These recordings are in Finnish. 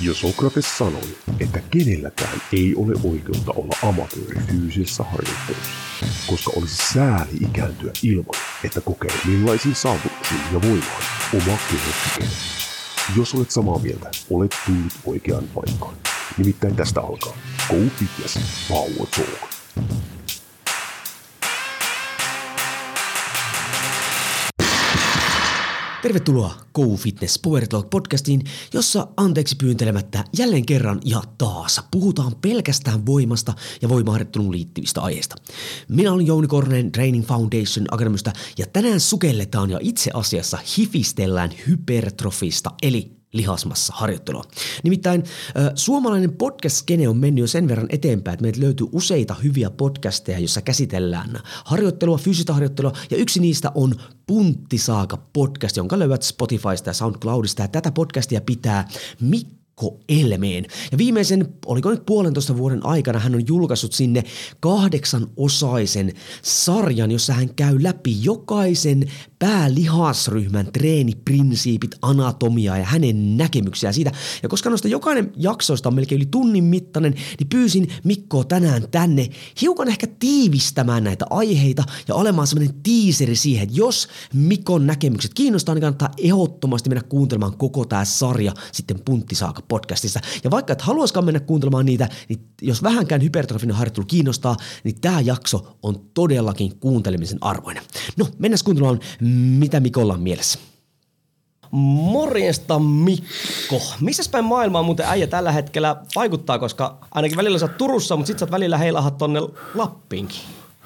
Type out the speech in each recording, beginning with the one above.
Ja Sokrates sanoi, että kenelläkään ei ole oikeutta olla amatööri fyysisessä harjoittelussa, koska olisi sääli ikääntyä ilman, että kokee millaisiin saavutuksiin ja voimaan oma keho kykenee. Jos olet samaa mieltä, olet tullut oikeaan paikkaan. Nimittäin tästä alkaa Go Fitness Power Talk. Tervetuloa Go Fitness Power Talk podcastiin, jossa anteeksi pyyntelemättä jälleen kerran ja taas puhutaan pelkästään voimasta ja voimaharjoitteluun liittyvistä aiheista. Minä olen Jouni Korhonen Training Foundation Academystä ja tänään sukelletaan ja itse asiassa hifistellään hypertrofista eli lihasmassa harjoittelua. Nimittäin suomalainen podcast-skene on mennyt jo sen verran eteenpäin, että meiltä löytyy useita hyviä podcasteja, joissa käsitellään harjoittelua, fyysistä harjoittelua, ja yksi niistä on Punttisaaka podcast, jonka löydät Spotifysta ja SoundCloudista, ja tätä podcastia pitää Mikko Elmeen. Ja viimeisen, oliko nyt 1,5 vuoden aikana, hän on julkaissut sinne 8-osaisen sarjan, jossa hän käy läpi jokaisen päälihasryhmän treeniprinsiipit, anatomiaa ja hänen näkemyksiä siitä. Ja koska noista jokainen jaksoista on melkein yli tunnin mittainen, niin pyysin Mikkoa tänään tänne hiukan ehkä tiivistämään näitä aiheita ja olemaan semmoinen tiiseri siihen, että jos Mikon näkemykset kiinnostaa, niin kannattaa ehdottomasti mennä kuuntelemaan koko tämä sarja sitten Punttisaaka podcastissa. Ja vaikka et haluaisikaan mennä kuuntelemaan niitä, niin jos vähänkään hypertrofinen harjoittelu kiinnostaa, niin tämä jakso on todellakin kuuntelemisen arvoinen. No, mennään kuuntelemaan, mitä Mikolla on mielessä. Morjesta Mikko. Missäs päin maailmaa muuten äijä tällä hetkellä vaikuttaa, koska ainakin välillä sä oot Turussa, mutta sit sä oot välillä heilahat tonne Lappiinkin.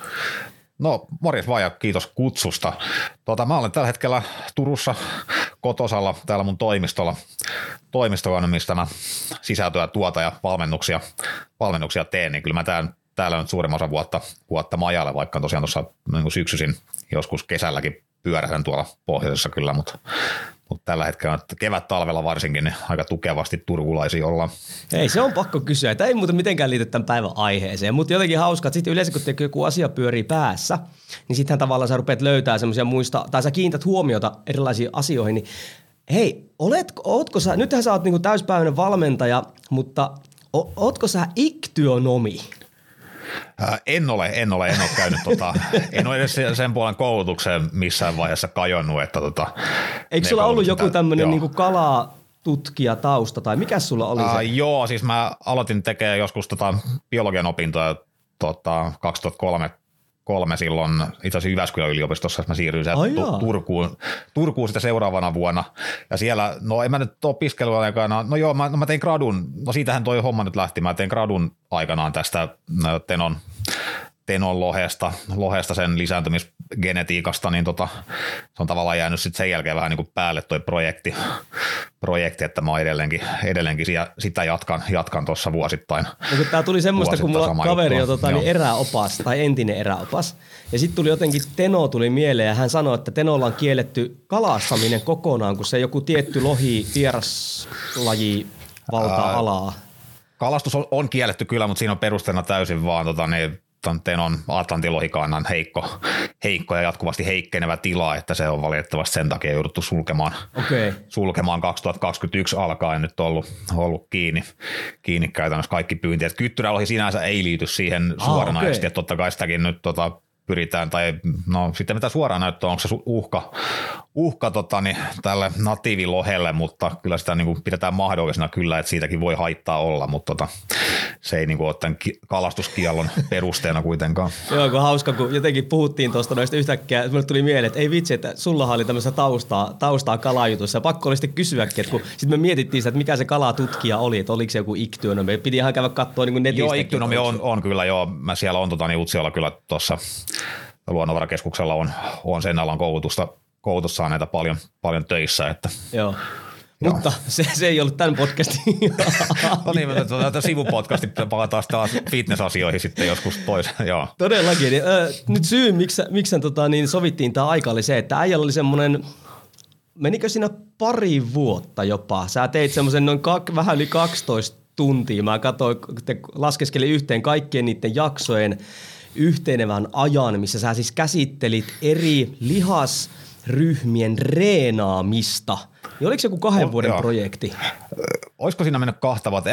No morjes vaan ja kiitos kutsusta. Mä olen tällä hetkellä Turussa kotosalla täällä mun toimistolla, mistä mä sisältöä tuota ja valmennuksia teen, niin kyllä mä täällä nyt suurimman osan vuotta majalle, vaikka tosiaan tuossa niin syksyisin joskus kesälläkin pyörähdän tuolla pohjoisessa kyllä, mutta tällä hetkellä kevät-talvella varsinkin niin aika tukevasti turkulaisia ollaan. Ei, se on pakko kysyä. Tämä ei muuten mitenkään liity tämän päivän aiheeseen, mutta jotenkin hauskaa, että sitten yleensä kun joku asia pyörii päässä, niin sittenhän tavallaan sä rupeat löytää semmoisia muista, tai sä kiinnität huomiota erilaisiin asioihin, niin hei, ootko sä, nythän sä oot niinku täyspäiväinen valmentaja, mutta ootko sä iktyonomi? En ole käynyt en ole edes sen puolen koulutukseen missään vaiheessa kajonnut, että Eikö sulla ollut joku tämmöinen niinku kalatutkija tausta tai mikä sulla oli se? Joo, siis mä aloitin tekemään joskus biologian opintoja 2003 silloin itse asiassa Jyväskylän yliopistossa, mä siirryin Turkuun sitä seuraavana vuonna. Ja siellä, no en mä nyt opiskelun aikana, no joo, mä tein gradun, no siitähän toi homma nyt lähti, mä tein gradun aikanaan tästä Tenon lohesta sen lisääntymisgenetiikasta, niin se on tavallaan jäänyt sitten sen jälkeen vähän niin kuin päälle toi projekti, että mä edelleenkin sitä jatkan tuossa vuosittain. No, tää tuli semmoista, kun mulla kaveri on niin eräopas tai entinen eräopas, ja sitten tuli jotenkin Teno tuli mieleen, ja hän sanoi, että Tenolla on kielletty kalastaminen kokonaan, kun se joku tietty lohi vieraslaji valtaa alaa. Kalastus on kielletty kyllä, mutta siinä on perusteena täysin vaan Tenon Atlantin-lohikannan heikko ja jatkuvasti heikkenevä tila, että se on valitettavasti sen takia jouduttu sulkemaan 2021 alkaen nyt ollut kiinni käytännössä kaikki pyynti. Et kyttyrälohi sinänsä ei liity siihen suoranaisesti, että totta kai sitäkin nyt pyritään, tai no sitten mitä suoraan näyttää, onko se uhka tälle natiivilohelle, mutta kyllä sitä niin kuin pidetään mahdollisena kyllä, että siitäkin voi haittaa olla, mutta se ei niin kuin ole tämän kalastuskiellon perusteena kuitenkaan. Joo, kun hauska, kun jotenkin puhuttiin tuosta noista yhtäkkiä, että mulle tuli mieleen, että ei vitsi, että sullahan oli tämmöistä taustaa kalajutussa, ja pakko oli sitten kysyäkin, että kun sitten me mietittiin sitä, että mikä se kalatutkija oli, että oliko se joku iktyonomi, piti ihan käydä katsoa niin kuin netistä. Joo, iktyonomi on kyllä, joo, mä siellä on Utsiolla kyllä tuossa Luonnonvarakeskuksella on sen alan koulutus saaneita paljon töissä. Että. Joo. Mutta se ei ollut tämän podcastin. No niin, mutta sivupodcastit palataan taas fitness-asioihin sitten joskus toisen. Joo. Todellakin. Nyt syy, miksi sovittiin tämä aika, oli se, että äijällä oli semmoinen, menikö siinä pari vuotta jopa? Sä teit semmoisen noin vähän yli 12 tuntia. Mä katsoin, laskeskelin yhteen kaikkien niiden jaksojen yhtenevän ajan, missä sä siis käsittelit eri lihasryhmien reenaamista. Niin oliko se joku 2 vuoden projekti? olisiko siinä mennyt 2 vuotta?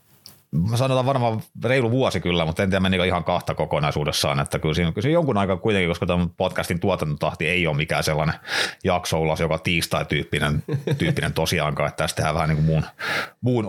Mä sanotaan varmaan reilu vuosi kyllä, mutta en tiedä menikö ihan 2 kokonaisuudessaan, että kyllä siinä jonkun aikaa kuitenkin, koska tämän podcastin tuotantotahti ei ole mikään sellainen jakso ulos, joka tiistai-tyyppinen tosiaankaan, että tässä tehdään vähän niin kuin muun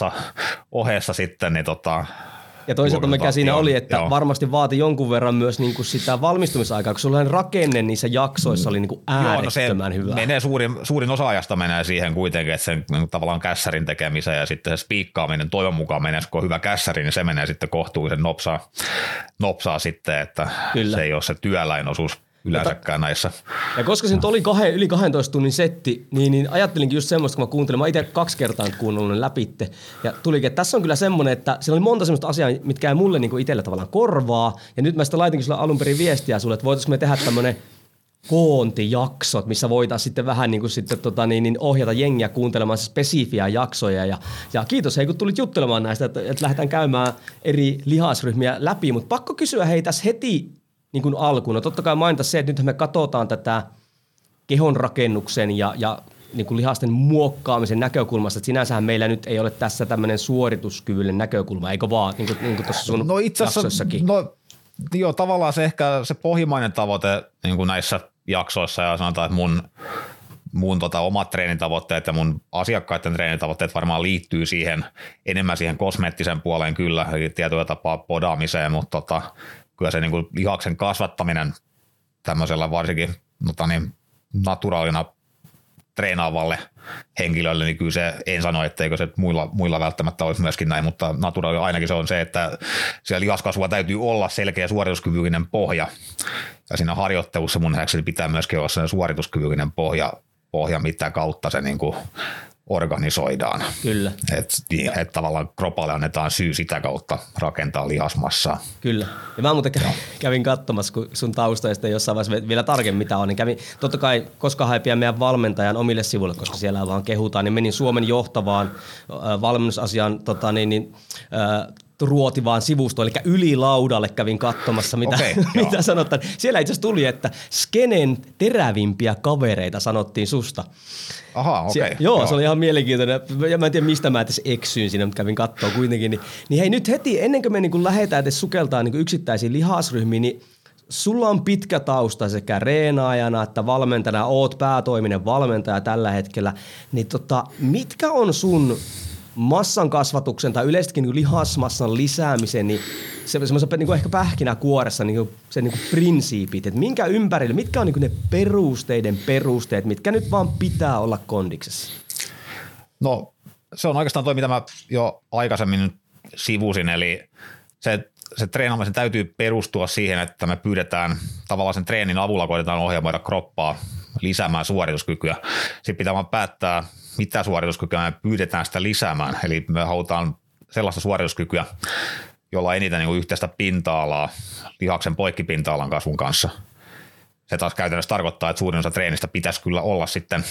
ohessa sitten, niin ja toisaalta mikä siinä oli, että joo. Varmasti vaati jonkun verran myös niin kuin sitä valmistumisaikaa, kun sulla rakenne niissä jaksoissa oli niin kuin äärettömän hyvä. Menee suurin osa ajasta menee siihen kuitenkin, että sen niin tavallaan kässärin tekemiseen ja sitten se spiikkaaminen toivon mukaan menee, kun on hyvä kässäri, niin se menee sitten kohtuullisen nopsaa sitten, että Kyllä. Se ei ole se työläinosuus yleensäkään näissä. Ja koska se nyt oli yli 12 tunnin setti, niin ajattelinkin just semmoista, kun mä kuuntelin. Mä itse 2 kertaa nyt kuunnellut ne läpitte. Ja tulikin, että tässä on kyllä semmoinen, että siellä oli monta semmoista asiaa, mitkä ei mulle niin kuin itselle tavallaan korvaa. Ja nyt mä sitä laitinkin sulle alun perin viestiä sulle, että voitaisiinko me tehdä tämmöinen koontijaksot, missä voitaisiin sitten vähän niin kuin sitten ohjata jengiä kuuntelemaan spesifiä jaksoja. Ja kiitos hei, kun tulit juttelemaan näistä, että lähdetään käymään eri lihasryhmiä läpi. Mutta pakko kysyä hei tässä heti niin kuin alkuun. No totta kai mainita se, että nyt me katsotaan tätä kehonrakennuksen ja niin kuin lihasten muokkaamisen näkökulmasta, että sinänsähän meillä nyt ei ole tässä tämmöinen suorituskyvyllinen näkökulma, eikö vaan, niin kuin tuossa sun jaksossakin? No joo, tavallaan se ehkä se pohjimmainen tavoite niin kuin näissä jaksoissa ja sanotaan, että mun omat treenitavoitteet ja mun asiakkaiden treenitavoitteet varmaan liittyy enemmän siihen kosmeettisen puoleen kyllä, eli tietyllä tapaa podaamiseen, mutta kyllä se niin kuin lihaksen kasvattaminen tämmöisellä varsinkin naturaalina treenaavalle henkilölle, niin kyllä se, en sano, etteikö se muilla välttämättä olisi myöskin näin, mutta naturaali ainakin se on se, että siellä lihaskasvua täytyy olla selkeä suorituskyvyllinen pohja, ja siinä harjoittelussa mun nähdäkseni pitää myöskin olla sellainen suorituskyvyllinen pohja, mitä kautta se niin kuin organisoidaan. Kyllä. Että tavallaan kropalle annetaan syy sitä kautta rakentaa lihasmassaa. Kyllä. Ja mä muuten kävin katsomassa, kun sun taustoista jossain vaiheessa vielä tarkemmin mitä on, niin kävin totta kai koska haipia meidän valmentajan omille sivuille, koska siellä vaan kehutaan, niin menin Suomen johtavaan valmennusasian ruotivaan sivustoon, eli ylilaudalle kävin katsomassa, mitä sanotaan. Siellä itse asiassa tuli, että skenen terävimpiä kavereita sanottiin susta. Aha, okei. Okay. Joo, se oli ihan mielenkiintoinen. Ja mä en tiedä, mistä mä edes eksyin siinä, mutta kävin katsoa kuitenkin. Niin hei, nyt heti, ennen kuin me niin lähdetään edes sukeltaan niin yksittäisiin lihasryhmiin, niin sulla on pitkä tausta sekä reenaajana että valmentajana, oot päätoiminen valmentaja tällä hetkellä. Niin mitkä on sun massan kasvatuksen tai yleensäkin niin lihasmassan lisäämisen, niin semmoisen niin ehkä pähkinäkuoressa niin se niin prinsiipit, että minkä ympärille, mitkä on niin ne perusteet, mitkä nyt vaan pitää olla kondiksessa? No se on oikeastaan toi, mitä mä jo aikaisemmin sivusin, eli se treenaamisen täytyy perustua siihen, että me pyydetään tavallaan sen treenin avulla, koitetaan ohjelmoida kroppaa lisäämään suorituskykyä. Sitten pitää vaan päättää, mitä suorituskykyä me pyydetään sitä lisäämään. Eli me halutaan sellaista suorituskykyä, jolla on eniten niin yhteistä pinta-alaa lihaksen poikkipinta-alan kasvun kanssa. Se taas käytännössä tarkoittaa, että suurin osa treenistä pitäisi kyllä olla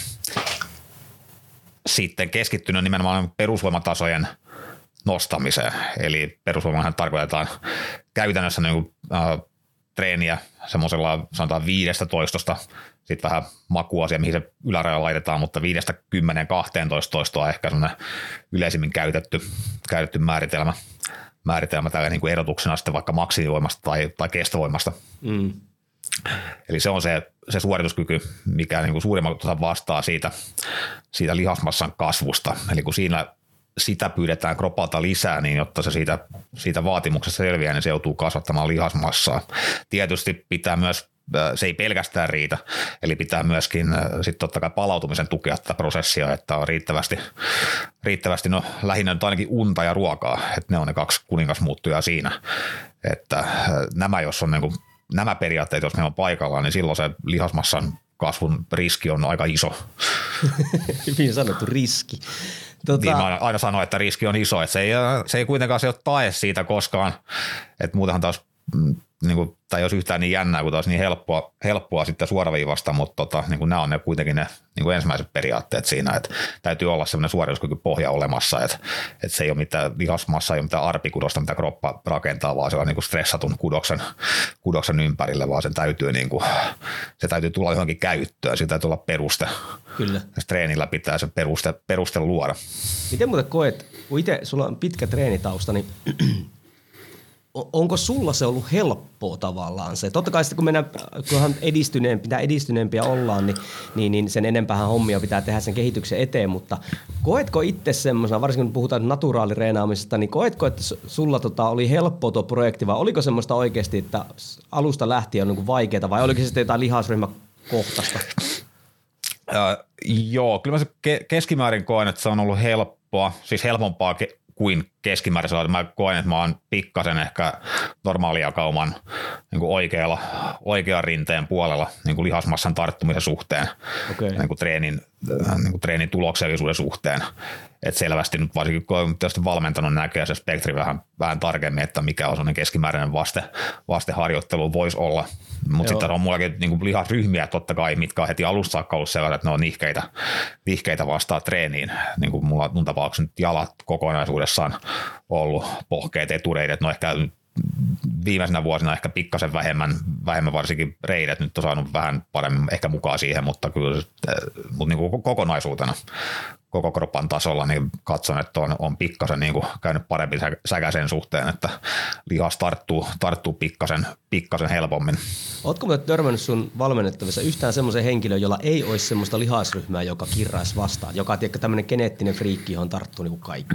sitten keskittynyt nimenomaan perusvoimatasojen nostamiseen. Eli perusvoimahan tarkoitetaan käytännössä niin treeniä semmoisella sanotaan 15, sitten vähän makuasia, mihin se yläraja laitetaan, mutta 5-10-12 toistoa on ehkä semmoinen yleisimmin käytetty määritelmä tällä niin kuin erotuksena sitten vaikka maksimivoimasta tai kestovoimasta. Mm. Eli se on se suorituskyky, mikä niin kuin suurimmalta osa vastaa siitä lihasmassan kasvusta. Eli kun sitä pyydetään kropalta lisää, niin jotta se siitä vaatimuksesta selviää, niin se joutuu kasvattamaan lihasmassaa. Tietysti pitää myös, se ei pelkästään riitä, eli pitää myöskin sitten totta kai palautumisen tukea tätä prosessia, että on riittävästi lähinnä nyt ainakin unta ja ruokaa, että ne on ne 2 kuningasmuuttujaa siinä, että jos on niin kuin, nämä periaatteet, jos ne on paikallaan, niin silloin se lihasmassan kasvun riski on aika iso. Hyvin sanottu riski. Niin mä aina sanon, että riski on iso, että se ei kuitenkaan se ole tae siitä koskaan, että muutenhan taas niinku, tai jos yhtään niin jännää, kun taas niin helppoa sitten suoraviivasta, mutta niinku, nämä on ne kuitenkin ne niinku ensimmäiset periaatteet siinä, että täytyy olla semmoinen suorituskykypohja olemassa, että se ei ole mitään lihasmassa, ei ole mitään arpikudosta, mitä kroppa rakentaa, vaan se on niinku stressatun kudoksen ympärille, vaan se täytyy tulla johonkin käyttöön, siitä täytyy olla peruste. Kyllä. Ja treenillä pitää se peruste luoda. Miten muuten koet, kun itse sulla on pitkä treenitausta, niin onko sulla se ollut helppoa tavallaan se? Totta kai sitten kunhan edistyneempiä ollaan, niin sen enempäähän hommia pitää tehdä sen kehityksen eteen, mutta koetko itse semmoisena, varsinkin kun puhutaan naturaalireenaamisesta, niin koetko, että sulla oli helppoa tuo projekti vai oliko semmoista oikeasti, että alusta lähtien on niin vaikeaa vai oliko se sitten jotain lihasryhmäkohtaista? Joo, kyllä mä se keskimäärin koen, että se on ollut helppoa, siis helpompaa kuin keskimäärin. Mä koen, että mä oon pikkasen ehkä normaalia kauman niin kuin oikean rinteen puolella niin kuin lihasmassan tarttumisen suhteen, niin kuin treenin tuloksellisuuden suhteen. Et selvästi nyt varsinkin kun olen tietysti valmentanut näkee se spektri vähän tarkemmin, että mikä on sellainen keskimääräinen vasteharjoittelu voisi olla. Mutta sitten on mullakin niin kuin lihasryhmiä totta kai, mitkä on heti alusta saakka ollut sellaiset, että ne on nihkeitä vastaan treeniin. Niin kuin mulla mun tapauksessa nyt jalat kokonaisuudessaan ollut pohkeet, etureidet, no ehkä viimeisenä vuosina ehkä pikkasen vähemmän varsinkin reidet nyt on saanut vähän paremmin ehkä mukaan siihen, mutta kyllä niin kuin kokonaisuutena koko kropan tasolla niin katson, että on pikkasen niin kuin käynyt parempi säkä sen suhteen, että lihas tarttuu pikkasen helpommin. Ootko muuten törmännyt sun valmennettavissa yhtään semmoisen henkilön, jolla ei olisi semmoista lihasryhmää, joka kirraisi vastaan, joka on tämmöinen geneettinen friikki, johon tarttuu niin kuin kaikki?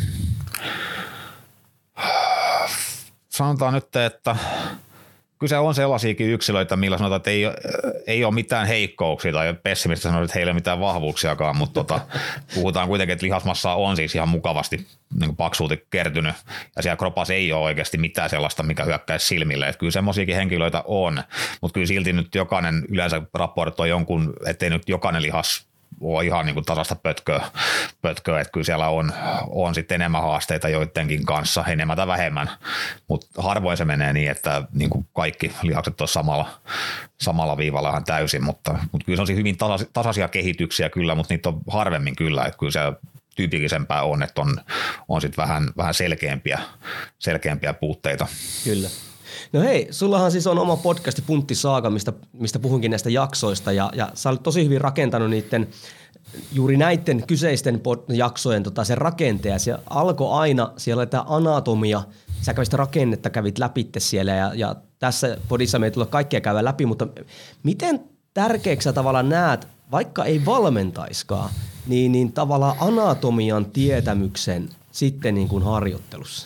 Sanotaan nyt, että kyse on sellaisiakin yksilöitä, millä sanotaan, että ei ole mitään heikkouksia tai pessimistä sanoa, että heillä ei ole mitään vahvuuksiakaan, mutta puhutaan kuitenkin, että lihasmassaa on siis ihan mukavasti niin paksulti kertynyt ja siellä kropassa ei ole oikeasti mitään sellaista, mikä hyökkäisi silmille. Että kyllä semmoisiakin henkilöitä on, mutta kyllä silti nyt jokainen yleensä raportoi jonkun, ettei nyt jokainen lihas ole ihan niin kuin tasasta pötköä, että kyllä siellä on sitten enemmän haasteita joidenkin kanssa, enemmän tai vähemmän, mutta harvoin se menee niin, että niin kuin kaikki lihakset on samalla viivalla ihan täysin, mutta kyllä se on hyvin tasaisia kehityksiä kyllä, mutta niitä on harvemmin kyllä, että kyllä se tyypillisempää on, että on sitten vähän selkeämpiä puutteita. Kyllä. No hei, sullahan siis on oma podcasti Puntti Saaga, mistä puhunkin näistä jaksoista ja sä olet tosi hyvin rakentanut juuri näiden kyseisten jaksojen sen rakenteen. Se alkoi aina, siellä oli tämä anatomia, sä kävit rakennetta, kävit läpi siellä ja tässä podissa me ei tule kaikkea käydä läpi, mutta miten tärkeäksi sä tavallaan näet, vaikka ei valmentaiskaan, niin tavallaan anatomian tietämyksen sitten niin kuin harjoittelussa?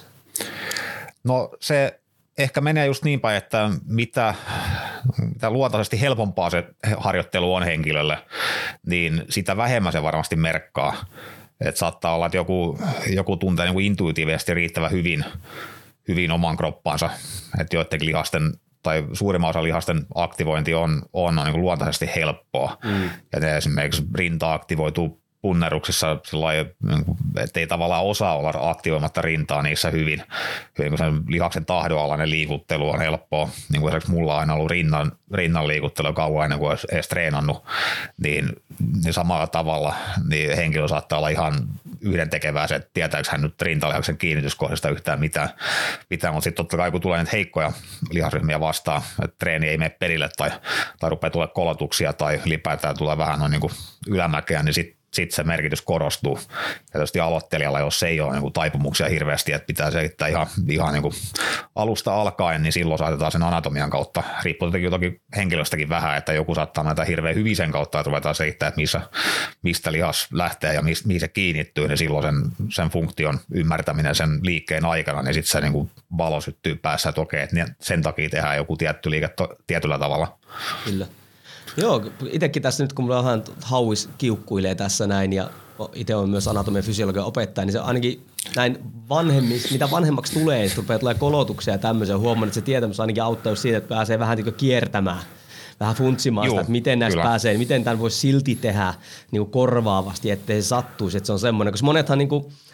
No se ehkä menee just niin päin, että mitä luontaisesti helpompaa se harjoittelu on henkilölle, niin sitä vähemmän se varmasti merkkaa. Et saattaa olla, että joku tuntee niin kuin intuitiivisesti riittävän hyvin oman kroppansa, että joidenkin lihasten tai suurimman osa lihasten aktivointi on niin kuin luontaisesti helppoa. Ja ne esimerkiksi rinta aktivoituu punneruksissa että ei tavallaan osaa olla aktivoimatta rintaa niissä hyvin kun sen lihaksen tahdonalainen liikuttelu on helppoa. Niin kuin esimerkiksi mulla on aina ollut rinnan liikuttelu kauan ennen kuin olisi edes treenannut, niin samalla tavalla niin henkilö saattaa olla ihan yhdentekevää se, että tietääkö hän nyt rintalihaksen kiinnityskohdasta yhtään mitään, mutta sitten totta kai kun tulee näitä heikkoja lihasryhmiä vastaan, että treeni ei mene perille tai rupeaa tulee kolotuksia tai ylipäätään tulee vähän noin niin kuin ylämäkeä, niin sitten se merkitys korostuu. Ja tietysti aloittelijalla, jos ei ole niin kuin taipumuksia hirveästi, että pitää selittää ihan niin kuin alusta alkaen, niin silloin saatetaan sen anatomian kautta. Riippuu toki henkilöstäkin vähän, että joku saattaa näitä hirveän hyvin sen kautta, että ruvetaan selittää, että mistä lihas lähtee ja mihin se kiinnittyy, niin silloin sen funktion ymmärtäminen sen liikkeen aikana, niin sitten se niin kuin valo syttyy päässä, että okei, että sen takia tehdään joku tietty liike tietyllä tavalla. Kyllä. Joo, itsekin tässä nyt kun mulla vähän hauis kiukkuilee tässä näin ja itse on myös anatomian fysiologian opettaja, niin se ainakin näin mitä vanhemmaksi tulee, niin tulee kolotuksia ja tämmöisiä. Huomaan, että se tietämys ainakin auttaa just siitä, että pääsee vähän kiertämään, vähän funtsimaan sitä, että miten näistä pääsee, miten tämän voisi silti tehdä niin kuin korvaavasti, ettei se sattuisi, että se on semmoinen, koska monethan niin kuin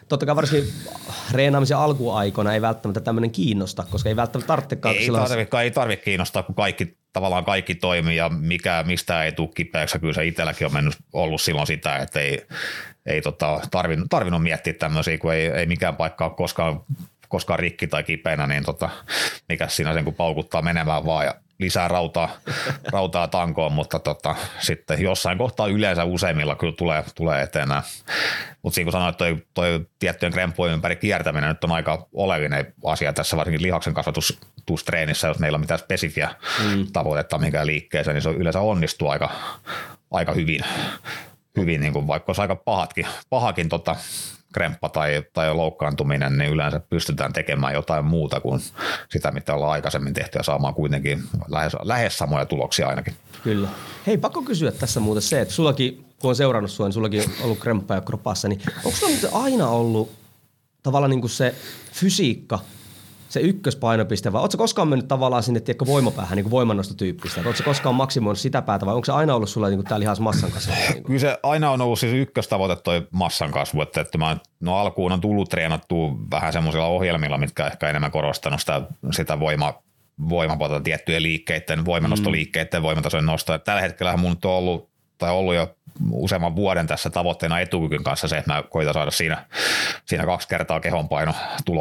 totta kai varsinkin reenaamisen alkuaikoina ei välttämättä tämmöinen kiinnosta, koska ei välttämättä tarvitsekaan. Ei tarvitse kiinnostaa, kun kaikki toimii ja mistä ei tule kipeäksi. Kyllä se itselläkin on ollut silloin sitä, että ei tarvinnut miettiä tämmöisiä, kun ei mikään paikka ole koskaan rikki tai kipeänä, niin mikä siinä sen kun paukuttaa menemään vaan ja lisää rautaa tankoon, mutta sitten jossain kohtaa yleensä useimmilla kyllä tulee eteen. Mutta siinä kun sanoit, että toi tiettyjen kremppujen ympäri kiertäminen nyt on aika oleellinen asia tässä varsinkin lihaksen kasvatustreenissä, jos meillä on mitään spesifiä tavoitetta minkään liikkeeseen, niin se yleensä onnistuu aika hyvin niin kuin vaikka olisi aika pahakin kremppa tai loukkaantuminen, niin yleensä pystytään tekemään jotain muuta kuin sitä, mitä ollaan aikaisemmin tehty ja saamaan kuitenkin lähes samoja tuloksia ainakin. Kyllä. Hei, pakko kysyä tässä muuten se, että sullakin, kun on seurannut sua, niin sullakin on ollut kremppa ja kropassa, niin onko sulla muuten aina ollut tavallaan niin kuin se fysiikka, se ykköspainopiste, vai ootko koskaan mennyt tavallaan sinne voimapäähän, niin kuin voimannostotyyppistä? Ootko koskaan maksimoinut sitä päätä, vai onko se aina ollut sulla niin tämä lihasmassan kasvu? Kyllä se aina on ollut siis ykköstavoite toi massan kasvu, että alkuun on tullut treenattua vähän semmoisilla ohjelmilla, mitkä ehkä enemmän korostanut sitä voimapuolta tiettyjen liikkeiden, voimannostoliikkeiden, voimatasojen nostoa. Tällä hetkellä mun on ollut jo useamman vuoden tässä tavoitteena etukykyn kanssa se, että mä koitan saada siinä 2 kertaa kehonpaino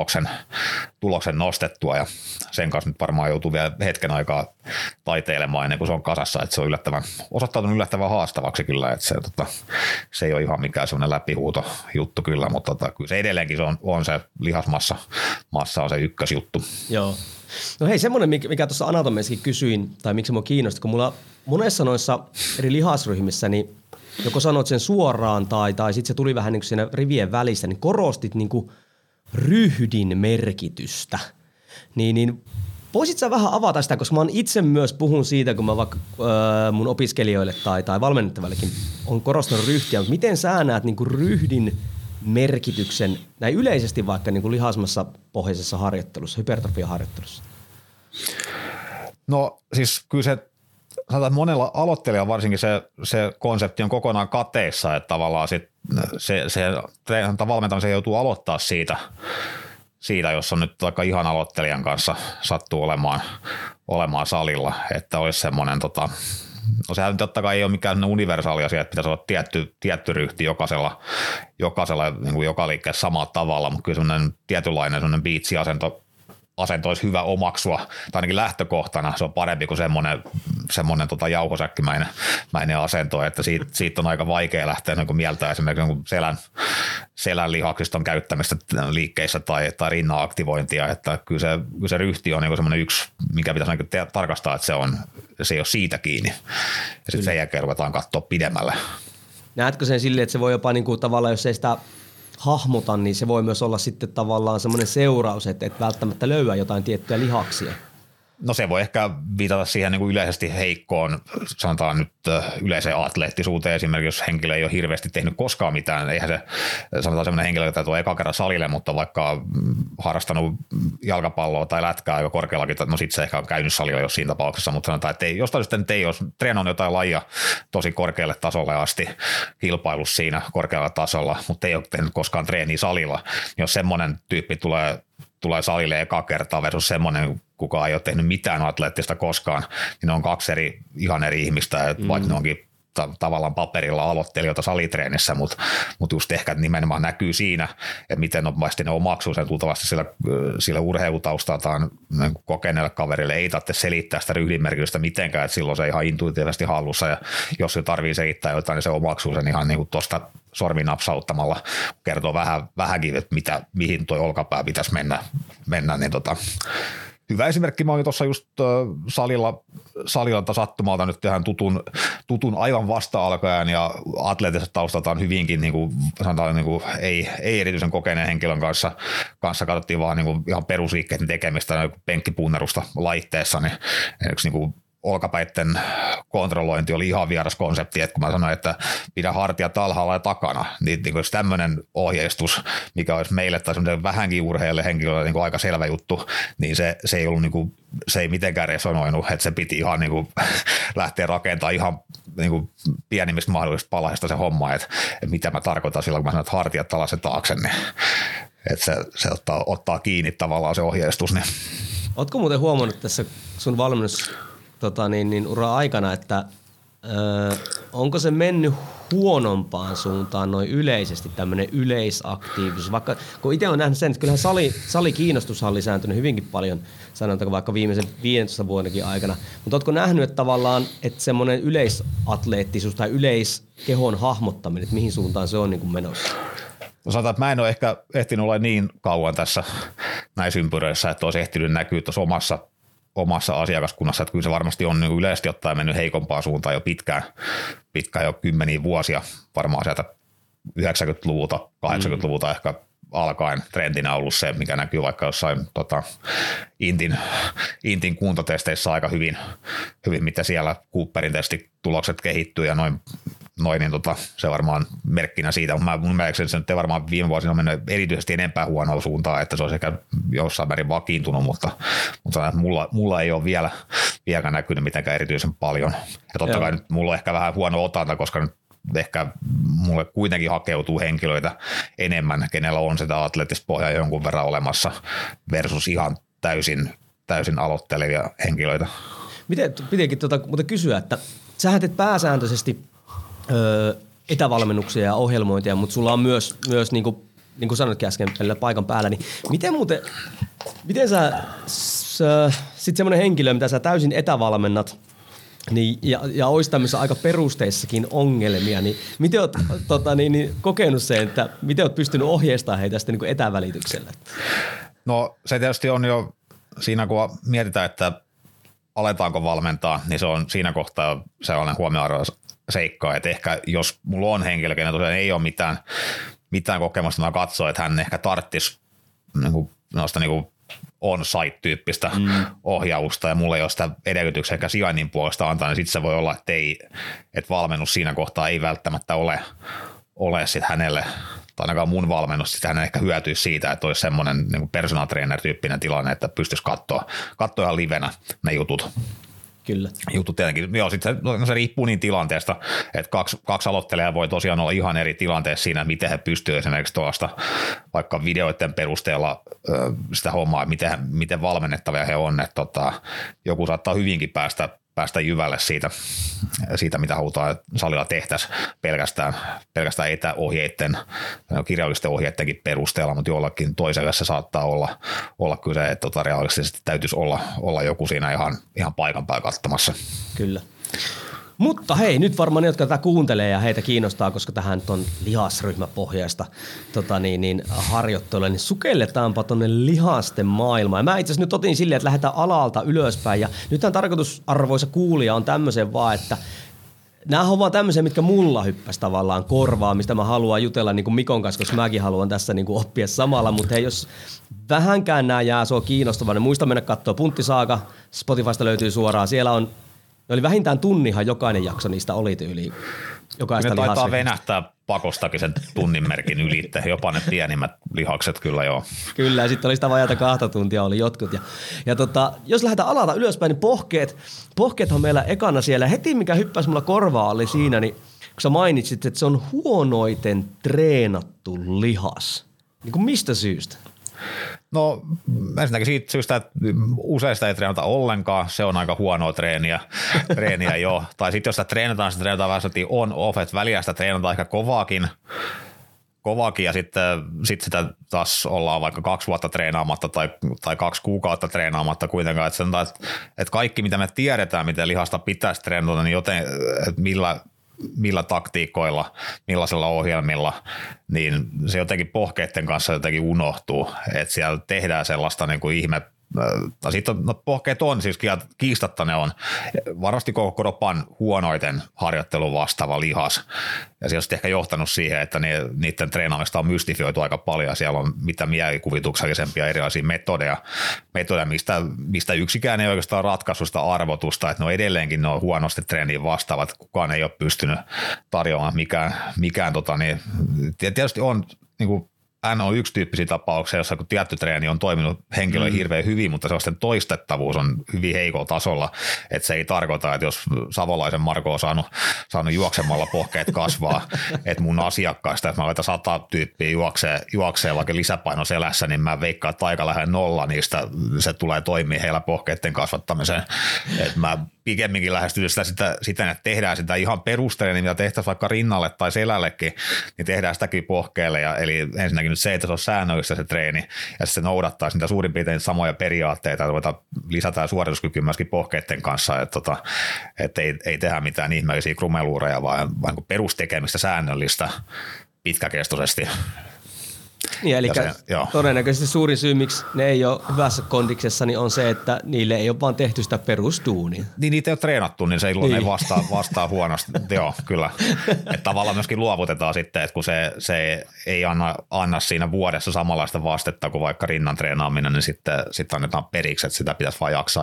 tuloksen nostettua ja sen kanssa nyt varmaan joutuu vielä hetken aikaa taiteilemaan ennen kuin se on kasassa, että se on osoittautunut yllättävän haastavaksi kyllä, että se ei ole ihan mikään semmoinen läpihuuto juttu kyllä, mutta kyllä se edelleenkin on se lihasmassa on se ykkösjuttu. Joo. No hei, semmoinen, mikä tuossa anatomiassakin kysyin, tai miksi mua kiinnosti, kun mulla monessa noissa eri lihasryhmissä, niin joko sanoit sen suoraan tai sitten se tuli vähän niin kuin siinä rivien välissä, niin korostit niin kuin ryhdin merkitystä. Niin voisit sä vähän avata sitä, koska mä itse myös puhun siitä, kun mä vaikka mun opiskelijoille tai valmennettavallekin on korostanut ryhtiä, mutta miten sä näet niin kuin ryhdin merkityksen näin yleisesti vaikka niin kuin lihasmassa pohjaisessa harjoittelussa, hypertrofiaharjoittelussa? No siis kyllä se, sanotaan, että monella aloittelijalla varsinkin se konsepti on kokonaan kateissa, että tavallaan se valmentamisen joutuu aloittaa siitä, jos on nyt vaikka ihan aloittelijan kanssa sattuu olemaan salilla, että olisi semmoinen no sehän totta kai ei ole mikään universaali asia, että pitäisi olla tietty ryhti jokaisella niin kuin joka liikkeessä samalla tavalla, mutta kyllä semmoinen tietynlainen semmoinen beach-asento olisi hyvä omaksua, tai ainakin lähtökohtana se on parempi kuin semmoinen jauhosäkkimäinen asento, että siitä on aika vaikea lähteä niin mieltä esimerkiksi niin selän lihaksiston käyttämistä liikkeissä tai rinnan aktivointia, että kyllä se ryhti on niin semmoinen yksi, mikä pitäisi niin tarkastaa, että se ei ole siitä kiinni, ja sitten sen jälkeen ruvetaan katsoa pidemmälle. Näetkö sen silleen, että se voi jopa niin kuin tavallaan, jos ei sitä hahmota, niin se voi myös olla sitten tavallaan semmoinen seuraus, että et välttämättä löyä jotain tiettyjä lihaksia. No se voi ehkä viitata siihen niin kuin yleisesti heikkoon, sanotaan nyt yleiseen atleettisuuteen esimerkiksi, jos henkilö ei ole hirveästi tehnyt koskaan mitään. Eihän se, sanotaan semmoinen henkilö, joka tulee eka kerran salille, mutta vaikka harrastanut jalkapalloa tai lätkää aika korkeallakin, no sitten se ehkä on käynyt salilla jos siinä tapauksessa, mutta sanotaan, että jostain sitten ei ole treenannut jotain lajia tosi korkealle tasolle asti, kilpailu siinä korkealla tasolla, mutta ei ole tehnyt koskaan treeniä salilla. Jos semmoinen tyyppi tulee salille eka kertaa versus semmoinen, kuka ei ole tehnyt mitään atleettista koskaan, niin ne on 2 ihan eri ihmistä, vaikka ne onkin tavallaan paperilla aloittelijoita salitreenissä, mutta just ehkä nimenomaan näkyy siinä, että miten nopeasti ne omaksuu sen tultavasti sillä urheilutaustaltaan kokeneelle kaverille. Ei tarvitse selittää sitä ryhdin merkitystä mitenkään, että silloin se ihan intuitiivisesti hallussa, ja jos se tarvii selittää jotain, niin se omaksuu sen ihan niin kuin tuosta sormin napsauttamalla, kertoo vähänkin, että mihin tuo olkapää pitäisi mennä niin hyvä esimerkki, mä olin tuossa just salilla sattumalta nyt tähän tutun aivan vasta-alkajan ja atleettisesta taustaltaan hyvinkin niin kuin, sanotaan, niin kuin, ei erityisen kokeneen henkilön kanssa katsottiin vaan niin kuin ihan perusliikkeiden tekemistä penkkipunnerusta laitteessa, niin yksi niin kuin olkapäitten kontrollointi oli ihan vieras konsepti, että kun mä sanoin, että pidä hartiat alhaalla ja takana, niin jos tämmöinen ohjeistus, mikä olisi meille tai semmoinen vähänkin urheilijalle henkilölle niin aika selvä juttu, niin se ei ollut niin kuin, se ei mitenkään resonoinut, että se piti ihan niin kuin lähteä rakentamaan ihan niin kuin pienimmistä mahdollisista palasista se homma, että mitä mä tarkoitan silloin, kun mä sanon, että hartiat alas ja taakse, niin että se ottaa kiinni tavallaan se ohjeistus. Niin. Ootko muuten huomannut tässä sun valmennus ura aikana, että onko se mennyt huonompaan suuntaan noin yleisesti tämmöinen yleisaktiivisuus? Vaikka kun itse olen nähnyt sen, että kyllähän salikiinnostus on lisääntynyt hyvinkin paljon, sanotaanko vaikka viimeisen 15 vuodenkin aikana, mutta ootko nähnyt, että tavallaan että semmoinen yleisatleettisuus tai yleiskehon hahmottaminen, että mihin suuntaan se on niin kuin menossa? No sanotaan, että mä en ole ehkä ehtinyt olla niin kauan tässä näissä ympyröissä, että olisi ehtinyt näkyä tuossa omassa asiakaskunnassa, että kyllä se varmasti on niin yleisesti ottaen mennyt heikompaan suuntaan jo pitkään jo kymmeniä vuosia, varmaan sieltä 90-luvulta, 80-luvulta ehkä alkaen trendinä ollut se, mikä näkyy vaikka jossain Intin kuntotesteissä aika hyvin, mitä siellä Cooperin testitulokset kehittyy ja noin niin se varmaan merkkinä siitä, mutta mun mielestä se nyt ei varmaan viime vuosina on mennyt erityisesti enempää huonoa suuntaan, että se olisi ehkä jossain määrin vakiintunut, mutta sanon, että mulla ei ole vieläkään näkynyt mitenkään erityisen paljon. Ja totta kai nyt mulla on ehkä vähän huono otanta, koska nyt ehkä mulle kuitenkin hakeutuu henkilöitä enemmän, kenellä on sitä atleettista pohjaa jonkun verran olemassa versus ihan täysin aloittelevia henkilöitä. Miten pitikin muuten kysyä, että sähän teet pääsääntöisesti etävalmennuksia ja ohjelmointia, mutta sulla on myös niin kuin sanoitkin äsken paikan päällä, niin miten sä sitten semmoinen henkilö, mitä sä täysin etävalmennat, niin, ja olisi tämmöisissä aika perusteissakin ongelmia, niin miten oot kokenut sen, että miten oot pystynyt ohjeistamaan heitä sitten niin kuin etävälityksellä? No se tietysti on jo siinä, kun mietitään, että aletaanko valmentaa, niin se on siinä kohtaa sellainen huomioarvo seikkaa, että ehkä jos mulla on henkilö, kenen tosiaan ei ole mitään kokemusta, mä katson, että hän ehkä tarttisi niin on-site-tyyppistä ohjausta ja mulla ei ole sitä edellytyksiä ehkä sijainnin puolesta antaa, niin sitten se voi olla, että valmennus siinä kohtaa ei välttämättä ole sit hänelle, tai ainakaan mun valmennus, sitten hän ehkä hyötyisi siitä, että olisi semmoinen niin personal trainer-tyyppinen tilanne, että pystyisi katsoa ihan livenä ne jutut. Kyllä. Juttu tietenkin. Joo, sitten se riippuu niin tilanteesta, että kaksi aloittelijaa voi tosiaan olla ihan eri tilanteessa siinä, miten he pystyvät esimerkiksi tuosta vaikka videoiden perusteella sitä hommaa, miten valmennettavia he on. Että joku saattaa hyvinkin päästä jyvälle siitä, mitä halutaan salilla tehtäisiin pelkästään etäohjeiden, kirjallisten ohjeidenkin perusteella, mutta jollakin toisella se saattaa olla kyllä se, että realistisesti täytyisi olla joku siinä ihan paikan päällä katsomassa. Kyllä. Mutta hei, nyt varmaan ne, jotka tätä kuuntelee ja heitä kiinnostaa, koska tähän on lihasryhmäpohjaista harjoittelua, niin sukelletaanpa tuonne lihasten maailmaan. Ja mä itse asiassa nyt otin silleen, että lähdetään alalta ylöspäin. Ja nythän tarkoitus, arvoisa kuulija, on tämmöisen vaan, että nämä on vaan tämmöisiä, mitkä mulla hyppäsi tavallaan korvaa, mistä mä haluan jutella niin kuin Mikon kanssa, koska mäkin haluan tässä niin kuin oppia samalla. Mutta hei, jos vähänkään nämä jää sua kiinnostavaa, niin muista mennä katsoa Punttisaaka. Spotifysta löytyy suoraan. Siellä on oli vähintään tunnihan jokainen jakso niistä oli yli jokaista lihasryhmästä. Taitaa venähtää pakostakin sen tunnin merkin ylitte, jopa ne pienimmät lihakset kyllä joo. Kyllä, ja sitten oli sitä vajaata 2 tuntia oli jotkut. Ja jos lähdetään alalta ylöspäin, niin pohkeethan meillä ekana siellä. Heti mikä hyppäsi mulla korvaa oli siinä, niin kun sä mainitsit, että se on huonoiten treenattu lihas. Niin kuin mistä syystä? No ensinnäkin siitä syystä, että usein sitä ei treenata ollenkaan, se on aika huonoa treeniä jo. Tai sitten jos sitä treenataan vähän on-off, että välillä sitä treenataan ehkä kovaakin ja sitten sitä taas ollaan vaikka 2 vuotta treenaamatta tai 2 kuukautta treenaamatta kuitenkaan. Että sanotaan, että kaikki mitä me tiedetään, miten lihasta pitäisi treenata, niin että millä taktiikoilla, millaisilla ohjelmilla, niin se jotenkin pohkeiden kanssa jotenkin unohtuu, että siellä tehdään sellaista niin kuin sitten pohkeet on, siis kiistatta ne on varmasti koko kropan huonoiten harjoittelun vastaava lihas. Ja se on ehkä johtanut siihen, että niiden treenaamista on mystifioitu aika paljon. Siellä on mitä mielikuvituksellisempia erilaisia metodeja mistä yksikään ei oikeastaan ratkaissut sitä arvotusta, että ne on huonosti treeniin vastaavat. Kukaan ei ole pystynyt tarjoamaan mikään tietysti on niin kuin on yksi-tyyppisiä tapauksia, jossa kun tietty treeni on toiminut henkilöön hirveän hyvin, mutta sellaisten toistettavuus on hyvin heikolla tasolla, että se ei tarkoita, että jos Savolaisen Marko on saanut juoksemalla pohkeet kasvaa, että mun asiakkaista, että mä laitan 100 tyyppiä juoksee vaikka lisäpaino selässä, niin mä veikkaan, että aika lähden nolla niistä se tulee toimia heillä pohkeiden kasvattamiseen. Että mä pikemminkin lähestyy sitä, että tehdään sitä ihan perustreeniä, mitä tehtäisiin vaikka rinnalle tai selällekin, niin tehdään sitäkin pohkeelle. Eli ensinnäkin nyt se, että se on säännöllistä se treeni, ja se noudattaa niitä suurin piirtein samoja periaatteita, että lisätään suorituskykyä myöskin pohkeiden kanssa, että ei tehdä mitään ihmeellisiä krumeluureja, vaan perustekemistä säännöllistä pitkäkestoisesti. Niin, eli todennäköisesti suurin syy, miksi ne ei ole hyvässä kondiksessa, niin on se, että niille ei ole vaan tehty sitä perustuunia. Niin niitä ei ole treenattu, niin se ei vastaa huonosti. Joo, kyllä. Että tavallaan myöskin luovutetaan sitten, että kun se ei anna siinä vuodessa samanlaista vastetta kuin vaikka rinnan treenaaminen, niin sitten annetaan periksi, että sitä pitäisi vaan jaksaa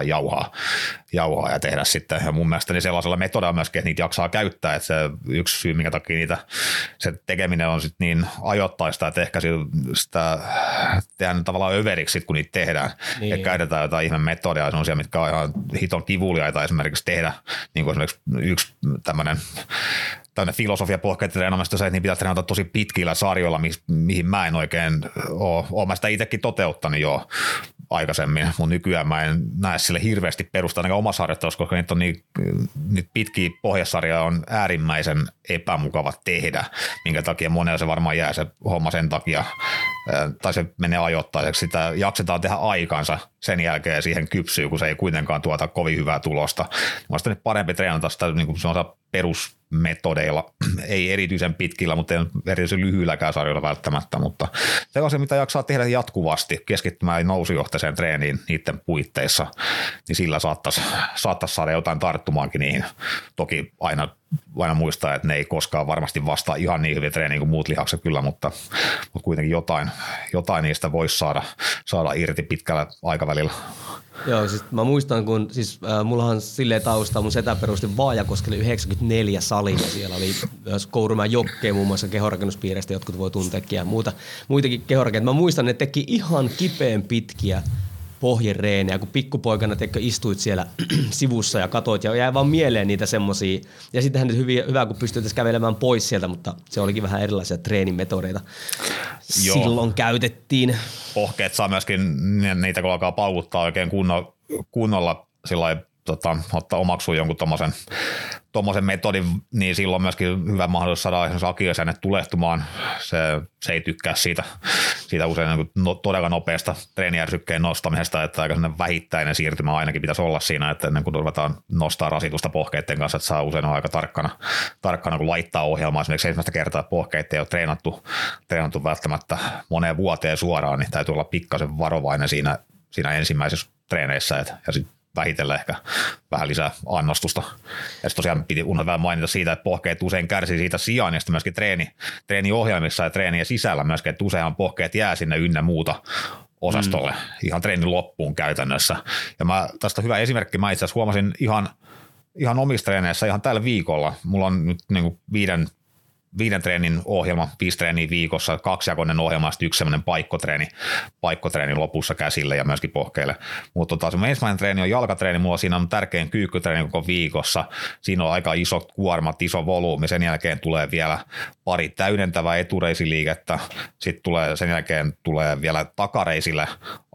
jauhaa ja tehdä sitten. Ja mun mielestä niin sellaisella metodilla myöskin, että niitä jaksaa käyttää, että se yksi syy, minkä takia se tekeminen on sitten niin ajoittaista, että ehkä sitä tehdään tavallaan överiksi, kun niitä tehdään. Niin. Ja käytetään jotain ihme metodia, sellaisia, mitkä on ihan hiton kivuliaita esimerkiksi tehdä. Niin kuin esimerkiksi yksi tämmöinen filosofia pohkeiden treenaamista se, että niin pitää treenata tosi pitkillä sarjoilla, mihin mä en oikein ole. Mä sitä itsekin toteuttanut jo aikaisemmin, mutta nykyään mä en näe sille hirveästi perustaa ainakaan omassa harjoittelussa, koska niitä pitkiä pohjasarjoja on äärimmäisen epämukava tehdä, minkä takia monella se varmaan jää se homma sen takia, tai se menee ajoittaiseksi. Sitä jaksetaan tehdä aikansa sen jälkeen siihen kypsyy, kun se ei kuitenkaan tuota kovin hyvää tulosta. Mielestäni nyt parempi treenata sitä niin kuin perusmetodeilla, ei erityisen pitkillä, mutta ei erityisen lyhyilläkään sarjoilla välttämättä, mutta se on se, mitä jaksaa tehdä jatkuvasti, keskittymään nousujohteiseen treeniin niiden puitteissa, niin sillä saattaisi saada jotain tarttumaankin niihin. Toki aina muistaa, että ne ei koskaan varmasti vastaa ihan niin hyviä treeniä kuin muut lihakset kyllä, mutta kuitenkin jotain niistä voisi saada irti pitkällä aikavälillä. Joo, siis mä muistan, kun mullahan silleen taustaa, mun setä perusti Vaajakoskelle 94 salin ja siellä oli myös Kourumäen Jokkea muun muassa kehorakennuspiireistä, jotkut voi tunteekin ja muitakin kehorakenteita. Mä muistan, että ne teki ihan kipeän pitkiä pohjereenejä, kun pikkupoikana istuit siellä sivussa ja katoit ja jäi vaan mieleen niitä semmosia. Ja sittenhän nyt hyvä, kun pystyt kävelemään pois sieltä, mutta se olikin vähän erilaisia treenimetodeita. Silloin käytettiin. Pohkeet saa myöskin, niitä kun alkaa paukuttaa oikein kunnolla sillä ottaa omaksua jonkun tommosen metodin, niin silloin myöskin hyvä mahdollisuus saada esimerkiksi akiosäänet tulehtumaan. Se ei tykkää siitä usein todella nopeasta treenijärsykkeen nostamisesta, että aika sellainen vähittäinen siirtymä ainakin pitäisi olla siinä, että ennen kuin ruvetaan nostaa rasitusta pohkeiden kanssa, että saa usein aika tarkkana kun laittaa ohjelmaa. Esimerkiksi ensimmäistä kertaa pohkeita ei ole treenattu välttämättä moneen vuoteen suoraan, niin täytyy olla pikkasen varovainen siinä ensimmäisessä treeneissä ja sitten vähitellen ehkä vähän lisää annostusta. Ja sitten tosiaan piti unohtaa mainita siitä, että pohkeet usein kärsii siitä sijainnista myöskin treeniohjelmissa ja treenien sisällä myöskin, että useinhan pohkeet jää sinne ynnä muuta osastolle ihan treenin loppuun käytännössä. Ja tästä hyvä esimerkki, mä itse asiassa huomasin ihan omissa treeneissä ihan tällä viikolla. Mulla on nyt niin kuin 5 treenin ohjelma, 5 treeniä viikossa, 2-jakoinen ohjelma, sitten 1 semmoinen paikkotreeni lopussa käsille ja myöskin pohkeille. Mutta se ensimmäinen treeni on jalkatreeni, mulla siinä on tärkein kyykkytreeni koko viikossa. Siinä on aika isot kuormat, iso volyymi, sen jälkeen tulee vielä pari täydentävää etureisiliikettä, sitten sen jälkeen tulee vielä takareisille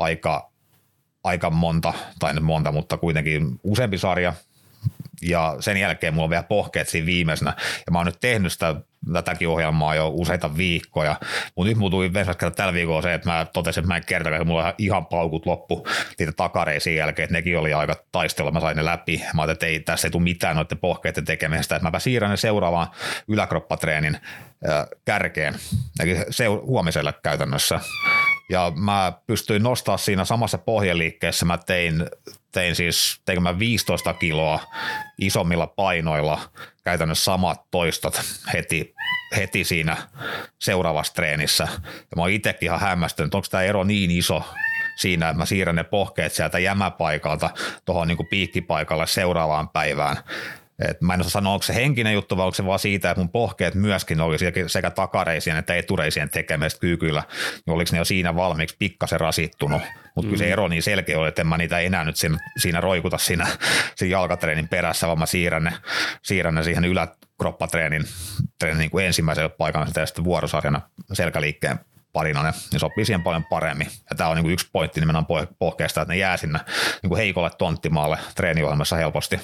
aika monta, tai nyt monta, mutta kuitenkin useampi sarja. Ja sen jälkeen mulla on vielä pohkeet siinä viimeisenä. Ja mä oon nyt tehnyt tätäkin ohjelmaa jo useita viikkoja. Mutta nyt mulla tuli ensimmäistä kertaa tällä viikolla se, että mä totesin, että mä en kertakaan, mulla on ihan paukut loppu niitä takareisiin jälkeen, että nekin oli aika taistella, mä sain ne läpi. Mä ajattelin, että tässä ei tule mitään noiden pohkeiden tekemisestä, että mäpä siirrän ne seuraavaan yläkroppatreenin kärkeen, eli huomiselle käytännössä. Ja mä pystyin nostaa siinä samassa pohjeliikkeessä, mä teinkö mä 15 kiloa isommilla painoilla, käytännössä samat toistot heti siinä seuraavassa treenissä. Ja mä oon itsekin ihan hämmästynyt, onko tämä ero niin iso siinä, että mä siirrän ne pohkeet sieltä jämäpaikalta tuohon niin kuin piikkipaikalle seuraavaan päivään. Et mä en osaa sanoa, onko se henkinen juttu vai onko se vaan siitä, että mun pohkeet myöskin oli sekä takareisien että etureisien tekemistä kyykyllä, niin oliko ne jo siinä valmiiksi pikkasen rasittunut. Mutta kyllä se ero niin selkeä oli, että en mä niitä enää nyt siinä roikuta siinä jalkatreenin perässä, vaan mä siirrän ne siihen yläkroppatreenin niin kuin ensimmäiselle paikalle ja sitten vuorosarjana selkäliikkeen parina ne sopii siihen paljon paremmin. Ja tämä on niin kuin yksi pointti nimenomaan pohkeesta, että ne jää sinne niin kuin heikolle tonttimaalle treeniohjelmassa helposti.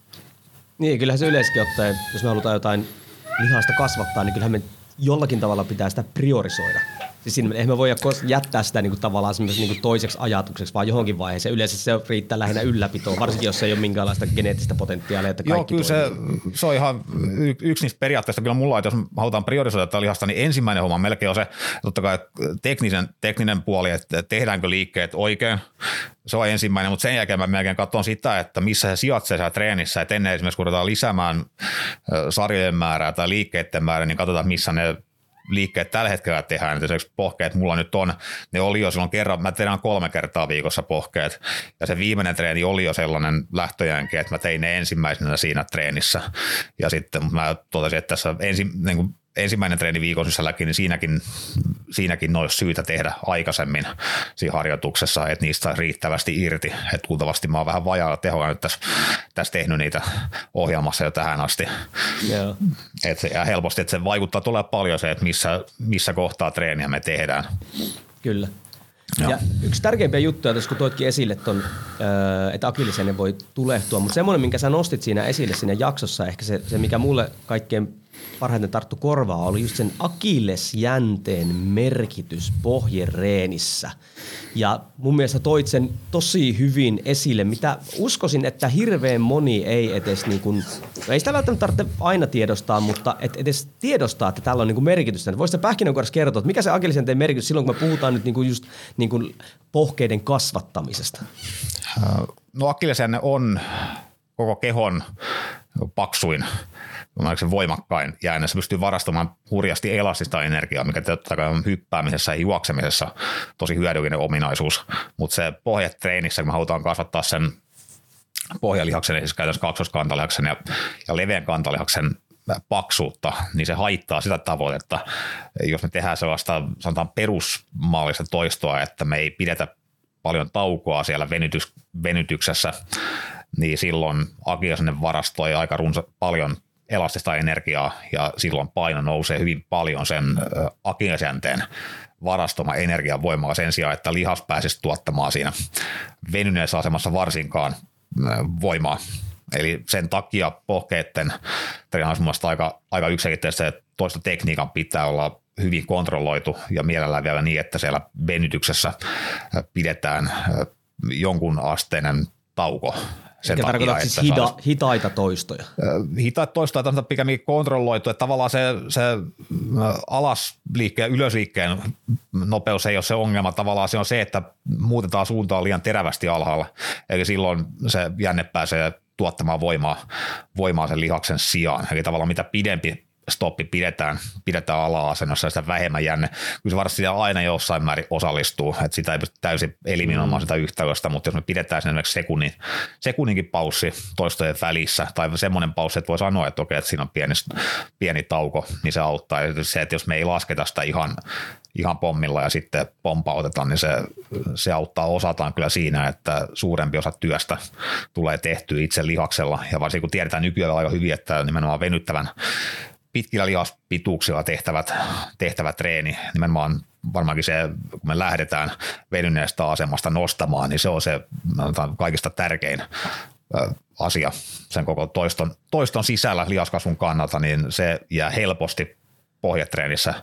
Niin, kyllähän se yleisesti ottaen, jos me halutaan jotain lihasta kasvattaa, niin kyllähän me jollakin tavalla pitää sitä priorisoida. Siis eihän me voida jättää sitä niin kuin tavallaan niin kuin toiseksi ajatukseksi, vaan johonkin vaiheeseen. Yleensä se riittää lähinnä ylläpitoon, varsinkin jos ei ole minkäänlaista geneettistä potentiaalia, että kaikki joo, kyllä se on ihan yksi niistä periaatteista. Kyllä mulla, että jos halutaan priorisoida tätä lihasta, niin ensimmäinen homma melkein on se, totta kai tekninen puoli, että tehdäänkö liikkeet oikein. Se on ensimmäinen, mutta sen jälkeen mä melkein katson sitä, että missä se sijaitsee siellä treenissä. Että ennen esimerkiksi kun ruvetaan lisäämään sarjojen määrää tai liikkeiden määrää, niin katsotaan missä ne liikkeet tällä hetkellä tehdään. Että esimerkiksi pohkeet mulla nyt on, ne oli jo silloin kerran, mä tehdään 3 kertaa viikossa pohkeet. Ja se viimeinen treeni oli jo sellainen lähtöjänkin, että mä tein ne ensimmäisenä siinä treenissä. Ja sitten mä totesin, että tässä ensimmäinen treeni viikon sisälläkin, niin siinäkin olisi syytä tehdä aikaisemmin siinä harjoituksessa, että niistä saa riittävästi irti. Että luultavasti mä oon vähän vajaalla teholla nyt tässä tehnyt niitä ohjelmassa jo tähän asti. Yeah. Ja helposti, että se vaikuttaa todella paljon se, että missä kohtaa treeniä me tehdään. Kyllä. Ja yksi tärkeimpiä juttuja tässä, kun toitkin esille ton, että akillesjänne voi tulehtua, mutta semmoinen, minkä sä nostit siinä esille siinä jaksossa, ehkä se mikä mulle kaikkein parhaiten tarttu korvaa, oli just sen akillesjänteen merkitys pohjereenissä. Ja mun mielestä toit sen tosi hyvin esille, mitä uskoisin, että hirveän moni ei edes niin kuin, ei sitä välttämättä tarvitse aina tiedostaa, mutta et edes tiedostaa, että tällä on niin kuin merkitystä. Voisi pähkinänkuoressa kertoa, että mikä se akillesjänteen merkitys silloin, kun me puhutaan nyt niin kuin just niin kuin pohkeiden kasvattamisesta? No akillesjänne on koko kehon paksuin, se voimakkain jäänne. Se pystyy varastamaan hurjasti elastista energiaa, mikä totta kai on hyppäämisessä ja juoksemisessa tosi hyödyllinen ominaisuus. Mutta se pohjetreenissä, kun me halutaan kasvattaa sen pohjalihaksen, siis käytännössä kaksoiskantalihaksen ja leveän kantalihaksen paksuutta, niin se haittaa sitä tavoitetta. Jos me tehdään sellaista, sanotaan perusmallista toistoa, että me ei pidetä paljon taukoa siellä venytyksessä, niin silloin akillesjänne varastoi aika paljon elastista energiaa ja silloin paino nousee hyvin paljon sen akillesjänteen varastoma energian voimalla sen sijaan, että lihas pääsisi tuottamaan siinä venyneessä asemassa varsinkaan voimaa. Eli sen takia pohkeiden treenaus on aika yksiselitteistä, että toistotekniikan pitää olla hyvin kontrolloitu ja mielellään vielä niin, että siellä venytyksessä pidetään jonkun asteinen tauko. Eikä tarkoita siis hitaita toistoja? Hitaita toistoja on pikemminkin kontrolloitu, että tavallaan se alasliikkeen ja ylösliikkeen nopeus ei ole se ongelma. Tavallaan se on se, että muutetaan suuntaa liian terävästi alhaalla. Eli silloin se jänne pääsee tuottamaan voimaa sen lihaksen sijaan. Eli tavallaan mitä pidempi stoppi pidetään ala-asennossa ja sitä vähemmän jänne. Kyllä se varmasti aina jossain määrin osallistuu, että sitä ei pysty täysin eliminoimaan sitä yhtälöstä, mutta jos me pidetään esimerkiksi sekunninkin paussi toistojen välissä tai semmoinen paussi, että voi sanoa, että okei, että siinä on pieni tauko, niin se auttaa. Ja se, että jos me ei lasketa sitä ihan pommilla ja sitten pompautetaan, niin se auttaa osataan kyllä siinä, että suurempi osa työstä tulee tehtyä itse lihaksella. Ja varsinkin kun tiedetään nykyään aika hyvin, että nimenomaan venyttävän pitkillä lihaspituuksilla tehtävä treeni, nimenomaan varmaankin se, kun me lähdetään venyneestä asemasta nostamaan, niin se on se kaikista tärkein asia sen koko toiston sisällä lihaskasvun kannalta, niin se jää helposti pohjetreenissä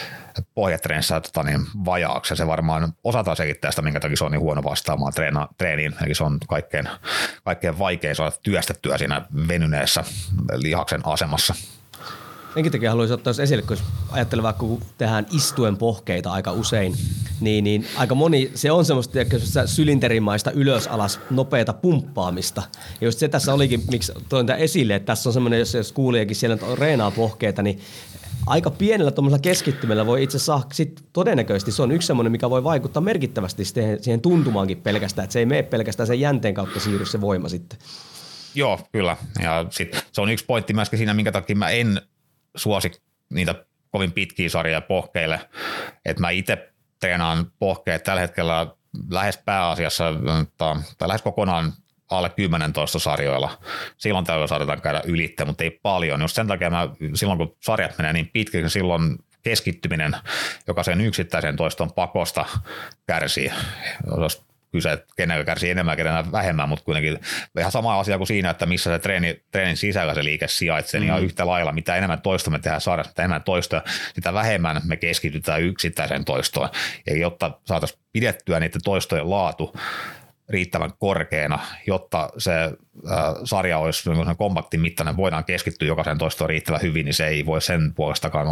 vajaaksi. Se varmaan osataan selittää sitä, minkä takia se on niin huono vastaamaan treeniin. Eli se on kaikkein vaikein saada työstettyä siinä venyneessä lihaksen asemassa. Senkin takia haluaisin ottaa esille, kun ajattelen vaikka kun tehdään istuen pohkeita aika usein, niin aika moni, se on semmoista sylinterimaista ylös alas nopeata pumppaamista. Ja just se tässä olikin, miksi toin tämän esille, että tässä on semmoinen, jos kuulijakin siellä reenaa pohkeita, niin aika pienellä tuollaisella keskittymällä voi itse asiassa sit todennäköisesti, se on yksi semmoinen, mikä voi vaikuttaa merkittävästi siihen tuntumaankin pelkästään, että se ei mene pelkästään sen jänteen kautta siirry se voima sitten. Joo, kyllä. Ja sit se on yksi pointti myöskin siinä, minkä takia mä en suosi niitä kovin pitkiä sarjoja pohkeille. Että mä itse treenaan pohkeet tällä hetkellä lähes pääasiassa tai lähes kokonaan alle 10 sarjoilla. Silloin täytyy saadaan käydä ylitse, mutta ei paljon. Just sen takia silloin kun sarjat menee niin pitkään, silloin keskittyminen jokaisen yksittäisen toiston pakosta kärsii. Jos kyse, että kenellä kärsii enemmän, kenellä vähemmän, mutta kuitenkin ihan sama asia kuin siinä, että missä se treenin sisällä se liike sijaitsee, niin ihan yhtä lailla, mitä enemmän toistoa me tehdään sarjassa, mitä enemmän toistoa, sitä vähemmän me keskitytään yksittäiseen toistoon. Ja jotta saataisiin pidettyä niiden toistojen laatu riittävän korkeana, jotta se sarja olisi kompaktin mittainen, voidaan keskittyä jokaisen toistoon riittävän hyvin, niin se ei voi sen puolestakaan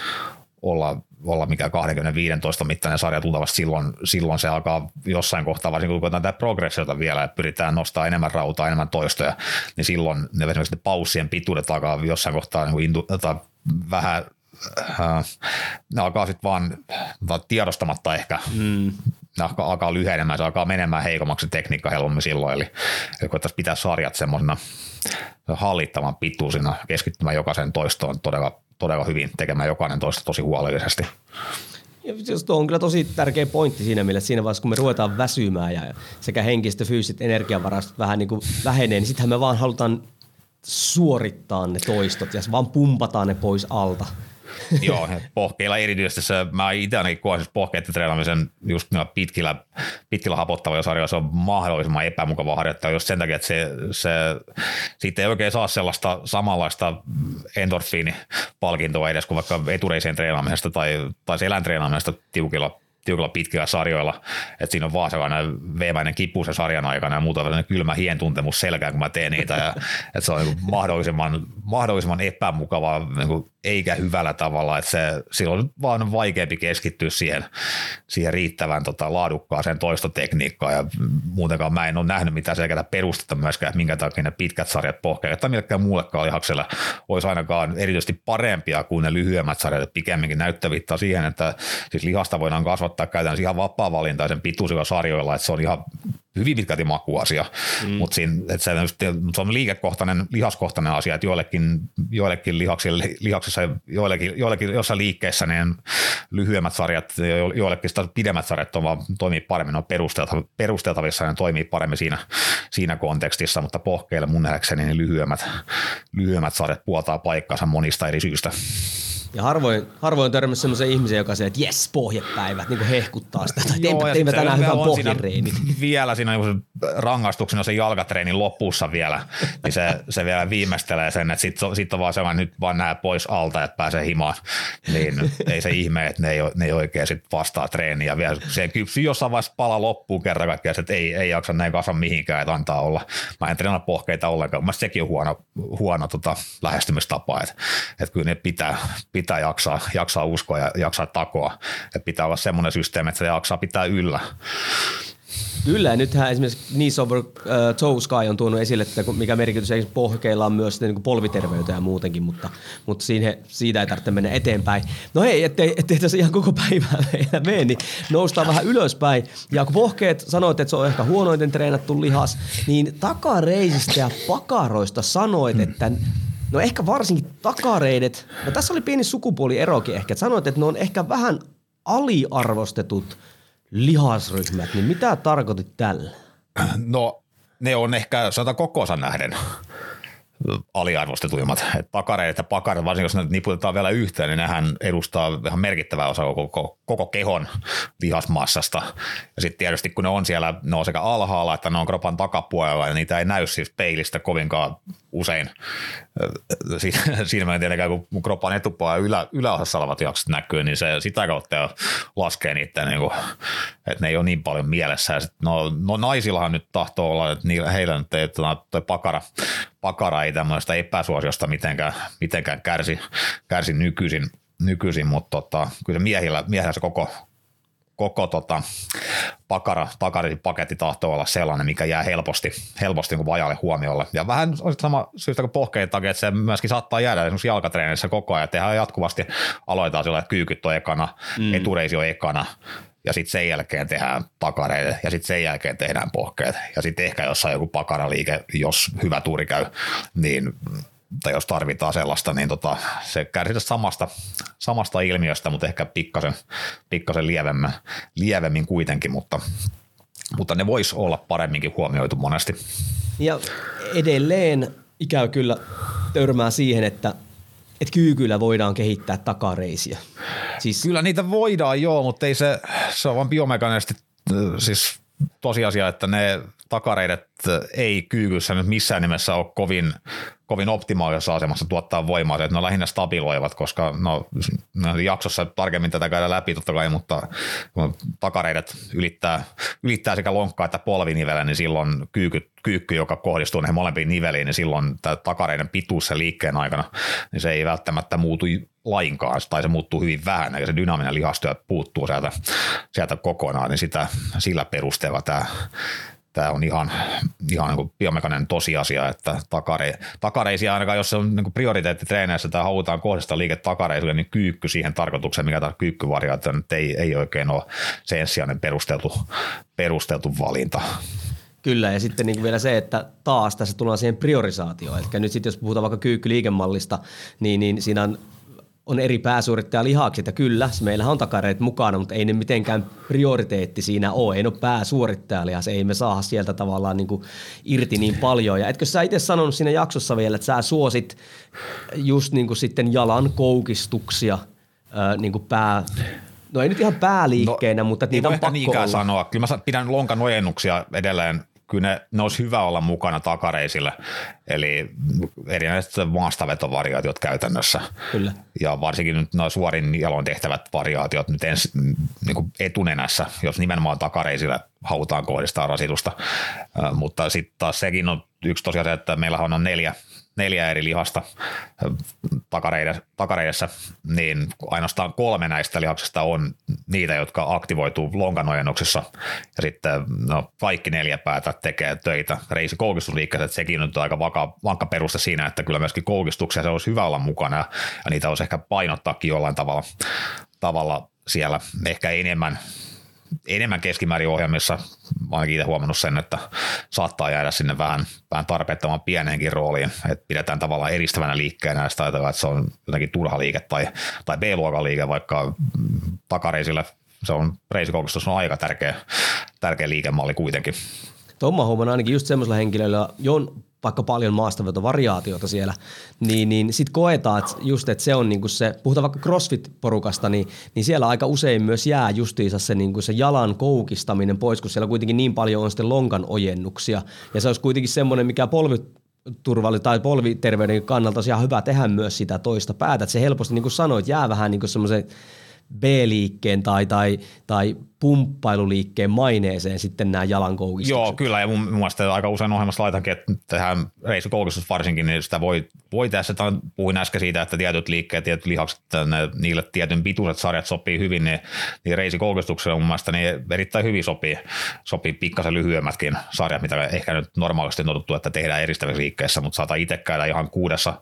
olla mikä 25 mittainen sarja tultavasti silloin se alkaa jossain kohtaa, varsinkin kun koetaan tätä progressiota vielä, että pyritään nostaa enemmän rautaa, enemmän toistoja, niin silloin esimerkiksi ne paussien pituudet alkaa jossain kohtaa vähän ne alkaa sitten vaan tiedostamatta ehkä, ne alkaa lyhenemään, se alkaa menemään heikommaksi tekniikka helpommin silloin, eli koettaisiin pitää sarjat semmoisena hallittavan pituisina, keskittymään jokaisen toistoon todella hyvin, tekemään jokainen toista tosi huolellisesti. Ja tuo on kyllä tosi tärkeä pointti siinä mielessä, siinä vaiheessa kun me ruvetaan väsymään ja sekä henkiset ja fyysiset energiavarastot vähän niin kuin vähenee, niin sittenhän me vaan halutaan suorittaa ne toistot ja vaan pumpataan ne pois alta. Joo, pohkeilla erityisesti mä itse ainakin koen pohkeiden treenaamisen just pitkillä hapottavilla sarjoilla se on mahdollisimman epämukava harjoittelu just sen takia, että siitä ei oikein saa sellaista samanlaista endorfiinipalkintoa edes kuin vaikka etureisien treenaamisesta tai selän treenaamisesta tiukilla pitkillä sarjoilla, että siinä on vaan sellainen veemäinen kipu sen sarjan aikana ja muuta kylmä hientuntemus selkään, kun mä teen niitä ja että se on niin mahdollisimman epämukava niin eikä hyvällä tavalla, että silloin on vaan vaikeampi keskittyä siihen riittävän laadukkaaseen toistotekniikkaan ja muutenkaan mä en ole nähnyt mitään selkeää perustetta myöskään, että minkä takia ne pitkät sarjat pohkeille tai millekään muullekaan lihakselle olisi ainakaan erityisesti parempia kuin ne lyhyemmät sarjat, että pikemminkin näyttää viittaa siihen, että siis lihasta voidaan kasvattaa käytännössä ihan vapaa-valintaisen pituisilla sarjoilla, että se on ihan hyvin pitkälti makuasia, mutta se on lihaskohtainen asia, että joillekin lihaksissa, joillekin jossain liikkeessä niin lyhyemmät sarjat, joillekin sitä pidemmät sarjat toimii paremmin, on perusteltavissa ja toimii paremmin siinä kontekstissa, mutta pohkeille mun nähdäkseni niin lyhyemmät sarjat puoltaa paikkansa monista eri syistä. Ja harvoin törmässä semmoisen ihmisen, joka se, että jes, pohjepäivät, niin kuin hehkuttaa sitä, tai teimme tänään hyvän pohjereenin. Vielä siinä rangaistuksena sen jalkatreenin lopussa vielä, niin se vielä viimeistelee sen, että sit on vaan sellainen, nyt vaan nää pois alta, että pääsee himaan, niin ei se ihme, että ne ei oikein sit vastaa treeniä. Vielä se kypsyy jossain vaiheessa pala loppuun kerta kaikkiaan, että ei jaksa näin kasva mihinkään, että antaa olla. Mä en treenaa pohkeita ollenkaan, mutta sekin on huono lähestymistapa, että kyllä ne pitää jaksaa uskoa ja jaksaa takoa. Että pitää olla semmoinen systeemi, että se jaksaa pitää yllä. Kyllä, ja nythän esimerkiksi Knees Over Toe Sky on tuonut esille, että mikä merkitys pohkeilla on myös niin polviterveyteen ja muutenkin, mutta siitä ei tarvitse mennä eteenpäin. No hei, ettei tässä ihan koko päivää meillä mene, niin noustaan vähän ylöspäin. Ja kun pohkeet sanoit, että se on ehkä huonoiten treenattu lihas, niin takareisistä ja pakaroista sanoit, että no ehkä varsinkin takareidet, no tässä oli pieni sukupuolierokin ehkä, että sanoit, että ne on ehkä vähän aliarvostetut lihasryhmät, niin mitä tarkoitit tällä? No ne on ehkä kokoonsa nähden aliarvostetuimmat. Takareidet ja pakarat, varsinkin jos ne niputetaan vielä yhteen, niin nehän edustaa ihan merkittävää osa koko kehon lihasmassasta. Ja sitten tietysti kun ne on siellä, ne on sekä alhaalla että ne on kropan takapuolella ja niitä ei näy siis peilistä kovinkaan usein. Siinä mä en tietenkään, kun kropan etupuolella yläosassa olevat jaksot näkyy, niin se sitä kautta laskee niiden niin kuin, että ne ei ole niin paljon mielessä. Ja sit, no naisillahan nyt tahtoo olla, että heillä nyt ei toi pakara ei tämmöistä epäsuosiosta mitenkään kärsi nykyisin, mutta kyllä miehillä se koko takaripaketti tahtoo olla sellainen, mikä jää helposti niin vajalle huomiolle. Ja vähän sama syystä kuin pohkeiden takia, että se myöskin saattaa jäädä esimerkiksi jalkatreenissä koko ajan. Tehdään jatkuvasti, aloitetaan sillä, että kyykyt on ekana, etureisi on ekana, ja sitten sen jälkeen tehdään takareita, ja sitten sen jälkeen tehdään pohkeet. Ja sitten ehkä jossain joku pakaraliike, jos hyvä tuuri käy, niin tai jos tarvitaan sellaista, niin se kärsii samasta ilmiöstä, mutta ehkä pikkasen lievemmin kuitenkin, mutta ne vois olla paremminkin huomioitu monesti. Ja edelleen ikävä kyllä törmää siihen, että kyykyllä voidaan kehittää takareisiä. Siis kyllä niitä voidaan mutta ei se on vaan biomekaanisesti siis tosiasia, että ne takareidet ei kyykyssä nyt missään nimessä ole kovin optimaalisessa asemassa tuottaa voimaa, että ne on lähinnä stabiloivat, koska jaksossa tarkemmin tätä käydään läpi totta kai, mutta kun takareidet ylittää sekä lonkkaa että polvinivelen, niin silloin kyykky, joka kohdistuu näihin molempiin niveliin, niin silloin tämä takareiden pituus sen liikkeen aikana, niin se ei välttämättä muutu lainkaan, tai se muuttuu hyvin vähän, ja se dynaaminen lihastyö puuttuu sieltä kokonaan, niin sillä perusteella tämä on ihan niin kuin biomekaaninen tosiasia, että takareisia ainakaan, jos se on niin kuin prioriteettitreeneissä tai halutaan kohdistaa liike takareisuille, niin kyykky siihen tarkoitukseen, mikä tämä kyykkyvariaatio ei oikein ole se ensisijainen perusteltu valinta. Kyllä, ja sitten niin vielä se, että taas tässä tullaan siihen priorisaatioon. Eli nyt sitten jos puhutaan vaikka kyykkyliikemallista, niin siinä on eri pääsuorittajalihakset, ja kyllä, meillähän on takareet mukana, mutta ei ne mitenkään prioriteetti siinä ole. Ei ole pääsuorittajalihas, ei me saada sieltä tavallaan niin kuin irti niin paljon. Ja etkö sä itse sanonut siinä jaksossa vielä, että sä suosit just niin kuin sitten jalan koukistuksia niin kuin no ei nyt ihan pääliikkeenä, mutta niitä on pakko olla. Sanoa. Kyllä mä pidän lonkan ojennuksia edelleen. Kyllä ne olisi hyvä olla mukana takareisillä, eli erinäiset maastavetovariaatiot käytännössä. Kyllä. Ja varsinkin nyt nuo suorin jaloin tehtävät variaatiot nyt niin kuin etunenässä, jos nimenomaan takareisillä halutaan kohdistaa rasitusta. Mutta sitten taas sekin on yksi tosiasia, että meillähän on neljä eri lihasta takareidessä, niin ainoastaan 3 näistä lihaksista on niitä, jotka aktivoituu lonkanojennuksessa, ja sitten kaikki 4 päätä tekee töitä reisikoukistusliikkeessä, että sekin on aika vankka peruste siinä, että kyllä myöskin koukistuksia se olisi hyvä olla mukana, ja niitä olisi ehkä painottaakin jollain tavalla siellä, ehkä enemmän keskimäärin ohjelmissa. Mä ainakin itse huomannut sen, että saattaa jäädä sinne vähän tarpeettoman pieneenkin rooliin, että pidetään tavallaan edistävänä liikkeenä ja sitä ajatellaan, että se on jotenkin turha liike tai B-luokan liike, vaikka takareisillä se on reisikoukistus on aika tärkeä liikemalli kuitenkin. Tuon huomaan ainakin just semmoisella henkilöllä, on vaikka paljon maastavetovariaatioita siellä, niin sitten koetaan, että se on niinku se, puhutaan vaikka CrossFit-porukasta, niin siellä aika usein myös jää justiinsa se, niinku se jalan koukistaminen pois, kun siellä kuitenkin niin paljon on sitten lonkan ojennuksia. Ja se olisi kuitenkin semmoinen, mikä tai polviterveyden kannalta olisi ihan hyvä tehdä myös sitä toista päätä. Että se helposti, niin kuin sanoit, jää vähän niin kuin semmoisen B-liikkeen tai pumppailuliikkeen maineeseen sitten nämä jalankoukistukset. Joo, kyllä, ja mun mielestä aika usein ohjelmassa laitankin, että tehdään reisikoukistus varsinkin, niin sitä voi tässä, puhuin äsken siitä, että tietyt liikkeet, tietyt lihakset, niille tietyn pituiset sarjat sopii hyvin, niin reisikoukistuksia mun mielestä niin erittäin hyvin sopii pikkasen lyhyemmätkin sarjat, mitä ehkä nyt normaalisti on totuttu, että tehdään eristävissä liikkeissä, mutta saattaa itse käydä ihan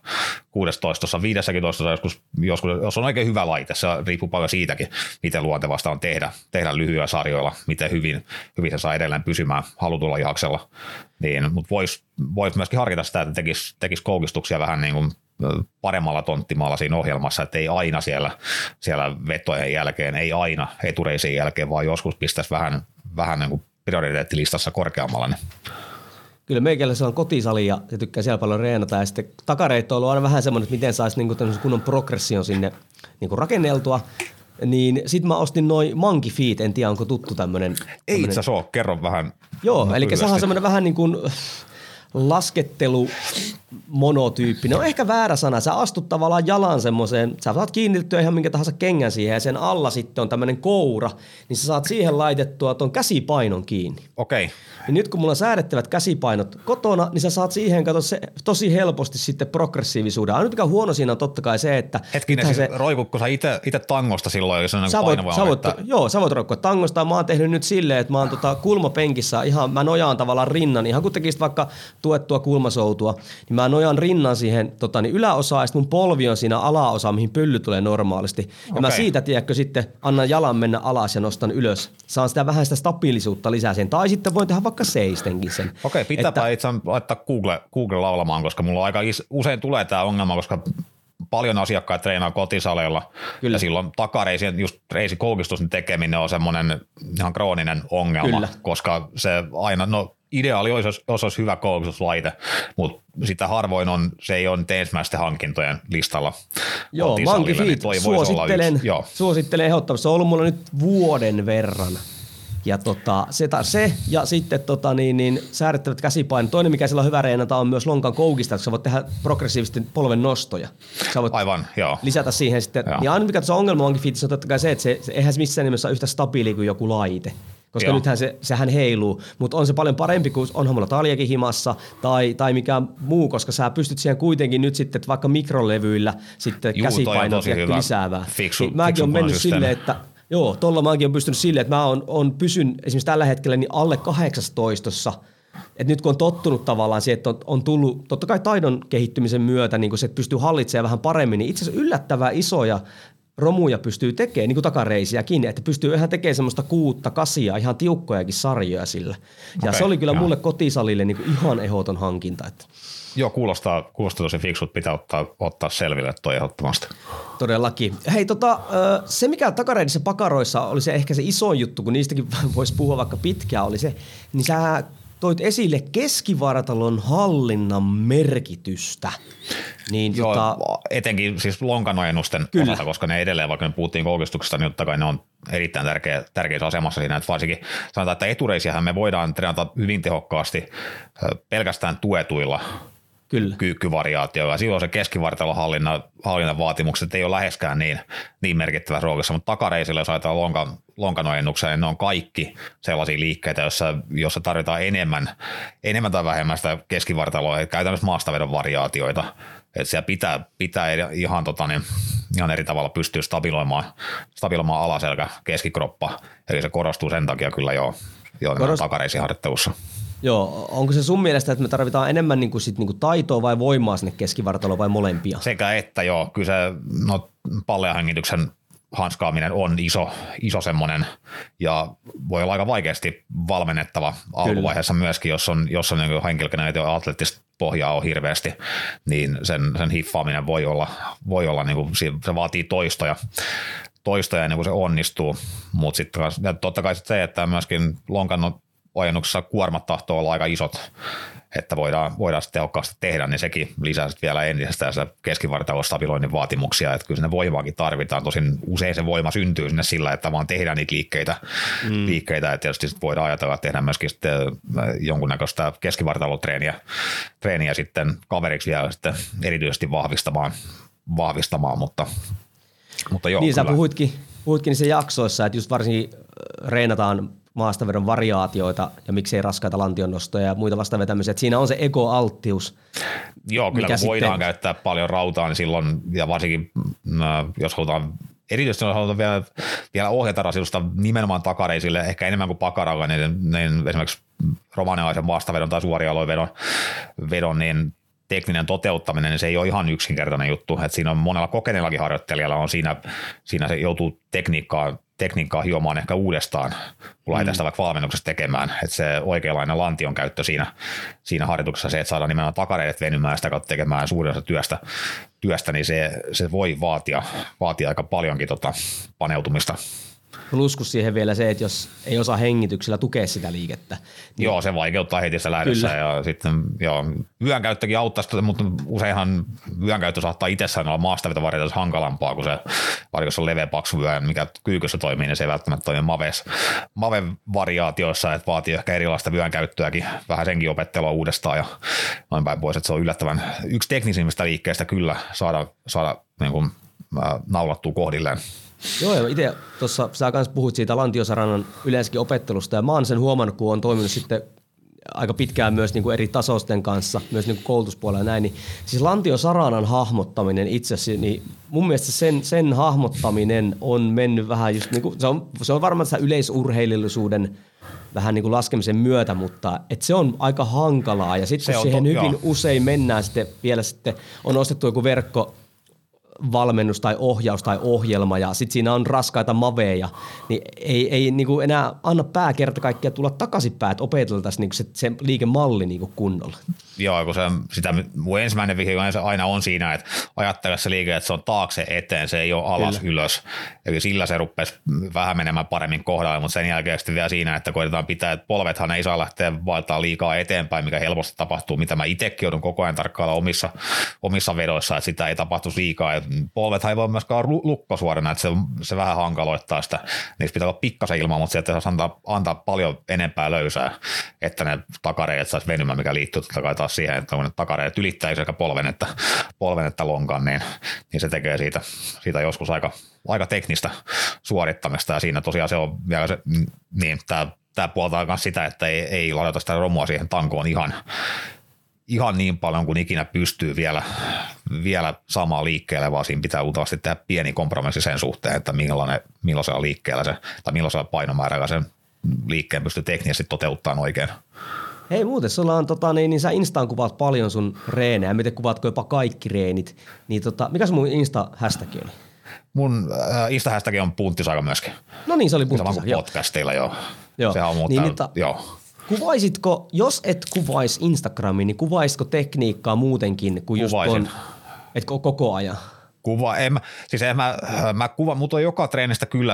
16, 15 joskus, jos on oikein hyvä laite, se riippuu paljon siitäkin, miten luontevasta on tehdä lyhyillä sarjoilla, miten hyvin se saa edelleen pysymään halutulla lihaksella. Niin, mutta vois myöskin harkita sitä, että tekisi koukistuksia vähän niin kuin paremmalla tonttimalla siinä ohjelmassa, että ei aina siellä vetojen jälkeen, ei aina etureisien jälkeen, vaan joskus pistäisi vähän niin kuin prioriteettilistassa korkeammalle. Kyllä meikällä on kotisali ja se tykkää siellä paljon reenata ja sitten takareitto on ollut aina vähän semmoinen, että miten saisi niinku kunnon progression sinne niinku rakenneltua. Niin sit mä ostin noi Monkey Feet, en tiedä onko tuttu tämmönen. Ei itse asiassa ole, kerro vähän. Joo, eli sehän on semmoinen vähän niin kuin laskettelu monotyyppinen. On ehkä väärä sana. Sä astut tavallaan jalan semmoiseen, sä saat kiinnitettyä ihan minkä tahansa kengän siihen ja sen alla sitten on tämmöinen koura, niin sä saat siihen laitettua ton käsipainon kiinni. Okei. Ja nyt kun mulla on säädettävät käsipainot kotona, niin sä saat siihen tosi helposti sitten progressiivisuuden. Ainoa mikä huono siinä on totta kai se, että... Hetkinen, siis roikutko sä itse tangosta silloin, jos on Joo, sä voit roikkua tangosta. Mä oon tehnyt nyt silleen, että mä oon kulmapenkissä mä nojaan tavallaan rinnan, ihan kun tekisit vaikka tuettua kulmasoutua, niin mä nojaan rinnan siihen yläosaan ja sitten mun polvi on siinä alaosa, mihin pylly tulee normaalisti. Ja mä siitä, tiedätkö, sitten annan jalan mennä alas ja nostan ylös. Saan sitä vähän sitä stabiilisuutta lisää sen. Tai sitten voin tehdä vaikka seistenkin sen. Okei, pitääpä itse laittaa Google laulamaan, koska mulla aika usein tulee tämä ongelma, koska paljon asiakkaita treenaa kotisaleilla. Kyllä. Ja silloin takareisien, just reisikoukistuksen tekeminen on semmoinen ihan krooninen ongelma, kyllä, koska se aina, ideaali olisi, jos olisi hyvä koukistuslaite, mutta sitä harvoin on, se ei ole ensimmäisten hankintojen listalla. Joo, Monkey Feet, suosittelen ehdottomasti. Se on ollut mulla nyt vuoden verran. Ja se ja sitten säädettävät käsipainot. Toinen, mikä sillä on hyvä reenata, on myös lonkan koukista, koska sä voit tehdä progressiivisesti polven nostoja. Sä voit lisätä siihen sitten. Ja aina mikä tuossa ongelma Monkey Feetissä on totta kai se, että eihän se missään nimessä ole yhtä stabiili kuin joku laite. Koska nythän sehän heiluu, mutta on se paljon parempi kuin onhan mulla taljakin himassa tai mikään muu, koska sä pystyt siihen kuitenkin nyt sitten vaikka mikrolevyillä sitten käsipainoa lisäävää. Mäkin on mennyt silleen, että tuolla mäkin on pystynyt silleen, että mä pysyn esimerkiksi tällä hetkellä niin alle 18. Et nyt kun on tottunut tavallaan siihen, että on tullut totta kai taidon kehittymisen myötä, niin kun se että pystyy hallitsemaan vähän paremmin, niin itse asiassa yllättävän isoja romuja pystyy tekemään, niin kuin takareisiäkin, että pystyy ihan tekemään semmoista 6-8 ihan tiukkojakin sarjoja sillä. Ja se oli kyllä mulle kotisalille niin kuin ihan ehdoton hankinta. Että. Joo, kuulostaa tosi fiksut, pitää ottaa selville toi ehdottomasti. Todellakin. Hei, se mikä takareidissä pakaroissa oli se ehkä se isoin juttu, kun niistäkin voisi puhua vaikka pitkään, oli se, niin sä toit esille keskivartalon hallinnan merkitystä. Niin, etenkin siis lonkanojennusten osalta, koska ne edelleen, vaikka me puhuttiin koukistuksesta, niin totta kai ne on erittäin tärkeässä asemassa siinä, että varsinkin sanotaan, että etureisiähän me voidaan treenata hyvin tehokkaasti pelkästään tuetuilla kyykkyvariaatioilla. Silloin se keskivartalon hallinnan vaatimukset ei ole läheskään niin merkittävässä roolissa, mutta takareisilla, jos ajatellaan lonkanojennukseen, niin ne on kaikki sellaisia liikkeitä, joissa tarvitaan enemmän tai vähemmän sitä keskivartaloa, käytännössä maastavedon variaatioita. Että siellä pitää ihan eri tavalla pystyä stabiloimaan alaselkä, keskikroppa, eli se korostuu sen takia kyllä jo takareisiharjoittelussa. Joo, onko se sun mielestä, että me tarvitaan enemmän niin kuin taitoa vai voimaa sinne keskivartaloon vai molempia? Sekä että joo, kyllä se palleahengityksen hanskaaminen on iso semmoinen ja voi olla aika vaikeasti valmennettava alkuvaiheessa myöskin, jos on niin henkilökenen atleettista pohjaa on hirveästi, niin sen hiffaaminen voi olla niin kuin, se vaatii toistoja ennen kuin se onnistuu, mutta sitten totta kai se, että myöskin lonkan ojennuksessa kuormat tahtoo olla aika isot, että voidaan sitten tehokkaasti tehdä, niin sekin lisää sitten vielä entisestään sitä keskivartalon stabiloinnin vaatimuksia, että kyllä sinne voimaakin tarvitaan. Tosin usein se voima syntyy sinne sillä, että vaan tehdään niitä liikkeitä, että tietysti sit voidaan ajatella, että tehdään myöskin sitten jonkunnäköistä keskivartalotreeniä sitten kaveriksi vielä sitten erityisesti vahvistamaan, mutta joo. Niin kyllä. Sä puhuitkin niissä jaksoissa, että just varsinkin reenataan maastavedon variaatioita ja miksei raskaita lantionnostoja ja muita vastaavia tämmöisiä. Että siinä on se ego-alttius. Joo, kyllä kun voidaan käyttää paljon rautaa, niin silloin, ja varsinkin jos halutaan, erityisesti jos halutaan vielä ohjata rasitusta nimenomaan takareisille, ehkä enemmän kuin pakaralla, niin esimerkiksi romanialaisen vastavedon tai suorialoivedon, niin tekninen toteuttaminen, niin se ei ole ihan yksinkertainen juttu. Että siinä on monella kokeneellakin harjoittelijalla on siinä se joutuu tekniikkaa hiomaan ehkä uudestaan, kun lähdetään sitä vaikka valmennuksessa tekemään. Että se oikeanlainen lantion käyttö siinä harjoituksessa, se, että saadaan nimenomaan takareidet venymään ja sitä kautta tekemään suurin osa työstä, niin se voi vaatia aika paljonkin paneutumista. Plus siihen vielä se, että jos ei osaa hengityksellä tukea sitä liikettä. Niin joo, se vaikeuttaa heti se lähdössä ja sitten vyönkäyttökin auttaa, mutta useinhan vyönkäyttö saattaa itsessään olla maastavetovarioissa hankalampaa kuin se, varsinkin jos on leveä paksu vyö, mikä kyykyssä toimii, niin se ei välttämättä toimi Mave-variaatioissa, että vaatii ehkä erilaista vyönkäyttöäkin, vähän senkin opettelua uudestaan ja noin päin pois, että se on yllättävän yksi teknisimmistä liikkeistä kyllä saada niin kuin, naulattua kohdilleen. Joo, ja itse tuossa sä kanssa puhuit siitä lantiosarannan yleensäkin opettelusta, ja mä oon sen huomannut, kun on toiminut sitten aika pitkään myös niin kuin eri tasoisten kanssa, myös niin kuin koulutuspuolella ja näin, niin siis lantiosarannan hahmottaminen itse asiassa, niin mun mielestä sen hahmottaminen on mennyt vähän just niin kuin, se on varmaan sitä yleisurheilullisuuden vähän niin kuin laskemisen myötä, mutta et se on aika hankalaa, ja sitten kun siihen hyvin usein mennään sitten vielä sitten, on ostettu joku valmennus tai ohjaus tai ohjelma ja sitten siinä on raskaita maveja, niin ei niinku enää anna pää kerta kaikkiaan tulla takaisinpäin, että opeteltaisiin niinku se liikemalli niinku kunnolla. Joo, kun mun ensimmäinen vihje aina on siinä, että ajattele se liike, että se on taakse eteen, se ei ole alas ylös. Eli sillä se rupesi vähän menemään paremmin kohdalle, mutta sen jälkeen sitten vielä siinä, että koitetaan pitää, että polvethan ei saa lähteä vaeltaa liikaa eteenpäin, mikä helposti tapahtuu, mitä mä itsekin joudun koko ajan tarkkailla omissa vedoissa, että sitä ei tapahtuisi liikaa. Polvethan ei voi myöskään lukkosuorana, että se vähän hankaloittaa sitä. Niissä pitää olla pikkasen ilmaa, mutta sieltä saisi antaa paljon enempää löysää, että ne takareet saisi venymään, mikä liittyy totta kai taas siihen, että kun ne takareet ylittää sekä polven että lonkan, niin se tekee siitä joskus aika teknistä suorittamista. Ja siinä tosiaan se on vielä se, niin tämä puoltaa myös sitä, että ei ladata sitä romua siihen tankoon ihan niin paljon kuin ikinä pystyy vielä samaa liikkeelle, vaan siinä pitää luultavasti tehdä pieni kompromissi sen suhteen, että millaisella liikkeellä tai millaisella painomäärällä sen liikkeen pystyy teknisesti toteuttamaan oikein. Hei muuten, sulla on niin sä Instaan kuvaat paljon sun reenejä, miten kuvaatko jopa kaikki reenit, niin mikä sun mun Insta-hashtag oli? Mun Insta-hashtag on Punttisaika myöskin. No niin, se oli Punttisaika. Sama kuin podcasteilla, joo. Sehän on joo. Kuvaisitko, jos et kuvaisi Instagramiin, niin kuvaisitko tekniikkaa muutenkin kuin just etkö koko ajan? Mä kuvaan, mutta joka treenistä kyllä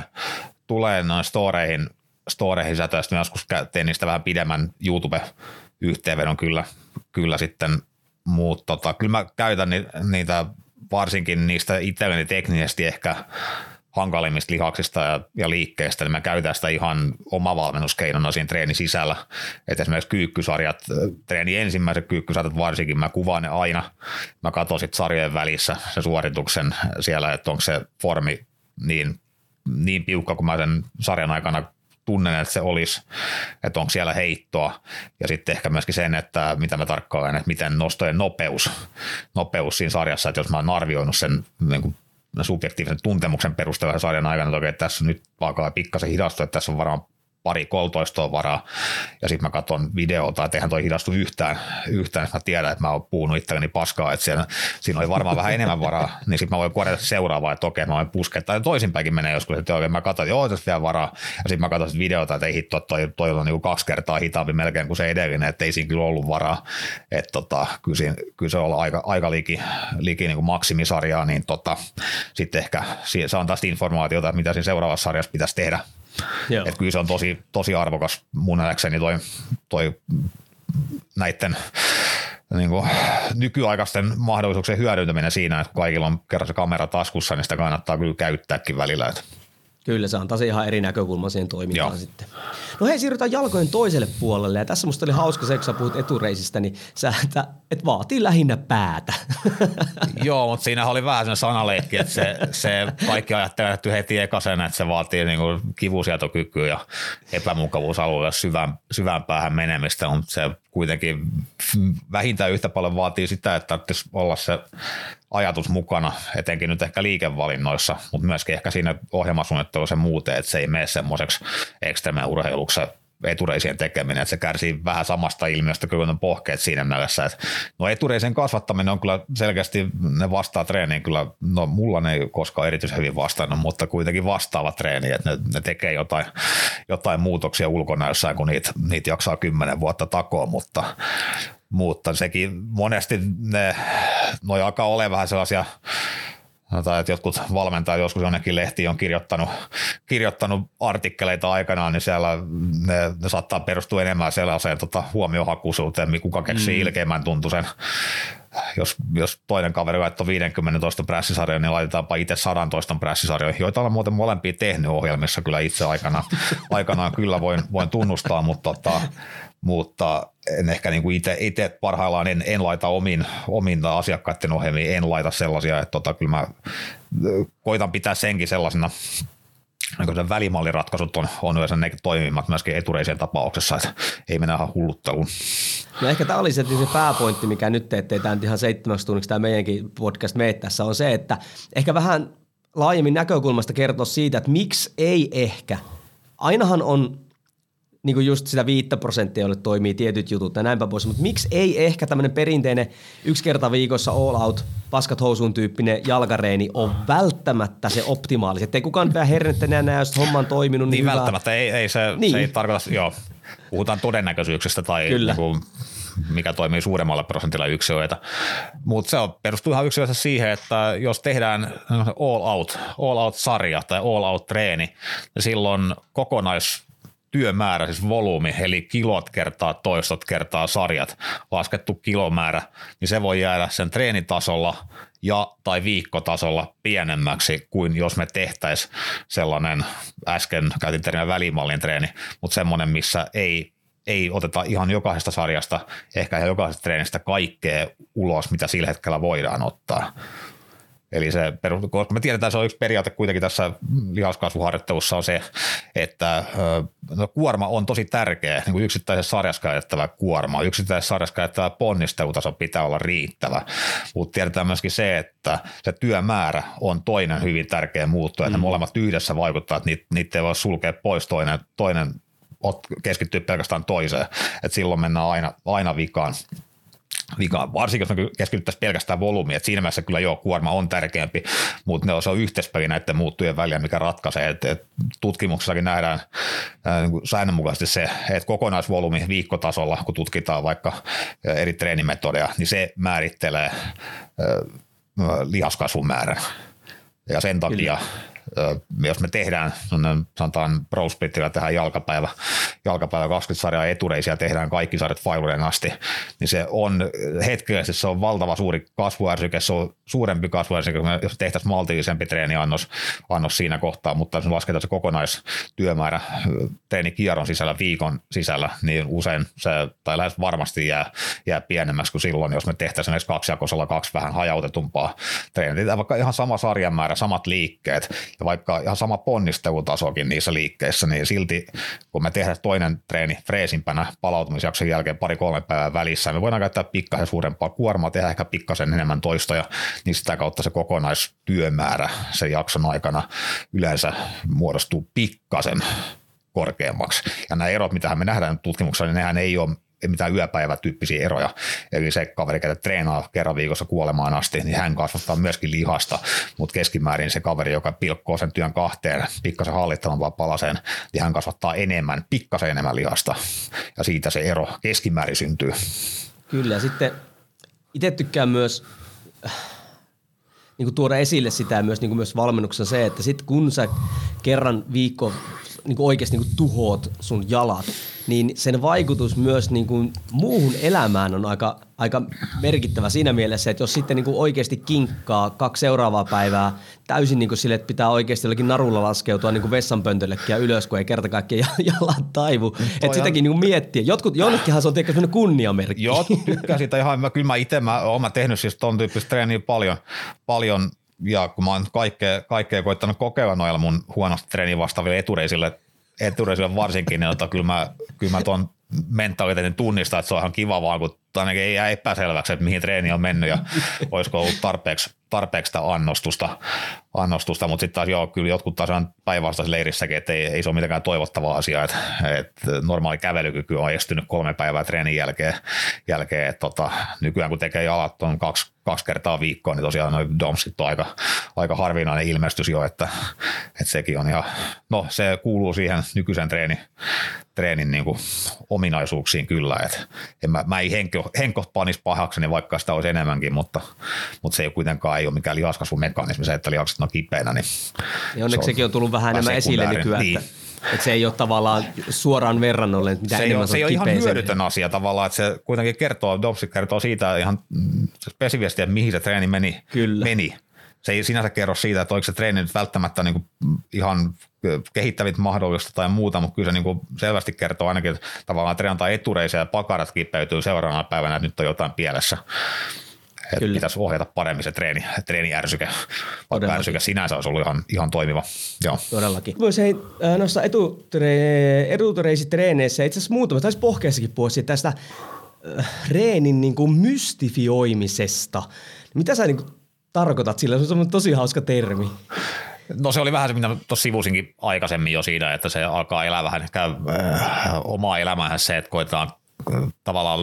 tulee noin storeihin sätöistä. Mä joskus tein niistä vähän pidemmän YouTube-yhteenvedon kyllä sitten, mutta kyllä mä käytän niitä varsinkin niistä itselleni teknisesti ehkä hankalimmista lihaksista ja liikkeistä, niin mä käytän sitä ihan omavalmennuskeinona siinä treenin sisällä. Et esimerkiksi kyykkysarjat, treeni ensimmäiset kyykkysarjat varsinkin, mä kuvaan ne aina. Mä katson sitten sarjojen välissä sen suorituksen siellä, että onko se formi niin piukka, kun mä sen sarjan aikana tunnen, että se olisi, että onko siellä heittoa. Ja sitten ehkä myöskin sen, että mitä mä tarkkailen, että miten nostojen nopeus siinä sarjassa, että jos mä oon arvioinut sen niin kuin subjektiivisen tuntemuksen perusteella sarjan aikana, että okei, tässä nyt alkaa pikkasen hidastua, että tässä on varmaan pari koltoistoa varaa, ja sitten mä katson videota, että eihän toi hidastu yhtään, mä tiedän, että mä oon puhunut itselleni paskaa, että siinä oli varmaan vähän enemmän varaa, niin sitten mä voin korjata seuraavaa, että okei, mä voin puskea, tai toisinpäinkin menee joskus, että oikein mä katson, että joo, tässä vielä varaa, ja sitten mä katson videota, että ei hitto, toi on niin 2 kertaa hitaampi melkein kuin se edellinen, että ei siinä kyllä ollut varaa, että kyllä se on aika liki niin kuin maksimisarjaa, niin sitten ehkä se on taas informaatiota, että mitä siinä seuraavassa sarjassa pitäisi tehdä. Että kyllä se on tosi arvokas mun nähdäkseni toi näiden niin kuin nykyaikaisten mahdollisuuksien hyödyntäminen siinä, että kun kaikilla on kerran se kamera taskussa, niin sitä kannattaa kyllä käyttääkin välillä. Kyllä, se antaa ihan eri näkökulma siihen toimintaan sitten. No hei, siirrytään jalkojen toiselle puolelle. Ja tässä musta oli hauska se, kun sä puhut etureisistä, niin sä et vaatii lähinnä päätä. Joo, mutta siinä oli vähän sellainen sanaleikki, että se kaikki ajattelee heti ekasena, että se vaatii niin kuin kivusietokykyä ja epämukavuusalueella syvään päähän menemistä, mutta se kuitenkin vähintään yhtä paljon vaatii sitä, että tarvitsisi olla se ajatus mukana, etenkin nyt ehkä liikevalinnoissa, mutta myöskin ehkä siinä ohjelmasuunnittelussa muuten, että se ei mene semmoiseksi ekstremeen urheiluksi etureisien tekeminen, että se kärsii vähän samasta ilmiöstä kuin ne pohkeet siinä mielessä, että no etureisien kasvattaminen on kyllä selkeästi, ne vastaa treeniin kyllä, no mulla ne ei koskaan erityisen hyvin vastannut, mutta kuitenkin vastaava treeni, että ne tekee jotain muutoksia ulkona jossain, kun niitä jaksaa 10 vuotta takoa, mutta sekin monesti ne alkaa olemaan vähän sellaisia Tai että jotkut valmentajat joskus jonnekin lehtiin on kirjoittanut artikkeleita aikanaan, niin siellä ne saattaa perustua enemmän sellaiseen huomiohakuisuuteen, kuka keksii ilkeimmän tuntuisen. Jos toinen kaveri laittoi 50 toiston prässisarjoja, niin laitetaanpa itse 100 toiston prässisarjoja, joita olen muuten molempia tehnyt ohjelmissa kyllä itse aikanaan kyllä voin tunnustaa, mutta en ehkä niin kuin itse parhaillaan en laita omiin asiakkaiden ohjelmiin, en laita sellaisia, että kyllä mä koitan pitää senkin sellaisena, niin se välimalliratkaisut on yleensä ne toimimmat myöskin etureisien tapauksessa, että ei mennä ihan hullutteluun. No ehkä tämä oli se pääpointti, mikä nyt ettei tämä ihan 7 tunniksi tämä meidänkin podcast mene tässä, on se, että ehkä vähän laajemmin näkökulmasta kertoa siitä, että miksi ei ehkä. Ainahan on niin kuin just sitä 5%, jolle toimii tietyt jutut ja näinpä pois, mutta miksi ei ehkä tämmöinen perinteinen 1 kerta viikossa all out paskat housuun tyyppinen jalkareeni ole välttämättä se optimaalinen. Että ei kukaan vähän hernettä näe, jos homma on toiminut niin hyvää. Välttämättä, se ei tarkoita, puhutaan todennäköisyyksistä tai niin mikä toimii suuremmalla prosentilla yksilöitä. Mutta se perustuu ihan yksilössä siihen, että jos tehdään all out sarja tai all out treeni, niin silloin työmäärä, siis volyymi, eli kilot kertaa toistot kertaa sarjat, laskettu kilomäärä, niin se voi jäädä sen treenitasolla tai viikkotasolla pienemmäksi kuin jos me tehtäisiin sellainen, äsken käytin termiä välimallin treeni, mutta semmoinen, missä ei oteta ihan jokaisesta sarjasta, ehkä ihan jokaisesta treenistä kaikkea ulos, mitä sillä hetkellä voidaan ottaa. Eli se koska me tiedetään, se on yksi periaate kuitenkin tässä lihaskasvuharjoittelussa on se, että kuorma on tosi tärkeä, niin kuin yksittäisessä sarjassa käytettävä kuorma, yksittäisessä sarjassa käytettävä ponnistelutaso pitää olla riittävä, mutta tiedetään myöskin se, että se työmäärä on toinen hyvin tärkeä muuttuja, että ne molemmat yhdessä vaikuttaa, että niitä ei voi sulkea pois toinen keskittyy pelkästään toiseen, että silloin mennään aina vikaan. Varsinkin jos me keskityttäisiin pelkästään volyymiin, että siinä mielessä kyllä kuorma on tärkeämpi, mutta se on yhteispeli näiden muuttujen välillä, mikä ratkaisee. Et tutkimuksessakin nähdään säännönmukaisesti se, että kokonaisvolyymi viikkotasolla, kun tutkitaan vaikka eri treenimetodeja, niin se määrittelee lihaskasvun määrän. Ja sen takia jos me tehdään, sanotaan pro splittillä tehdään jalkapäivä 20-sarjaa etureisiä, tehdään kaikki sarjat failureen asti, niin se on hetkellisesti se on valtava suuri kasvuärsyke, se on suurempi kasvuärsyke, jos tehtäisiin maltillisempi treeniannos siinä kohtaa, mutta jos lasketaan se kokonaistyömäärä treenikierron sisällä viikon sisällä, niin usein se tai lähes varmasti jää pienemmäksi kuin silloin, jos me tehtäisiin esimerkiksi kaksijakosella 2 vähän hajautetumpaa treeniä, vaikka ihan sama sarjan määrä, samat liikkeet ja vaikka ihan sama ponnistelutasokin niissä liikkeissä, niin silti kun me tehdään toinen treeni freesimpänä palautumisjakson jälkeen 2-3 päivää välissä, me voidaan käyttää pikkasen suurempaa kuormaa, tehdä ehkä pikkasen enemmän toistoja, niin sitä kautta se kokonaistyömäärä sen jakson aikana yleensä muodostuu pikkasen korkeammaksi. Ja nämä erot, mitä me nähdään tutkimuksessa, niin nehän ei ole mitään yöpäivätyyppisiä eroja. Eli se kaveri, joka treenaa kerran viikossa kuolemaan asti, niin hän kasvattaa myöskin lihasta, mutta keskimäärin se kaveri, joka pilkkoo sen työn 2 pikkasen hallittavampaan palaseen, niin hän kasvattaa pikkasen enemmän lihasta. Ja siitä se ero keskimäärin syntyy. Kyllä, ja sitten itse tykkään myös niin kuin tuoda esille sitä myös, niin kuin myös valmennuksessa se, että sit kun sä kerran viikko niin kuin oikeasti niin kuin tuhoat sun jalat, niin sen vaikutus myös niin kuin muuhun elämään on aika merkittävä siinä mielessä, että jos sitten niin kuin oikeasti kinkkaa 2 seuraavaa päivää täysin niin kuin sille, että pitää oikeasti jollakin narulla laskeutua niin kuin vessanpöntöllekin ja ylös, kun ei kerta kaikkiaan jalat taivu. Että sitäkin niin kuin miettiä. Jollekinhan se on tietenkin sellainen kunniamerkki. Joo, tykkään siitä ihan. Kyllä mä itse olen tehnyt siis ton tyyppistä treeniä paljon. Ja kun mä oon kaikkea koittanut kokeilla noilla mun huonosti treeniin vastaaville etureisille varsinkin, niin kyllä mä tuon mentaliteetin tunnistaa, että se on ihan kiva vaan, kun ainakin ei jää epäselväksi, että mihin treeni on mennyt ja olisiko ollut tarpeeksi sitä annostusta, mutta sitten taas kyllä jotkut taas on päinvastaisessa leirissäkin, että ei se ole mitenkään toivottava asia, että normaali kävelykyky on estynyt 3 päivää treenin jälkeen että nykyään kun tekee jalat on 2 kertaa viikkoon, niin tosiaan noin DOMSit on aika harvinainen ilmestys jo, että sekin on ihan, no se kuuluu siihen nykyisen treenin niin kuin ominaisuuksiin kyllä. Mä ei henkko panis pahakseni, vaikka sitä olisi enemmänkin, mutta se ei kuitenkaan ei ole mikään lihaskasvumekanismi, se, että lihakset on kipeänä. Niin ja onneksi sekin on tullut vähän enemmän esille nykyään, niin. Että se ei ole tavallaan suoraan verrannollinen, mitä enemmän se ei ole ihan hyödytön asia tavallaan, että se kuitenkin Dopsik kertoo siitä ihan spesifisti, että mihin se treeni meni. Se ei sinänsä kerro siitä, että oliko se treeni nyt välttämättä niin kuin ihan kehittävät mahdollista tai muuta, mutta kyllä se niin kuin selvästi kertoo ainakin, että tavallaan treenataan etureisiä ja pakarat kipeytyy seuraavana päivänä, että nyt on jotain pielessä. Että pitäisi ohjata paremmin se treeniärsyke, vaikka ärsyke sinänsä olisi ollut ihan toimiva. Joo. Todellakin. Myös noissa etureisitreeneissä itse asiassa muutama, taisi pohkeessakin puhua tästä reenin niin kuin mystifioimisesta. Mitä sä niin kuin tarkoitat sillä? Se on semmoinen tosi hauska termi. No se oli vähän se, mitä tuossa sivusinkin aikaisemmin jo siinä, että se alkaa elää vähän ehkä omaa elämäänsä se, että koetaan tavallaan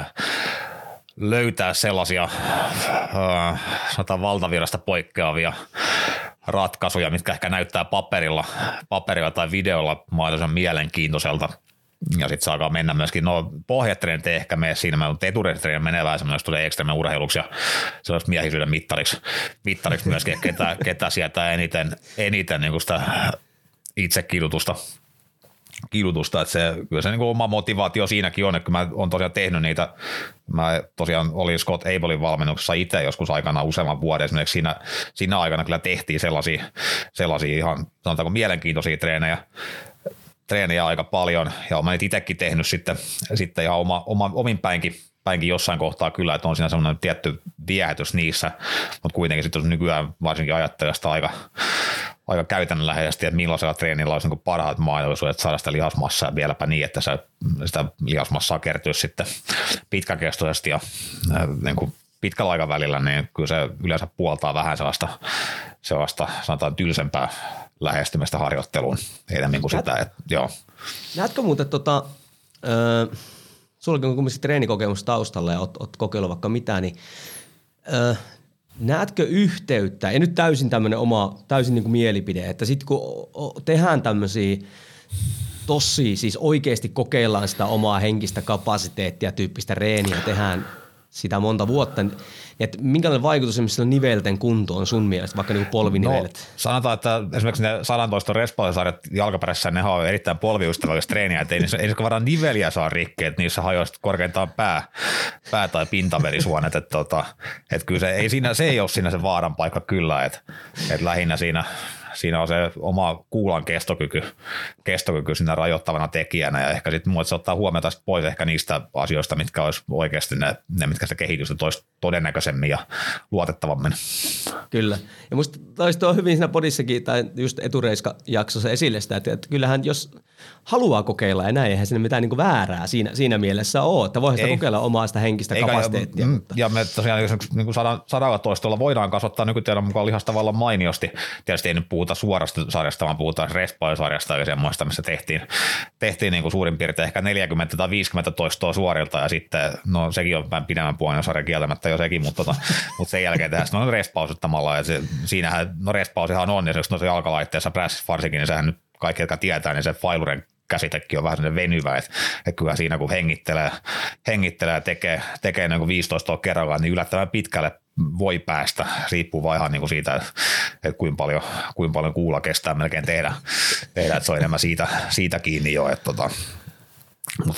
löytää sellaisia sanotaan valtavirrasta poikkeavia ratkaisuja, mitkä ehkä näyttää paperilla tai videolla mahdollisimman mielenkiintoiselta. Ja sitten se alkaa mennä myöskin, pohjatreenit ei ehkä mene siinä, mutta etureisitreenit menee vähän semmoinen, jos tulee ekstremien urheiluksi ja sellaista miehisyyden mittariksi myöskin, ketä sieltä eniten niin kuin sitä itsekidutusta, että kyllä se niin kuin oma motivaatio siinäkin on, että kun mä oon tosiaan tehnyt niitä, mä tosiaan olin Scott Abelin valmennuksessa itse joskus aikana useamman vuoden, esimerkiksi siinä aikana kyllä tehtiin sellaisia ihan sanotaanko mielenkiintoisia treenejä aika paljon, ja olen niitä itsekin tehnyt sitten ihan omin päinkin jossain kohtaa kyllä, että on siinä semmoinen tietty viehätys niissä, mutta kuitenkin sitten nykyään varsinkin ajattelee sitä aika käytännönläheisesti, että millaisella treenillä olisi niin kuin parhaat mahdollisuudet saada sitä lihasmassaa vieläpä niin, että sitä lihasmassaa kertyisi sitten pitkäkestoisesti ja niin kuin pitkällä aikavälillä, niin kyllä se yleensä puoltaa vähän sellaista sanotaan tylsempää lähestymistä harjoitteluun, enemmän kuin sitä, että joo. Näetkö muuten sullakin on kuitenkin treenikokemus taustalla ja oot kokeillut vaikka mitä, niin näetkö yhteyttä, ja nyt täysin tämmöinen täysin niin kuin mielipide, että sitten kun tehdään tämmöisiä siis oikeasti kokeillaan sitä omaa henkistä kapasiteettia, tyyppistä reeniä, tehdään sitä monta vuotta, niin että minkälainen vaikutus esimerkiksi nivelten kuntoon sun mielestä, vaikka niin kuin polvinivelet? No, sanotaan, että esimerkiksi ne 100 toiston responsarjat jalkaperässä, ne on erittäin polviystävällistä treeniä, että ei varmaan niveliä saa rikki, että niissä hajoisi korkeintaan pää tai pintaverisuonet, että kyllä se ei ole siinä se vaaran paikka kyllä, että lähinnä siinä on se oma kuulan kestokyky siinä rajoittavana tekijänä ja ehkä sitten se ottaa huomiota pois ehkä niistä asioista, mitkä olisi oikeasti ne mitkä sitä kehitystä toisi todennäköisemmin ja luotettavammin. Kyllä. Ja musta tuo hyvin siinä podissakin tai just etureiska-jaksossa esille sitä, että kyllähän jos haluaa kokeilla ja näin, eihän siinä mitään niin väärää siinä mielessä ole, että voihan sitä kokeilla omaa sitä henkistä kapasiteettia. Ja me tosiaan niin 100 toistolla voidaan kasvattaa nykytiedon mukaan lihasta vallan mainiosti. Tietysti ei nyt puhuta suorasta sarjasta, vaan puhutaan respire-sarjasta ja semmoista, missä tehtiin niin kuin suurin piirtein ehkä 40 tai 50 toistoa suorilta ja sitten, no sekin on vähän pidemmän puolen sarja kieltämättä jo sekin, mutta sen jälkeen tehdään sitten respausuttamalla ja siinähän, no respausihan on esimerkiksi noissa jalkalaitteissa, prässissä varsinkin, niin sehän nyt kaikki, jotka tietää, niin se failuren käsitekin on vähän sellainen venyvä, että kyllä siinä kun hengittelee ja tekee niin kuin 15 kerrallaan, niin yllättävän pitkälle voi päästä, riippuu vaan ihan niin kuin siitä, että kuinka paljon kuulla kestää melkein tehdä, että se on enemmän siitä kiinni jo, että mutta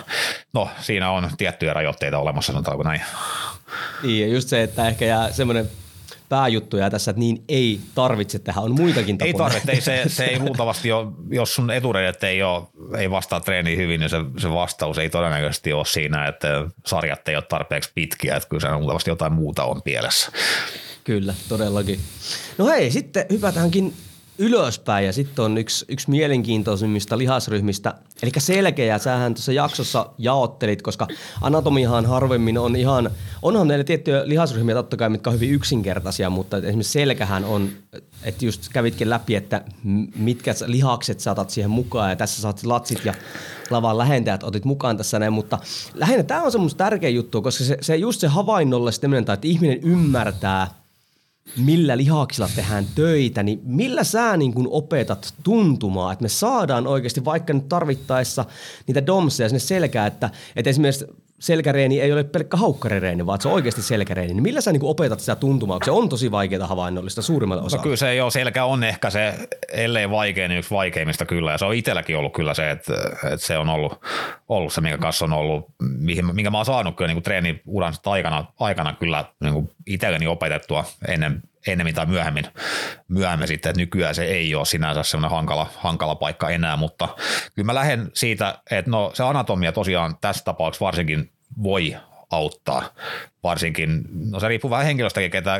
siinä on tiettyjä rajoitteita olemassa, sanotaanko näin. Niin, ja just se, että ehkä jää semmoinen pääjuttuja tässä, että niin ei tarvitse tehdä, on muitakin tapoja. Ei tarvitse, se ei luultavasti ole, jos sun etureidet ei vastaa treeniin hyvin, niin se vastaus ei todennäköisesti ole siinä, että sarjat ei ole tarpeeksi pitkiä, että kyllä se luultavasti jotain muuta on pielessä. Kyllä, todellakin. No hei, sitten hypätäänkin ylöspäin ja sitten on yksi mielenkiintoisimmista lihasryhmistä, eli selkeä. Sähän tuossa jaksossa jaottelit, koska anatomiahan harvemmin onhan meillä tiettyjä lihasryhmiä totta kai, mitkä on hyvin yksinkertaisia, mutta esimerkiksi selkähän on, että just kävitkin läpi, että mitkä lihakset saatat siihen mukaan ja tässä saat latsit ja lavan lähentäjät otit mukaan tässä näin, mutta lähinnä tämä on semmoista tärkeä juttu, koska se just se havainnollistaminen tai että ihminen ymmärtää millä lihaksilla tehdään töitä, niin millä sä niin kuin opetat tuntumaan, että me saadaan oikeasti vaikka nyt tarvittaessa niitä domseja sinne selkään, että esimerkiksi selkäreeni ei ole pelkkä haukkarireeni, vaan se on oikeasti selkäreeni. Niin millä sä niin kuin opetat sitä tuntumaa, kun se on tosi vaikeaa havainnollista suurimmalle osalle? No kyllä se jo, selkä on ehkä se, ellei vaikein, niin yksi vaikeimmista kyllä. Ja se on itselläkin ollut kyllä se, että se on ollut se, minkä kanssa on ollut, minkä mä oon saanut kyllä niin kuin treeniuran aikana kyllä niin kuin itselleni opetettua ennemmin tai myöhemmin sitten, että nykyään se ei ole sinänsä semmoinen hankala paikka enää, mutta kyllä mä lähden siitä, että no se anatomia tosiaan tässä tapauksessa varsinkin voi auttaa. Varsinkin, no se riippuu vähän henkilöstäkin, ketä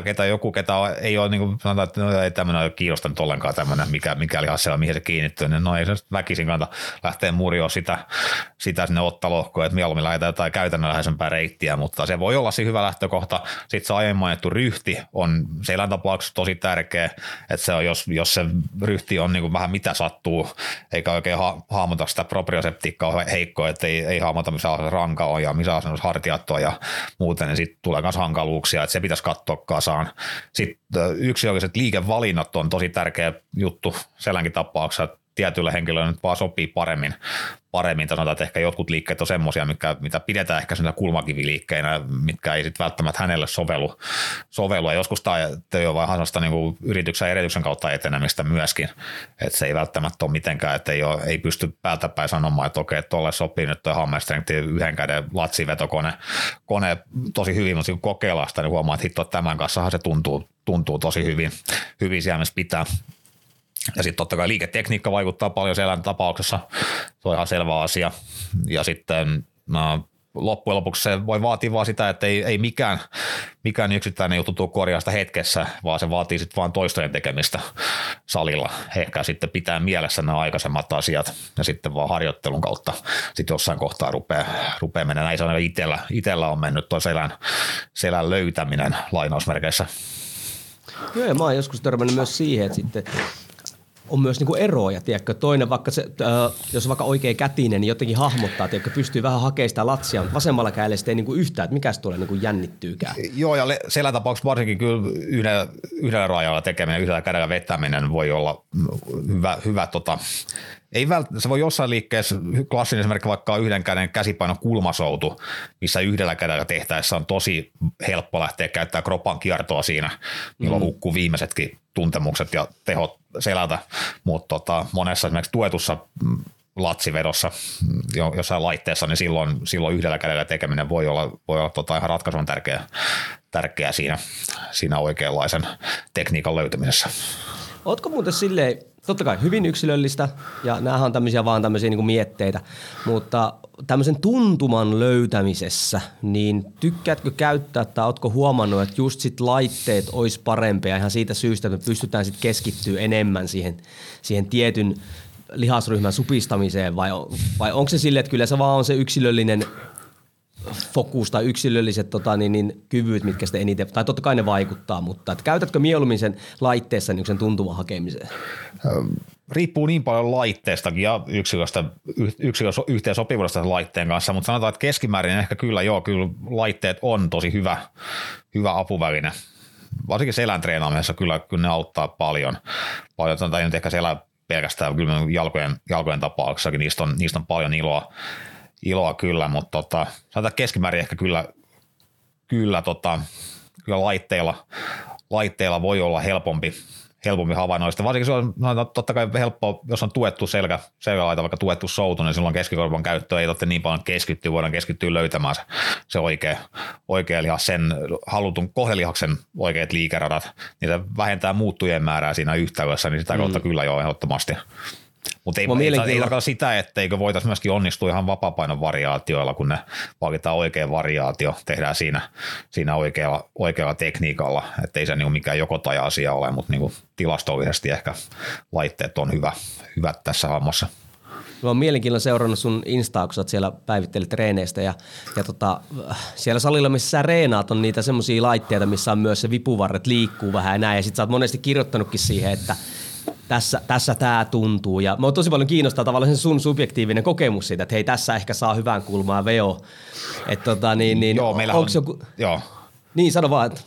ei ole, niin kuin sanotaan, että no, ei tämmöinen ole kiinnostanut ollenkaan tämmöinen, mikä lihas on, mihin se kiinnittyy, niin no ei se väkisin kannata lähteä murjoon sitä sinne ottalohkoon, että mieluummin lähdetään jotain käytännönläheisempää reittiä, mutta se voi olla se hyvä lähtökohta. Sitten se aiemmin mainittu ryhti on selän tapauksessa tosi tärkeä, että se on, jos se ryhti on niin kuin vähän mitä sattuu, eikä oikein hahmota sitä proprioseptiikkaa heikkoa, että ei hahmota missä on ranka on ja missä on hartiat on ja muuten, niin sitten tulee myös hankaluuksia, että se pitäisi katsoa kasaan. Sitten yksilölliset liikevalinnat on tosi tärkeä juttu selänkin tapauksessa. Tietyillä henkilöillä nyt vaan sopii paremmin. Sanotaan, että ehkä liikkeet on semmoisia, mitä pidetään ehkä sellaisia kulmakiviliikkeinä, mitkä ei sitten välttämättä hänelle sovellu. Ja joskus tämä on vähän sellaista niin yrityksen ja erityksen kautta etenemistä myöskin. Että se ei välttämättä ole mitenkään, että ei pysty päältä päin sanomaan, että okei, tuolle sopii nyt tuo hammerstrength yhden käden latsivetokone tosi hyvin, mutta kun kokeillaan sitä, niin huomaa, että hitto, tämän kanssa se tuntuu tosi hyvin siellä, missä pitää. Ja sitten totta kai liiketekniikka vaikuttaa paljon selän tapauksessa, se on ihan selvä asia. Ja sitten loppujen lopuksi se voi vaatia vaan sitä, että ei mikään yksittäinen juttu tule korjausta hetkessä, vaan se vaatii sitten vaan toistojen tekemistä salilla. Ehkä sitten pitää mielessä nämä aikaisemmat asiat ja sitten vaan harjoittelun kautta sitten jossain kohtaa rupeaa mennä. Näin se on itsellä on mennyt tuo selän löytäminen lainausmerkeissä. Joo, ja mä oon joskus törmännyt myös siihen, että sitten on myös niinku eroja, tiedätkö? Toinen vaikka se, jos on vaikka oikea kätinen, niin jotenkin hahmottaa, tiedätkö? Pystyy vähän hakemaan sitä latsia, mutta vasemmalla kädellä sitten ei niinku yhtään, että mikäs tuolla niinku jännittyykään. Joo, ja selän tapauksessa varsinkin kyllä yhdellä rajalla tekeminen, yhdellä kädellä vetäminen voi olla hyvä se voi jossain liikkeessä, klassinen esimerkiksi vaikka yhden käden käsipainon kulmasoutu, missä yhdellä kädellä tehtäessä on tosi helppo lähteä käyttämään kropan kiertoa siinä, milloin hukkuu viimeisetkin tuntemukset ja tehot selältä, mutta monessa esimerkiksi tuetussa latsivedossa jossain laitteessa, niin silloin yhdellä kädellä tekeminen voi olla ihan ratkaisun tärkeä siinä oikeanlaisen tekniikan löytämisessä. Ootko muuten silleen, totta kai hyvin yksilöllistä, ja näähän on tämmöisiä niin kuin mietteitä, mutta tämmöisen tuntuman löytämisessä, niin tykkäätkö käyttää tai ootko huomannut, että just sit laitteet olisi parempia ihan siitä syystä, että me pystytään sitten keskittyä enemmän siihen tietyn lihasryhmän supistamiseen, vai onko se silleen, että kyllä se vaan on se yksilöllinen fokus tai yksilölliset kyvyt, mitkä sitten eniten, tai totta kai ne vaikuttaa, mutta että käytätkö mieluummin sen laitteessa niin sen tuntuman hakemiseen? Riippuu niin paljon laitteestakin ja yksilön yhteensopivuudesta sen laitteen kanssa, mutta sanotaan, että keskimäärin ehkä kyllä laitteet on tosi hyvä apuväline. Varsinkin selän treenaamisessa kyllä ne auttaa paljon. Sanotaan nyt ehkä selän pelkästään kyllä jalkojen tapauksessakin, niistä on paljon iloa kyllä, mutta sanotaan keskimäärin ehkä kyllä laitteilla voi olla helpompi havainnoista. Varsinkin se on totta kai helppoa, jos on tuettu selkälaita, vaikka tuettu soutu, niin silloin keskikorvan käyttö ei totta niin paljon keskittyä, voidaan keskittyä löytämään se oikea lihas, sen halutun kohdelihaksen oikeat liikeradat, niin se vähentää muuttujien määrää siinä yhtälössä, niin sitä kautta kyllä jo ehdottomasti. Mutta ei tarkoita sitä, etteikö voitaisiin myöskin onnistua ihan vapapainon variaatioilla, kun ne valitaan oikea variaatio, tehdään siinä oikealla tekniikalla, ettei se niinku mikään joko tai asia ole, mutta niinku tilastollisesti ehkä laitteet on hyvät tässä hommassa. Mä oon mielenkiinnolla seurannut sun Instaa, kun sä oot siellä päivittelet treeneistä ja siellä salilla, missä sä reenaat, on niitä semmosia laitteita, missä on myös se vipuvarret liikkuu vähän ja näin, ja sit sä oot monesti kirjoittanutkin siihen, että tässä tää tuntuu, ja mä oon tosi paljon kiinnostaa tavallaan sen sun subjektiivinen kokemus siitä, että hei, tässä ehkä saa hyvän kulmaa veo. Että Joo, meillä on, joku... Joo. Niin, sano vaan, että...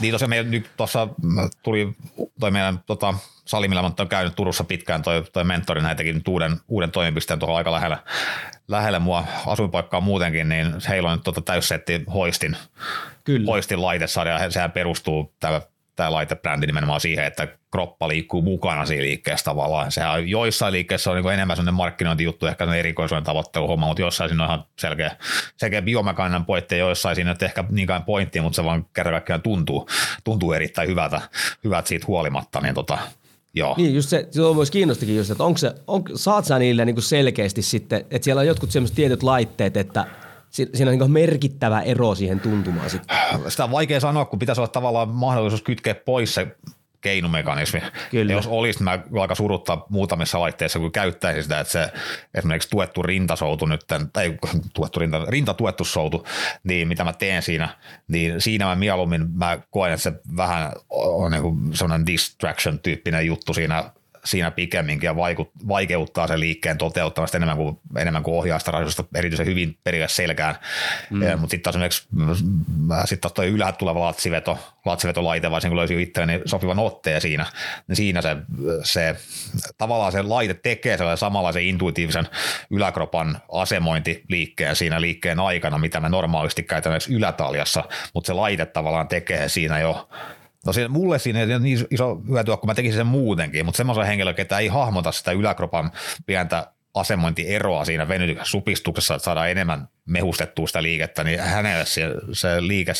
Niin tosiaan meidän nyt tuossa tuli toi meidän sali, millä on käynyt Turussa pitkään, toi mentori näitäkin uuden toimipisteen tuohon aika lähelle mua asuinpaikkaa muutenkin, niin heillä on nyt täyssetti hoistin laitesarja, ja sehän perustuu tämä laitebrändi nimenomaan siihen, että kroppa liikkuu mukana siinä liikkeessä tavallaan. Sehän joissain liikkeissä on niin enemmän sellainen markkinointijuttu, ehkä sellainen erikoisuuden tavoitteluhomma, mutta jossain siinä on ihan selkeä biomekaaninen pointti, ja joissain siinä ei ehkä niinkään pointtia, mutta se vaan kerran kaikkiaan tuntuu erittäin hyvältä siitä huolimatta. Niin joo. Niin, just se on myös kiinnostakin just, että saat sä niille niin kuin selkeästi sitten, että siellä on jotkut sellaiset tietyt laitteet, että siinä on niin merkittävä ero siihen tuntumaan sitten. Sitä on vaikea sanoa, kun pitäisi olla tavallaan mahdollisuus kytkeä pois se keinumekanismi. Kyllä. Jos olisi, mä aika suruttaa muutamissa laitteissa, kun käyttäisi sitä, että se esimerkiksi tuettu rintasoutu nyt, tai rintatuettu soutu, niin mitä mä teen siinä, niin siinä mä mieluummin mä koen, että se vähän on niin kuin sellainen distraction-tyyppinen juttu siinä pikemminkin ja vaikeuttaa sen liikkeen toteuttamista enemmän kuin ohjaa sitä rasitusta erityisen hyvin perille selkään. Mutta sitten taas esimerkiksi toi ylhäältä tuleva latsivetolaite, varsinkin kun löysin itselleni sopivan otteen siinä, niin siinä se tavallaan se laite tekee sellaisen samanlaisen intuitiivisen yläkropan asemointiliikkeen siinä liikkeen aikana, mitä me normaalisti käytämme ylätaljassa, mutta se laite tavallaan tekee siinä jo. No mulle siinä ei ole niin iso hyötyä, kun mä tekisin sen muutenkin, mutta semmoisen henkilön, ketä ei hahmota sitä yläkropan pientä asemointieroa siinä venytyksessä supistuksessa, että saadaan enemmän mehustettua sitä liikettä, niin hänelle se liike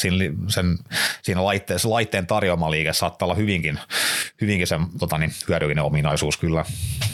siinä laitteen tarjoama liike saattaa olla hyvinkin se hyödyllinen ominaisuus kyllä.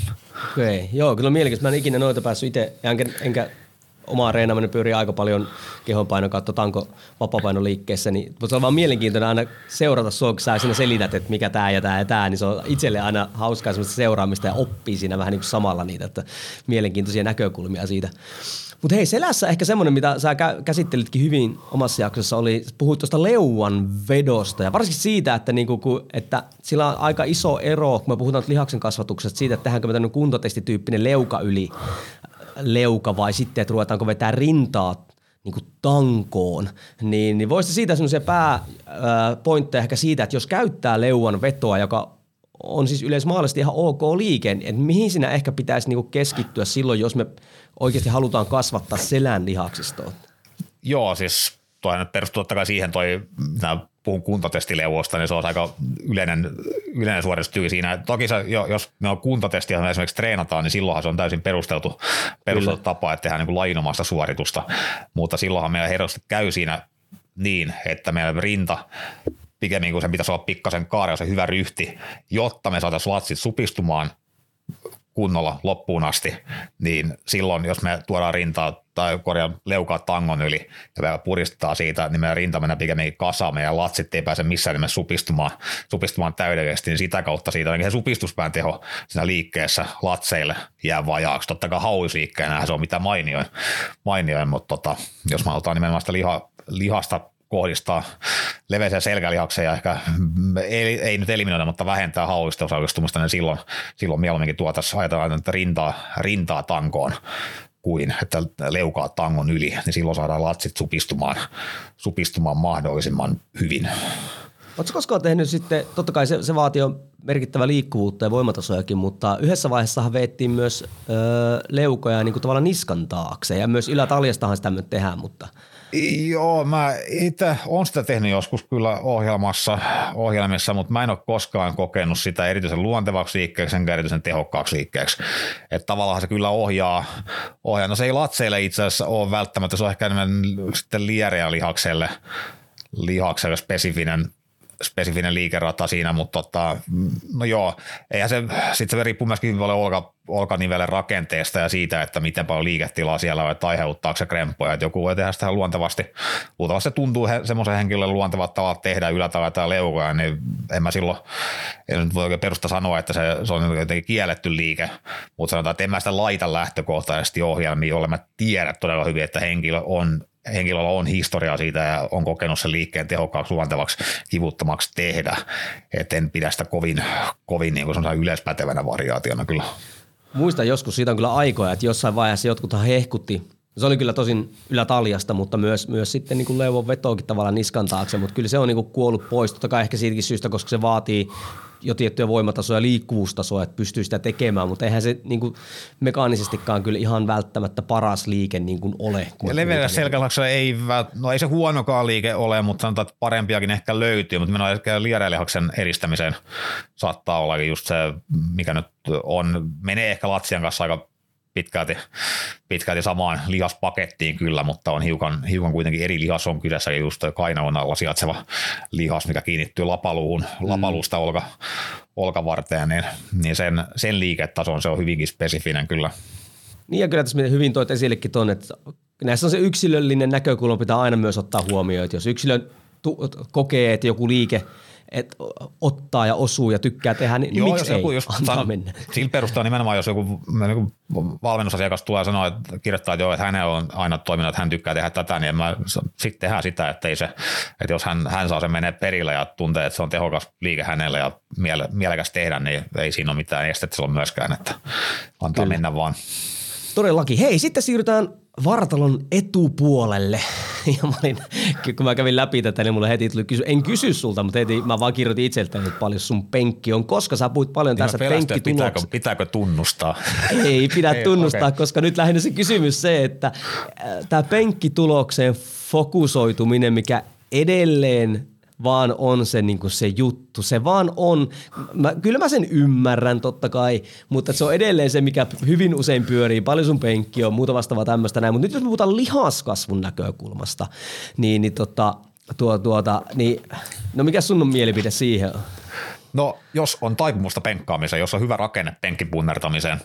Okei, joo, kyllä on mielenkiintoista. Mä en ikinä noita päässyt itse, enkä omaa reenaaminen pyörii aika paljon kehonpainon kautta tanko vapapainoliikkeessä, niin se on vaan mielenkiintoinen aina seurata sua, kun sä siinä selität, että mikä tää ja tää ja tää, niin se on itselle aina hauskaa semmoista seuraamista ja oppii siinä vähän niin kuin samalla niitä, että mielenkiintoisia näkökulmia siitä. Mutta hei, selässä ehkä semmoinen, mitä sä käsittelitkin hyvin omassa jaksossa, puhuit tuosta leuan vedosta ja varsinkin siitä, että sillä on aika iso ero, kun me puhutaan lihaksen kasvatuksesta, siitä, että tehdäänkö me tämmöinen kuntotestityyppinen leuka yli leuka vai sitten, että ruvetaanko vetää rintaa niin kuin tankoon, niin voisi siitä semmoisia pääpointteja ehkä siitä, että jos käyttää leuan vetoa, joka on siis yleismaalisesti ihan ok liike, että mihin siinä ehkä pitäisi niinku keskittyä silloin, jos me oikeasti halutaan kasvattaa selän lihaksistoa? Joo, siis toihan nyt perustuu totta kai siihen puhun kuntotestileuvosta, niin se on aika yleinen suoritustyyli siinä. Toki jos me on kuntotesti, ja esimerkiksi treenataan, niin silloinhan se on täysin perusteltu tapa, että tehdään niin kuin lajinomaista suoritusta, mutta silloinhan meillä helposti käy siinä niin, että meillä rinta pikemmin kuin sen pitäisi olla pikkasen kaarella se hyvä ryhti, jotta me saataisiin latsit supistumaan kunnolla loppuun asti, niin silloin jos me tuodaan rintaa tai leukaa tangon yli ja vielä puristetaan siitä, niin meidän rinta menee pikemminkin kasaan, meidän latsit ei pääse missään nimessä supistumaan täydellisesti, niin sitä kautta siitä se supistuspään teho siinä liikkeessä latseille jää vajaaksi. Totta kai hauisliikkeenä se on mitä mainioin, mutta jos me halutaan nimenomaan sitä lihasta kohdistaa leveäseen selkälihakseen ja ehkä ei nyt eliminoida, mutta vähentää hauista osallistumista, niin silloin mieluumminkin ajatellaan, että rintaa tankoon kuin että leukaa tangon yli, niin silloin saadaan latsit supistumaan mahdollisimman hyvin. Oletko koskaan tehnyt sitten, totta kai se vaatii jo merkittävää liikkuvuutta ja voimatasojakin, mutta yhdessä vaiheessahan veettiin myös leukoja niin kuin tavallaan niskan taakse ja myös ylätaljastahan sitä myös tehdään, mutta Joo, mä itse olen sitä tehnyt joskus kyllä ohjelmissa, mutta mä en ole koskaan kokenut sitä erityisen luontevaksi liikkeeksi enkä erityisen tehokkaaksi liikkeeksi. Että tavallaan se kyllä ohjaa. No se ei latseille itse asiassa ole välttämättä, se on ehkä enemmän sitten liereä lihakselle spesifinen liikerata siinä, mutta no joo, eihän se riippuu myöskin hyvin paljon olkanivelen rakenteesta ja siitä, että miten paljon liiketilaa siellä on, että aiheuttaako se kremppoja, että joku voi tehdä sitä luontevasti. Luultavasti se tuntuu semmoisen henkilölle luontevat tavat tehdä ylätavaa tai leukoja, niin en nyt voi oikein perusta sanoa, että se on jotenkin kielletty liike, mutta sanotaan, että en mä sitä laita lähtökohtaisesti ohjelmiin, jolle mä tiedän todella hyvin, että henkilöllä on historiaa siitä ja on kokenut sen liikkeen tehokkaaksi, luontevaksi, kivuttomaksi tehdä. Et en pidä sitä kovin niin kuin yleispätevänä variaationa kyllä. Muistan joskus, siitä on kyllä aikoja, että jossain vaiheessa jotkuthan hehkutti Se oli kyllä tosin ylätaljasta, mutta myös sitten niin kuin leuvon vetoakin tavallaan niskan taakse, mutta kyllä se on niin kuin kuollut pois. Totta kai ehkä siitäkin syystä, koska se vaatii jo tiettyjä voimatasoja ja liikkuvuustasoja, että pystyy sitä tekemään, mutta eihän se niin kuin mekaanisestikaan kyllä ihan välttämättä paras liike niin kuin ole. Ja leveällä selkälaksella ei se huonokaan liike ole, mutta sanotaan, että parempiakin ehkä löytyy, mutta mennään ehkä liereilihaksen edistämiseen saattaa olla just se, mikä nyt on, menee ehkä latsian kanssa aika pitkälti samaan lihaspakettiin kyllä, mutta on hiukan kuitenkin eri lihas on kyseessä, just kainalon alla sijaitseva lihas, mikä kiinnittyy lapaluusta olkavarteen, niin sen liiketason se on hyvinkin spesifinen kyllä. Niin ja kyllä tässä hyvin toit esillekin tuonne, että näissä on se yksilöllinen näkökulma pitää aina myös ottaa huomioon, että jos yksilö kokee, että joku liike ottaa ja osuu ja tykkää tehdä, niin miksi ei antaa mennä? Sillä perusteella nimenomaan, jos joku valmennusasiakas tulee sanoa, että kirjoittaa, että hänellä on aina toiminut, että hän tykkää tehdä tätä, niin sitten tehdään sitä, että jos hän saa sen menee perille ja tuntee, että se on tehokas liike hänelle ja mielekäs tehdä, niin ei siinä ole mitään estettä silloin myöskään, että antaa mennä vaan. Todellakin. Hei, sitten siirrytään vartalon etupuolelle. Ja kun mä kävin läpi tätä, niin mulle heti tuli en kysy sulta, mutta heti mä vaan kirjoitin itseltäni, että paljon sun penkki on, koska sä puhuit paljon tästä penkkituloksesta. Pitääkö tunnustaa? Ei pidä tunnustaa, koska nyt lähinnä se kysymys se, että tämä penkkitulokseen fokusoituminen, mikä edelleen vaan on se, niin kuin se juttu. Se vaan on, kyllä mä sen ymmärrän totta kai, mutta se on edelleen se, mikä hyvin usein pyörii. Paljon sun penkki on, muuta vastaavaa tämmöistä näin. Mutta nyt jos me puhutaan lihaskasvun näkökulmasta, niin no mikä sun on mielipide siihen? No jos on taipumusta penkkaamiseen, jos on hyvä rakenne penkkipunnertamiseen,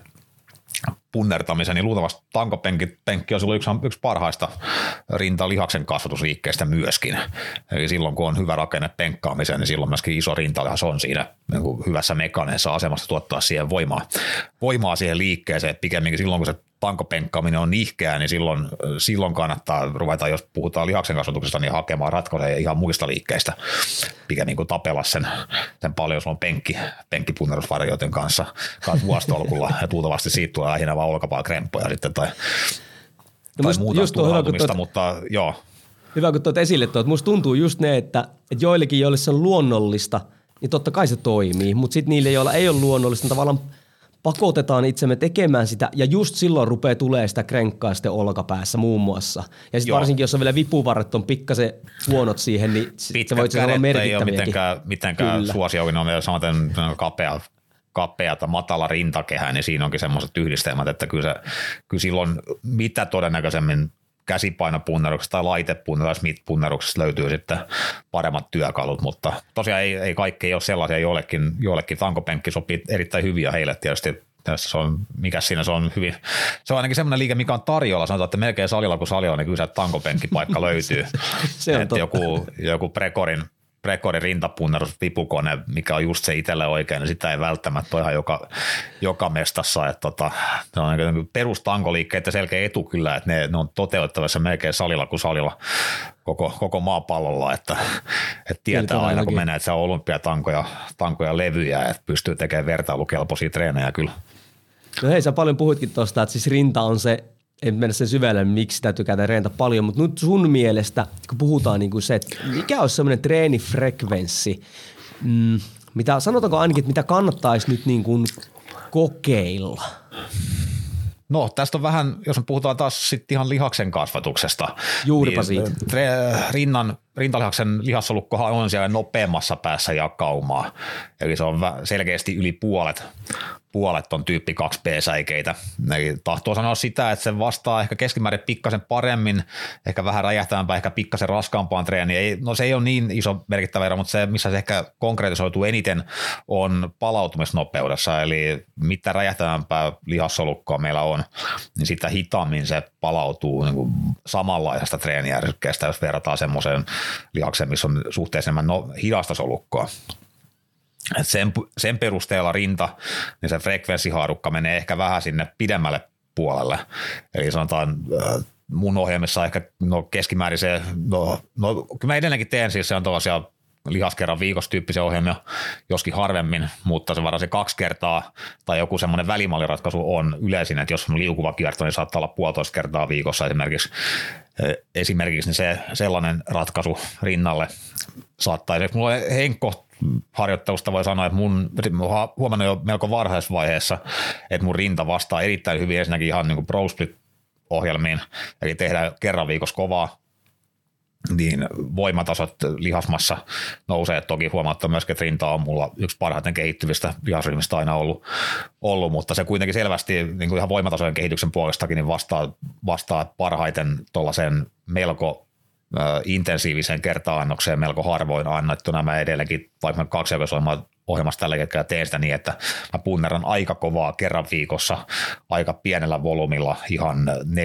niin luultavasti tankopenkki on silloin yksi parhaista rintalihaksen kasvatusliikkeistä myöskin. Eli silloin kun on hyvä rakenne penkkaamiseen, niin silloin myöskin iso rintalihas on siinä niin kuin hyvässä mekaanisessa asemassa tuottaa siihen voimaa siihen liikkeeseen. Pikemminkin silloin kun se tankopenkkaaminen on nihkeää, niin silloin kannattaa ruveta, jos puhutaan lihaksen kasvatuksesta, niin hakemaan ratkaisuja ihan muista liikkeistä. Pikemmin kuin tapella sen paljon, jos on penkkipunnerusvarioiden kanssa vuostolkulla, ja tuultavasti siitä tulee lähinnä vaan olkapääkremppoja sitten tai muuta turhautumista, mutta joo. Hyvä, kun tuot esille tuot. Musta tuntuu just ne, että joillekin, joille se on luonnollista, niin totta kai se toimii, mutta sitten niille, joilla ei ole luonnollista, niin tavallaan pakotetaan itsemme tekemään sitä ja just silloin rupeaa tulemaan sitä krenkkaa sitten olkapäässä muun muassa. Ja sitten varsinkin, jos on vielä vipuvarret on pikkasen huonot siihen, niin se voi olla merkittäviäkin. Ei ole mitenkään suosiokin, on vielä samaten kapea tai matala rintakehä, niin siinä onkin semmoiset yhdistelmät, että kyllä silloin mitä todennäköisemmin käsipainopunneruksesta tai laitepunneruksesta tai smith-punneruksesta löytyy sitten paremmat työkalut, mutta tosiaan ei kaikki ole sellaisia, joillekin tankopenkki sopii erittäin hyvin ja heille tietysti. Se on, mikä siinä se on hyvin, se on ainakin semmoinen liike, mikä on tarjolla, sanotaan, että melkein salilla kun salilla, niin kyllä se tankopenkkipaikka löytyy. Se on totta. Joku Precorin rintapunnerus vipukone, mikä on just se itselle oikein, niin sitä ei välttämättä ole ihan joka mestassa. Että se on perustankoliikkeet ja selkeä etu kyllä, että ne on toteuttavassa melkein salilla kuin salilla koko maapallolla, että tietää aina kun menee, että se on olympiatankoja levyjä, että pystyy tekemään vertailukelpoisia treenejä kyllä. No hei, sä paljon puhuitkin tuosta, että siis rinta on se, en mennä sen syvälle, miksi sitä tykätään treenata paljon, mutta nyt sun mielestä, kun puhutaan niin kuin se, että mikä olisi semmoinen treenifrekvenssi, mitä sanotaanko ainakin, että mitä kannattaisi nyt niin kuin kokeilla? No tästä on vähän, jos me puhutaan taas sitten ihan lihaksen kasvatuksesta. Juuripa niin siitä. Rintalihaksen lihassolukkohan on siellä nopeammassa päässä jakaumaa, eli se on selkeästi yli puolet on tyyppi 2B-säikeitä. Eli tahtoo sanoa sitä, että se vastaa ehkä keskimäärin pikkasen paremmin, ehkä vähän räjähtävämpää, ehkä pikkasen raskaampaan treeniin. No se ei ole niin iso merkittävä ero, mutta se, missä se ehkä konkretisoituu eniten, on palautumisnopeudessa. Eli mitä räjähtävämpää lihassolukkoa meillä on, niin sitä hitaammin se palautuu niin kuin samanlaisesta treenijärjestykkeestä, jos verrataan semmoiseen lihakseen, missä on suhteessa enemmän hidasta solukkoa. Sen perusteella rinta, niin se frekvenssihaarukka menee ehkä vähän sinne pidemmälle puolelle. Eli sanotaan mun ohjelmissa ehkä keskimäärin se, kyllä mä edelleenkin teen, siis se on tällaisia lihaskerran viikossa tyyppisiä ohjelmia, joskin harvemmin, mutta se varmaan se 2 kertaa tai joku semmoinen välimalliratkaisu on yleisin, että jos on liukuva kierto, niin saattaa olla 1,5 kertaa viikossa esimerkiksi niin se sellainen ratkaisu rinnalle saattaisi. Mulla on Henkko harjoittelusta voi sanoa, että mä huomannut jo melko varhaisessa vaiheessa, että mun rinta vastaa erittäin hyvin ensinnäkin ihan niin kuin Pro Split-ohjelmiin, eli tehdään kerran viikossa kovaa, niin voimatasot lihasmassa nousee. Toki huomaattaa myöskin, että rinta on mulla yksi parhaiten kehittyvistä lihasryhmistä aina ollut, mutta se kuitenkin selvästi niin kuin ihan voimatasojen kehityksen puolestakin niin vastaa parhaiten tuollaiseen melko intensiiviseen kerta-annokseen melko harvoin annettuna. Mä edelleenkin, vaikka mä 2-jaksoisohjelmassa tällä hetkellä teen sitä niin, että mä punneran aika kovaa kerran viikossa aika pienellä volyymilla ihan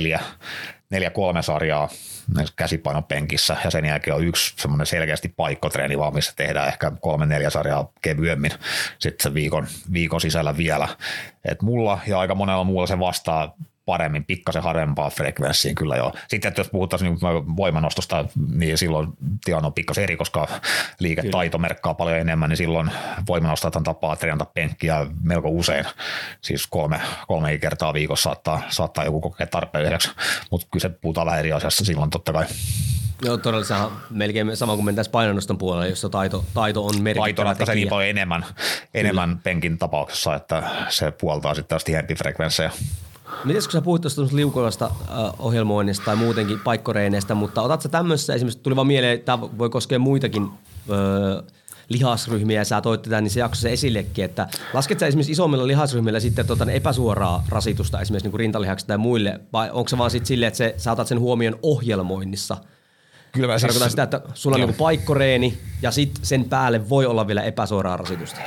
4-3 sarjaa käsipainon penkissä ja sen jälkeen on yksi semmoinen selkeästi paikkotreeni vaan, missä tehdään ehkä 3-4 sarjaa kevyemmin sitten viikon sisällä vielä. Et mulla ja aika monella muulla se vastaa paremmin, pikkasen harvempaa frekvenssiin kyllä joo. Sitten että jos puhuttaisiin niin voimanostosta, niin silloin tilanne on pikkasen eri, koska liiketaito merkkaa paljon enemmän, niin silloin voimanostajat tapaa treenata penkkiä melko usein. Siis 3 kertaa viikossa saattaa joku kokea tarpeelliseksi, mutta kyllä se puhutaan vähän eri asiassa silloin totta kai. Joo, todella se on melkein sama kuin mentäisiin painonnoston puolella, jossa taito on merkittävä taito ratkaisee niin paljon enemmän penkin tapauksessa, että se puoltaa sitten taas tihempi frekvenssejä. Mites kun sä puhuit tuosta liukuvasta ohjelmoinnista tai muutenkin paikkoreeneistä, mutta otat sä tämmöisessä, esimerkiksi tuli vaan mieleen, että tämä voi koskea muitakin lihasryhmiä ja sä toit tätä, niin se jakso se esillekin, että lasket sä esimerkiksi isommilla lihasryhmillä sitten epäsuoraa rasitusta esimerkiksi niin kuin rintalihaksista tai muille, vai onko se vaan sitten silleen, että sä otat sen huomioon ohjelmoinnissa? Kyllä mä tarkoitan sitä, että sulla on niin paikkoreeni ja sitten sen päälle voi olla vielä epäsuoraa rasitusta.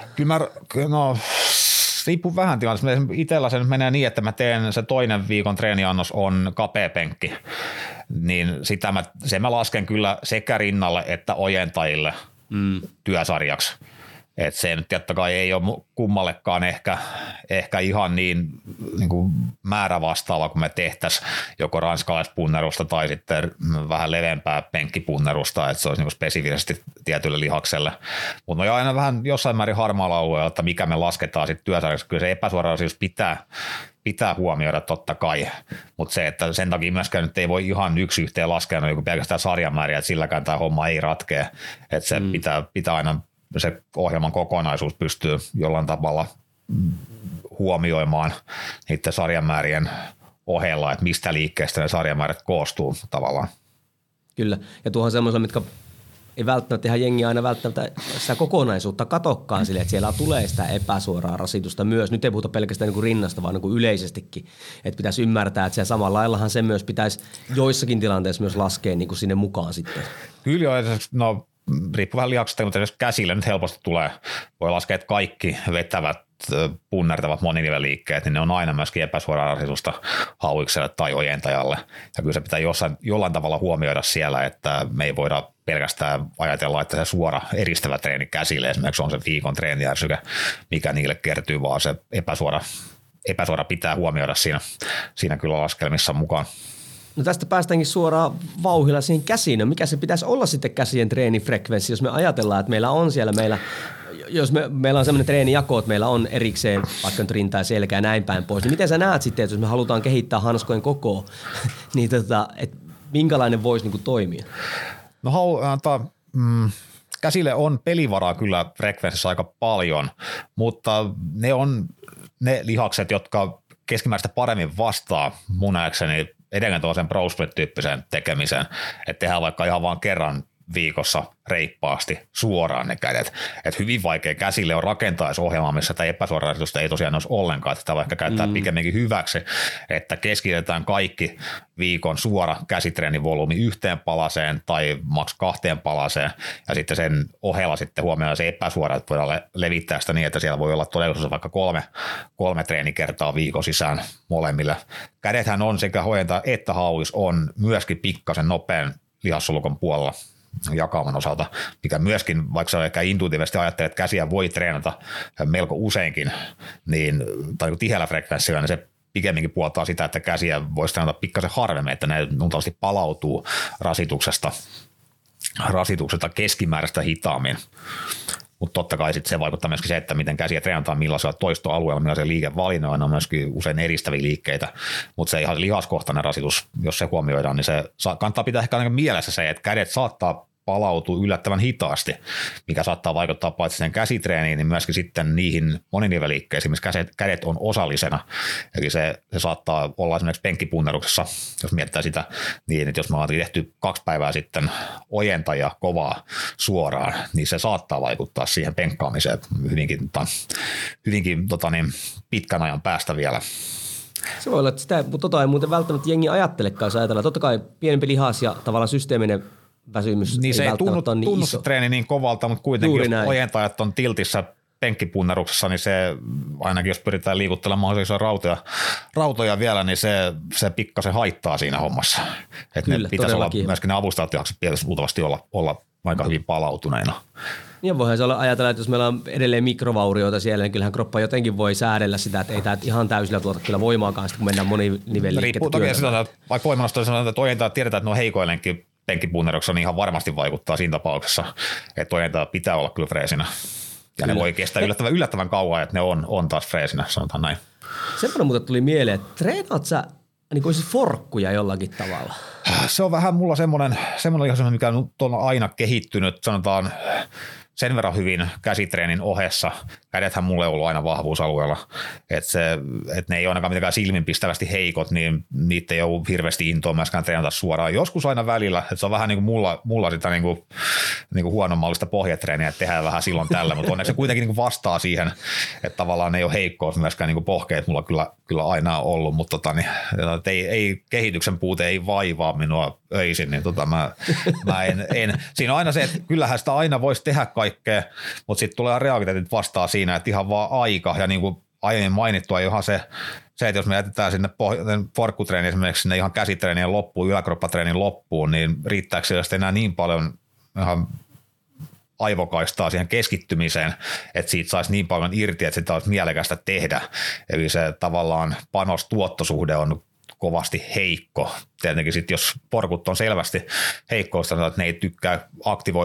Riippuu vähän tilanteesta. Itsellä se menee niin, että mä teen se toinen viikon treeniannos on kapea penkki, niin sen mä lasken kyllä sekä rinnalle että ojentajille työsarjaksi. Et se nyt totta kai ei ole kummallekaan ehkä ihan niin kuin määrä vastaava, kun me tehtäisiin joko ranskalaispunnerusta tai sitten vähän leveämpää penkkipunnerusta, että se olisi niin spesifisesti tietylle lihakselle. Mutta me aina vähän jossain määrin harmaalla alueella, että mikä me lasketaan sitten työsarjaksi. Kyllä se epäsuora siis pitää huomioida totta kai, mutta se, että sen takia myöskään nyt ei voi ihan yksi yhteen laskea joku pelkästään sarjamääriä, että silläkään tämä homma ei ratkea, että se pitää aina se ohjelman kokonaisuus pystyy jollain tavalla huomioimaan niiden sarjamäärien ohella, että mistä liikkeestä ne sarjamäärät koostuu tavallaan. Kyllä, ja tuohon semmoisella, mitkä ei välttämättä ihan jengi aina välttämättä sitä kokonaisuutta katokkaan sille, että siellä tulee sitä epäsuoraa rasitusta myös. Nyt ei puhuta pelkästään niin kuin rinnasta, vaan niin kuin yleisestikin. Että pitäisi ymmärtää, että siellä samalla laillahan se myös pitäisi joissakin tilanteissa myös laskea niin kuin sinne mukaan sitten. Kyllä joo, riippuu vähän lihaksesta, mutta jos käsillä nyt helposti voi laskea, että kaikki vetävät punnertavat moninivelliikkeet, niin ne on aina myöskin epäsuoraa rasitusta hauikselle tai ojentajalle. Ja kyllä se pitää jollain tavalla huomioida siellä, että me ei voida pelkästään ajatella, että se suora eristävä treeni käsille esimerkiksi on se viikon treenijärsyke, mikä niille kertyy, vaan se epäsuora pitää huomioida siinä kyllä laskelmissa mukaan. No tästä päästäänkin suoraan vauhdilla siihen käsiin. No mikä se pitäisi olla sitten käsien treenifrekvenssi, jos me ajatellaan, että meillä on siellä jos meillä on sellainen treenijako, että meillä on erikseen vaikka nyt rinta ja selkä ja näin päin pois, niin miten sä näet sitten, että jos me halutaan kehittää hanskojen kokoa, niin että minkälainen voisi niin kuin toimia? No käsille on pelivaraa kyllä frekvenssissä aika paljon, mutta ne on ne lihakset, jotka keskimääräistä paremmin vastaa mun nähdäkseni edelleen tuollaisen Pro Split-tyyppisen tekemiseen, että tehdään vaikka ihan vaan kerran viikossa reippaasti suoraan ne kädet. Et hyvin vaikea käsille on rakentaa ohjelmaa, missä tämä epäsuorarasitusta ei tosiaan olisi ollenkaan, että sitä vaikka käyttää pikemminkin hyväksi, että keskitetään kaikki viikon suora käsitreenivolyymi yhteen palaseen tai maks 2 palaseen ja sitten sen ohella sitten huomioidaan se epäsuora, että voidaan levittää sitä niin, että siellä voi olla todellisuudessa vaikka 3 treenikertaa viikon sisään molemmille. Kädethän on sekä hoienta että hauis on myöskin pikkasen nopean lihassulukon puolella jakauman osalta, mikä myöskin, vaikka sä ehkä intuitiivisesti ajattelet, että käsiä voi treenata melko useinkin, niin, tai tiheällä frekvenssillä, niin se pikemminkin puoltaa sitä, että käsiä voisi treenata pikkasen harvemmin, että ne luultavasti palautuu rasituksesta rasitukselta keskimääräistä hitaammin. Mutta totta kai sit se vaikuttaa myöskin se, että miten käsiä treenataan, millaisella toistoalueella, millaisia liikevalinnoilla, on myöskin usein edistäviä liikkeitä, mutta se ihan lihaskohtainen rasitus, jos se huomioidaan, niin se kannattaa pitää ehkä mielessä se, että kädet saattaa palautuu yllättävän hitaasti, mikä saattaa vaikuttaa paitsi sen käsitreeniin, niin myöskin sitten niihin moninivelliikkeisiin, missä kädet on osallisena. Eli se saattaa olla esimerkiksi penkkipunneruksessa, jos mietitään sitä niin, että jos me ollaan tehty 2 päivää sitten ojentajaa kovaa suoraan, niin se saattaa vaikuttaa siihen penkkaamiseen hyvinkin pitkän ajan päästä vielä. Se voi olla, että sitä, mutta ei muuten välttämättä jengi ajattelekaan, jos ajatellaan. Totta kai pienempi lihas ja tavallaan systeeminen väsymys niin se ei tunnu iso. Se treeni niin kovalta, mutta kuitenkin jos ojentajat on tiltissä penkkipunneruksessa, niin se ainakin jos pyritään liikuttelemaan rautoja vielä, niin se pikkasen haittaa siinä hommassa. Että ne pitäisi olla, myöskin ne avustajat pitäisi luultavasti olla aika hyvin palautuneina. Ja voihan se olla ajatella, että jos meillä on edelleen mikrovaurioita siellä, niin kyllähän kroppa jotenkin voi säädellä sitä, että ei tämä ihan täysillä tuota kyllä voimaakaan, kun mennään moninivelliikkeitä. Riippuu toki sitä, että vaikka voimannasta sanotaan, että ojentajat tiedetään, että ne on heikoillenkin penkkipunneruksessa, niin ihan varmasti vaikuttaa siinä tapauksessa, että ojentajat pitää olla kyllä freesinä. Ja kyllä. Ne voi kestää yllättävän kauan, että ne on taas freesinä, sanotaan näin. Semmoinen muuten tuli mieleen, että treenaat sä niin kuin forkkuja jollakin tavalla? Se on vähän mulla semmoinen mikä on aina kehittynyt, sanotaan sen verran hyvin käsitreenin ohessa. Kädethän mulle on ollut aina vahvuusalueella, että ne ei ole ainakaan mitenkään silminpistävästi heikot, niin niitä ei ole hirveästi intoa myöskään treenata suoraan. Joskus aina välillä, että se on vähän niin kuin mulla sitä niin kuin huonommallista pohjatreeniä, että tehdään vähän silloin tällä, mutta onneksi se kuitenkin niin kuin vastaa siihen, että tavallaan ei ole heikkous myöskään niin kuin pohkeet mulla kyllä aina on ollut, mutta ei kehityksen puute ei vaivaa minua öisin, niin mä en. Siinä on aina se, että kyllähän sitä aina voisi tehdä kaikkea, mutta sitten tulee realiteetit vastaan siinä, että ihan vaan aika ja niin kuin aiemmin mainittua ihan se, että jos me jätetään sinne forkkutreeni esimerkiksi sinne ihan käsitreenien loppuun, yläkroppatreenin loppuun, niin riittääkö siellä sitten enää niin paljon ihan aivokaistaa siihen keskittymiseen, että siitä saisi niin paljon irti, että sitä olisi mielekästä tehdä. Eli se tavallaan panos-tuottosuhde on kovasti heikko. Tietenkin sitten jos porkut on selvästi heikkoista, että ne ei tykkää aktivoi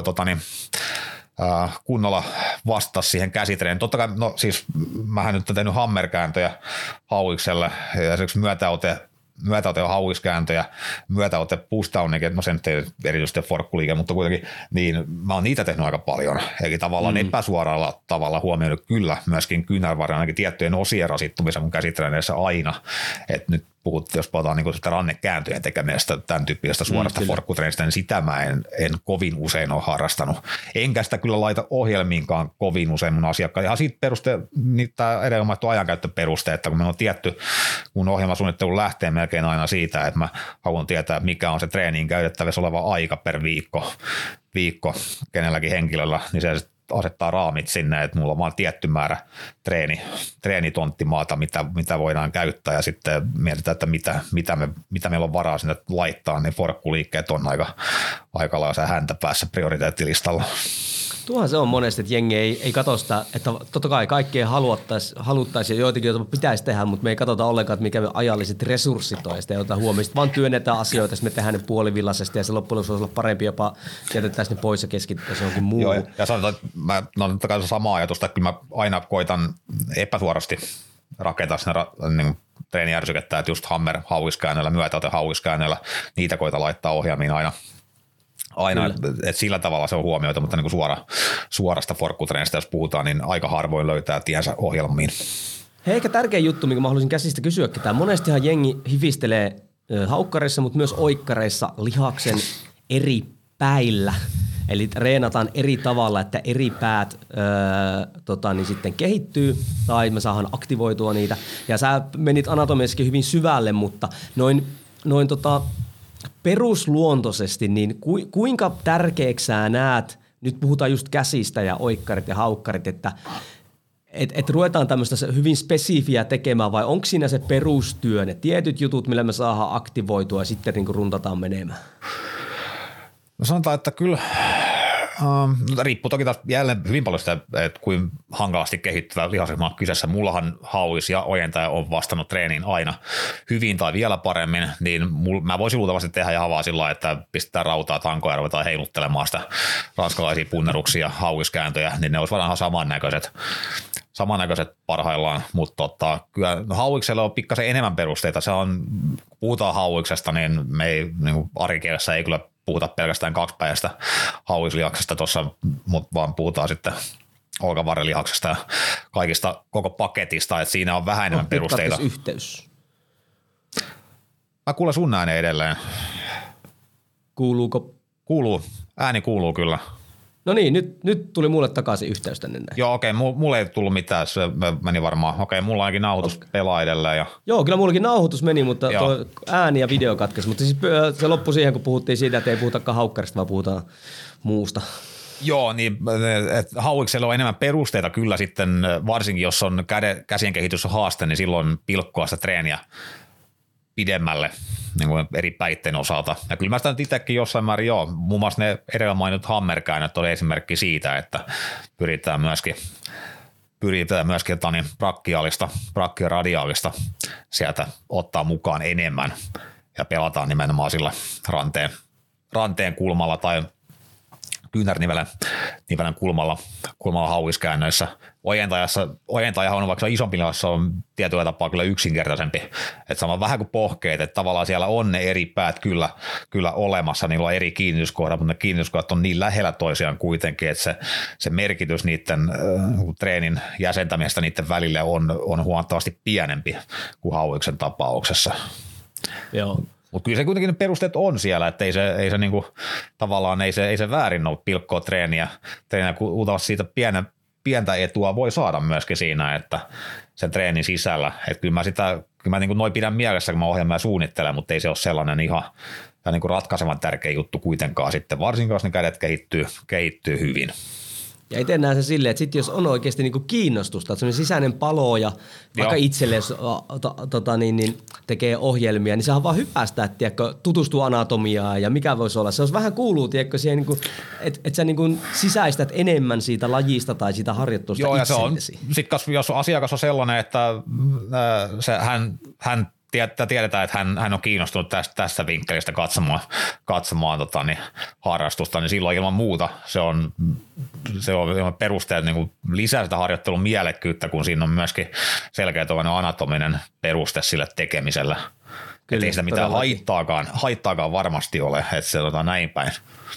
kunnolla vastata siihen käsitreeniin. Totta kai, no siis mähän nyt olen tehnyt hammerkääntöjä hauikselle ja esimerkiksi myötäote on hauiskääntöjä, myötäote pushdown, no sen ei erityisesti forkkuliike, mutta kuitenkin, niin mä oon niitä tehnyt aika paljon. Eli tavallaan epäsuoralla tavalla huomioinut kyllä myöskin kyynärvarren ainakin tiettyjen osien rasittumisen mun käsitreeneissä aina. Että nyt jos puhutaan niin sitä rannekääntöjen tekemisestä, tämän tyyppisestä suorasta forkkutreenistä, niin sitä mä en kovin usein ole harrastanut. Enkä sitä kyllä laita ohjelmiinkaan kovin usein mun asiakkaan. Ihan siitä tämä edellä mainittu ajankäyttöperuste, että kun meillä on tietty, mun ohjelmasuunnittelu lähtee melkein aina siitä, että mä haluan tietää, mikä on se treeniin käytettävissä oleva aika per viikko kenelläkin henkilöllä, niin se asettaa raamit sinne, että mulla on vaan tietty määrä treenitonttimaata, mitä voidaan käyttää ja sitten mietitään, että mitä meillä on varaa sinne laittaa, niin forkkuliikkeet on aika lailla häntä päässä prioriteettilistalla. Tuohan se on monesti, että jengi ei katso sitä, että totta kai kaikkea haluttaisiin ja joitakin, joita pitäisi tehdä, mutta me ei katsota ollenkaan, että mikä me ajalliset resurssit on ja sitten ei ota huomioon. Sitten vaan työnnetään asioita, sitten me tehdään ne puolivillaisesti ja se loppujen lopuksi voisi olla parempi jopa jätetään ne pois ja keskitytään johonkin muuhun. Joo, ja sanotaan, että totta kai se sama ajatus, että kyllä mä aina koitan epäsuorasti rakentaa sinne niin treenijärsykettä, että just hammer hauiskäännöllä, myötäote hauiskäännöllä, niitä koitan laittaa ohjelmiin aina, että sillä tavalla se on huomioita, mutta niin kuin suorasta forkkutreenistä, jos puhutaan, niin aika harvoin löytää tiensä ohjelmiin. Hei, ehkä tärkeä juttu, minkä mä haluaisin käsistä kysyäkin. Tämä monestihan jengi hifistelee haukkareissa, mutta myös oikkareissa lihaksen eri päillä. Eli reenataan eri tavalla, että eri päät niin sitten kehittyy tai me saadaan aktivoitua niitä. Ja sä menit anatomiassakin hyvin syvälle, mutta noin perusluontoisesti, niin kuinka tärkeäksi sä näet, nyt puhutaan just käsistä ja oikkarit ja haukkarit, että ruvetaan tämmöistä hyvin spesifiä tekemään vai onko siinä se perustyö, ne tietyt jutut, millä me saadaan aktivoitua ja sitten niin kuin runtataan menemään? No sanotaan, että kyllä Riippuu toki taas jälleen hyvin paljon sitä, että kuin hankalasti kehittyvä lihasryhmä on kyseessä. Mullahan hauis ja ojentaja on vastannut treeniin aina hyvin tai vielä paremmin, niin mä voisin luultavasti tehdä ihan vaan sillä, että pistetään rautaa tankoja ja ruvetaan heiluttelemaan sitä ranskalaisia punneruksia ja hauiskääntöjä, niin ne olisi varmaan samannäköiset parhaillaan, mutta kyllä hauiksella on pikkasen enemmän perusteita. Se on, kun puhutaan hauiksesta, niin me ei niin arkikielessä ei kyllä puhuta pelkästään kaksipäiväistä hauislihaksesta tuossa, mutta vaan puhutaan sitten olkavarrelihaksesta ja kaikista koko paketista, että siinä on vähän enemmän perusteita. Yhteys. Mä kuulen sun äänen edelleen. Kuuluuko? Kuuluu. Ääni kuuluu kyllä. No niin, nyt tuli mulle takaisin yhteys tänne näin. Joo, okei, mulle ei tullut mitään, se meni varmaan. Okei, mulla ainakin nauhoitus pelaa edelleen. Ja... Joo, kyllä mullakin nauhoitus meni, mutta tuo ääni ja video katkesi. Mutta siis se loppui siihen, kun puhuttiin siitä, että ei puhutakaan haukkarista, vaan puhutaan muusta. Joo, niin hauiksella on enemmän perusteita kyllä sitten, varsinkin jos on käsien kehitys on haaste, niin silloin pilkkoa sitä treeniä pidemmälle niin kuin eri päitteen osalta. Ja kyllä mä sitä nyt itsekin jossain määrin muun muassa ne edellä mainitut hammerkäännöt oli esimerkki siitä, että pyritään myöskin brachioradiaalista sieltä ottaa mukaan enemmän ja pelataan nimenomaan sillä ranteen kulmalla tai kyynärnivelen kulmalla hauiskäännöissä. Ojentajahan on vaikka isompi lihassa on tietyllä tapaa kyllä yksinkertaisempi. Että sama vähän kuin pohkeet, että tavallaan siellä on ne eri päät kyllä olemassa, niillä on eri kiinnityskohdat, mutta ne kiinnityskohdat on niin lähellä toisiaan kuitenkin, että se merkitys niiden treenin jäsentämisestä niiden välille on huomattavasti pienempi kuin hauiksen tapauksessa. Joo. Mutta kyllä se kuitenkin ne perusteet on siellä, että ei se niinku, tavallaan ei se väärin ole pilkkoa treeniä kun siitä pientä etua voi saada myöskin siinä, että sen treenin sisällä. Että kyllä mä niinku noin pidän mielessä, kun mä ohjelmaa suunnittelen, mutta ei se ole sellainen ihan niinku ratkaisevan tärkeä juttu kuitenkaan sitten, varsinkin jos ne kädet kehittyy hyvin. Ja itse näen se silleen, että sitten jos on oikeasti niinku kiinnostusta, että semmoinen sisäinen palo ja vaikka itselle tekee ohjelmia, niin sehän vaan hypästä, että tiedätkö, tutustuu anatomiaan ja mikä voisi olla. Se olisi vähän kuuluu, tiedätkö, siihen, niinku, että sä niinku sisäistät enemmän siitä lajista tai siitä harjoittelusta itsellesi. Joo, ja se on, sit jos asiakas on sellainen, että hän tiedetään, että hän on kiinnostunut tästä vinkkelistä katsomaan harrastusta, niin silloin ilman muuta se on perusteet niin lisää sitä harjoittelun mielekkyyttä, kun siinä on myöskin selkeä anatominen peruste sille tekemiselle. Että ei sitä mitään haittaakaan varmasti ole, että se näin päin.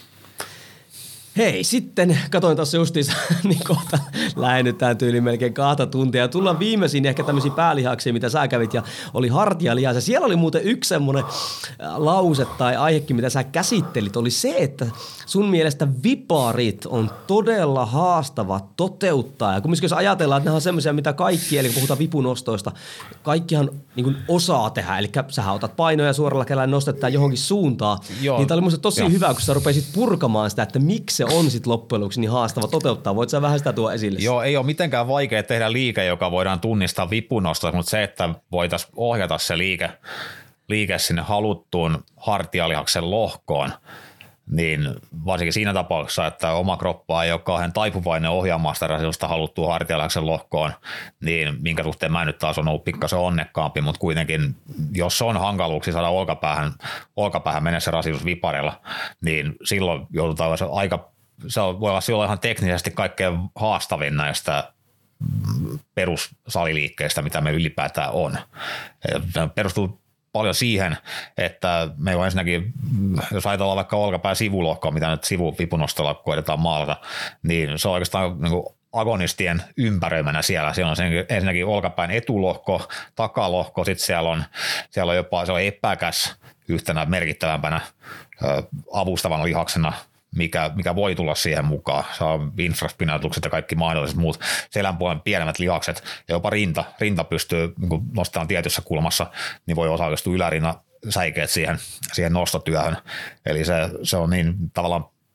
Hei, sitten katoin tuossa justiinsa, niin kohta lähennytään tyyliin melkein 2 tuntia. Tullaan viimeisiin ehkä tämmöisiä päälihaksia, mitä sä kävit, ja oli hartialihas. Ja siellä oli muuten yksi semmoinen lause tai aihekin, mitä sä käsittelit, oli se, että sun mielestä viparit on todella haastava toteuttaa. Ja kumminkin jos ajatellaan, että ne on semmoisia, mitä kaikki, eli kun puhutaan vipunostoista, kaikkihan niin kuin osaa tehdä. Eli sähän otat painoja suoralla kädellä, nostetaan johonkin suuntaan. Joo. Niin tämä oli musta tosi hyvä, kun sä rupesit purkamaan sitä, että miksi se on sitten loppujen lopuksi niin haastava toteuttaa. Voit sä vähän sitä tuoda esille? Joo, ei ole mitenkään vaikea tehdä liike, joka voidaan tunnistaa vipunostosta, mutta se, että voitaisiin ohjata se liike sinne haluttuun hartialihaksen lohkoon, niin varsinkin siinä tapauksessa, että oma kroppa ei ole kauhean taipuvainen ohjaamaan sitä rasitusta haluttuun hartialihaksen lohkoon, niin minkä suhteen mä nyt taas on ollut pikkasen onnekkaampi, mutta kuitenkin jos on hankaluuksia saada olkapäähän mennä se rasitus viparilla, niin silloin joudutaan se voi olla silloin ihan teknisesti kaikkein haastavin näistä perussaliliikkeistä, mitä me ylipäätään on. Se perustuu paljon siihen, että me on ensinnäkin, jos ajatellaan vaikka olkapään sivulohkoa, mitä nyt sivuvipunostolla koetetaan maalata, niin se on oikeastaan niin kuin agonistien ympäröimänä siellä. Siellä on ensinnäkin olkapään etulohko, takalohko, sitten siellä on jopa se on epäkäs yhtenä merkittävämpänä avustavana lihaksena, mikä voi tulla siihen mukaan. Se on infraspinatukset ja kaikki mahdolliset muut selänpuolen pienemmät lihakset ja jopa rinta pystyy niin nostamaan tietyssä kulmassa, niin voi osallistua ylärinnan säikeet siihen nostotyöhön. Eli se on niin tavallaan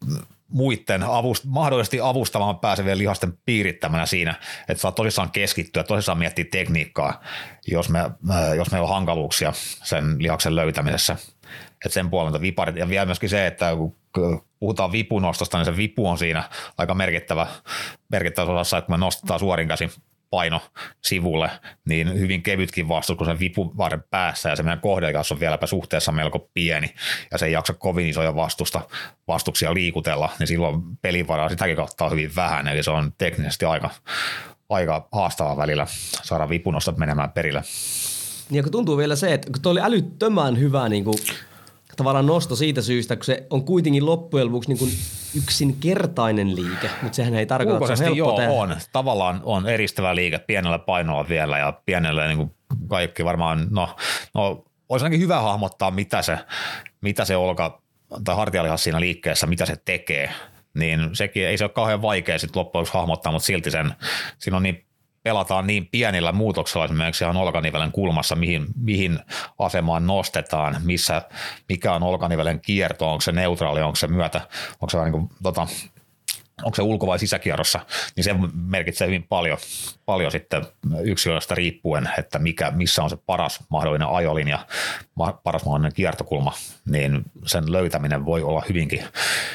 muiden mahdollisesti avustamaan pääsevien lihasten piirittämänä siinä, että saa tosissaan keskittyä, tosissaan miettiä tekniikkaa, jos meillä on hankaluuksia sen lihaksen löytämisessä. Että sen puolelta viparit, ja vielä myöskin se, että kun puhutaan vipunostosta, niin se vipu on siinä aika merkittävä osassa, että kun me nostetaan suorin käsin paino sivulle, niin hyvin kevytkin vastus, kun sen vipuvarren päässä ja se meidän kohdelkas on vieläpä suhteessa melko pieni ja se ei jaksa kovin isoja vastuksia liikutella, niin silloin pelivaraa sitäkin kautta on hyvin vähän, eli se on teknisesti aika haastavaa välillä saada vipunostot menemään perille. Ja kun tuntuu vielä se, että kun tuo oli älyttömän hyvä niin kuin, tavallaan nosto siitä syystä, kun se on kuitenkin loppujen lopuksi niin kuin yksinkertainen liike, mutta sehän ei tarkoita, että se on helppo tehdä. On. Tavallaan on eristävä liike pienellä painolla vielä ja pienellä niin kuin kaikki varmaan, olisi ainakin hyvä hahmottaa, mitä se olka tai hartialihas siinä liikkeessä, mitä se tekee, niin sekin ei se ole kauhean vaikea sitten loppujen lopuksi hahmottaa, mutta silti siinä on niin pelataan niin pienillä muutoksella esimerkiksi ihan olkanivelen kulmassa, mihin asemaan nostetaan, mikä on olkanivelen kierto, onko se neutraali, onko se myötä, onko se, niin kuin, onko se ulko- vai sisäkierrossa, niin se merkitsee hyvin paljon sitten yksilöstä riippuen, että missä on se paras mahdollinen ajolinja, paras mahdollinen kiertokulma, niin sen löytäminen voi olla hyvinkin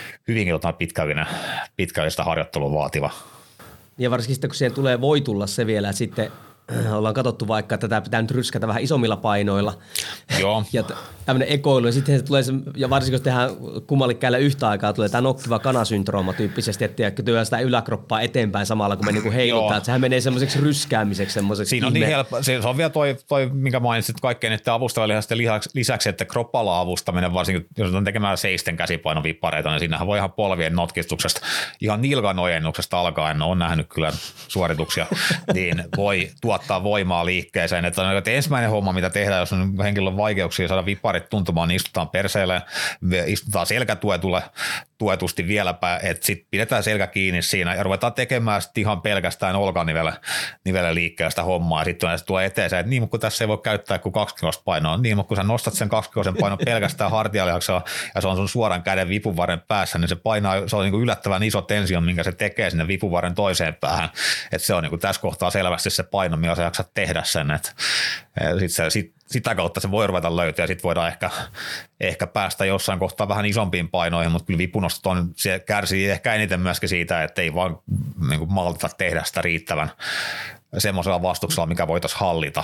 pitkällistä harjoittelua vaativa. Ja varsinkin sitten, kun siihen voi tulla se vielä, että sitten ollaan katsottu vaikka, että tätä pitää nyt ryskätä vähän isommilla painoilla. Joo. Ja tämmöinen ekoilu, ja sitten se tulee se, ja varsinkin jos tehdään kummallikkäille yhtä aikaa, tulee tämä nokkiva kanasyndrooma tyyppisesti, että työ sitä yläkroppaa eteenpäin samalla, kun me niinku heilutaan. Että sehän menee semmoiseksi ryskäämiseksi. Semmoiseksi siinä on niin helppo, se on vielä toi minkä mainitsit kaikkein, että avustavalihasten lisäksi, että kroppalla avustaminen, varsinkin jos on tekemään seisten käsipainovippareita, niin siinähän voi ihan polvien notkistuksesta, ihan nilkan ojennuksesta alkaen, on nähnyt kyllä suorituksia, niin voi tuottaa voimaa liikkeeseen. Että ensimmäinen homma, mitä tehdään, jos on henkilön vaikeuksia saada vipparit tuntumaan, niin istutaan perseelle, istutaan selkätuetusti vieläpä, että sitten pidetään selkä kiinni siinä ja ruvetaan tekemään sitten ihan pelkästään olkanivelen liikkeestä hommaa. Sitten se tulee eteen se, että niin, kun tässä ei voi käyttää kuin 2 kilosta painoa, niin, mutta kun sä nostat sen 2 kilosen painon pelkästään hartialihaksella ja se on sun suoran käden vipuvarren päässä, niin se on niin kuin yllättävän iso tensio, minkä se tekee sinne vipuvarren toiseen päähän. Että se on niin kuin tässä kohtaa selvästi se paino, millä sä jaksat tehdä sen. Sitä kautta se voi ruveta löytää ja sitten voidaan ehkä päästä jossain kohtaa vähän isompiin painoihin, mutta kyllä vipunostot se kärsii ehkä eniten myöskin siitä, että ei vaan niin kuin malteta tehdä sitä semmoisella vastuksella, mikä voitaisiin hallita.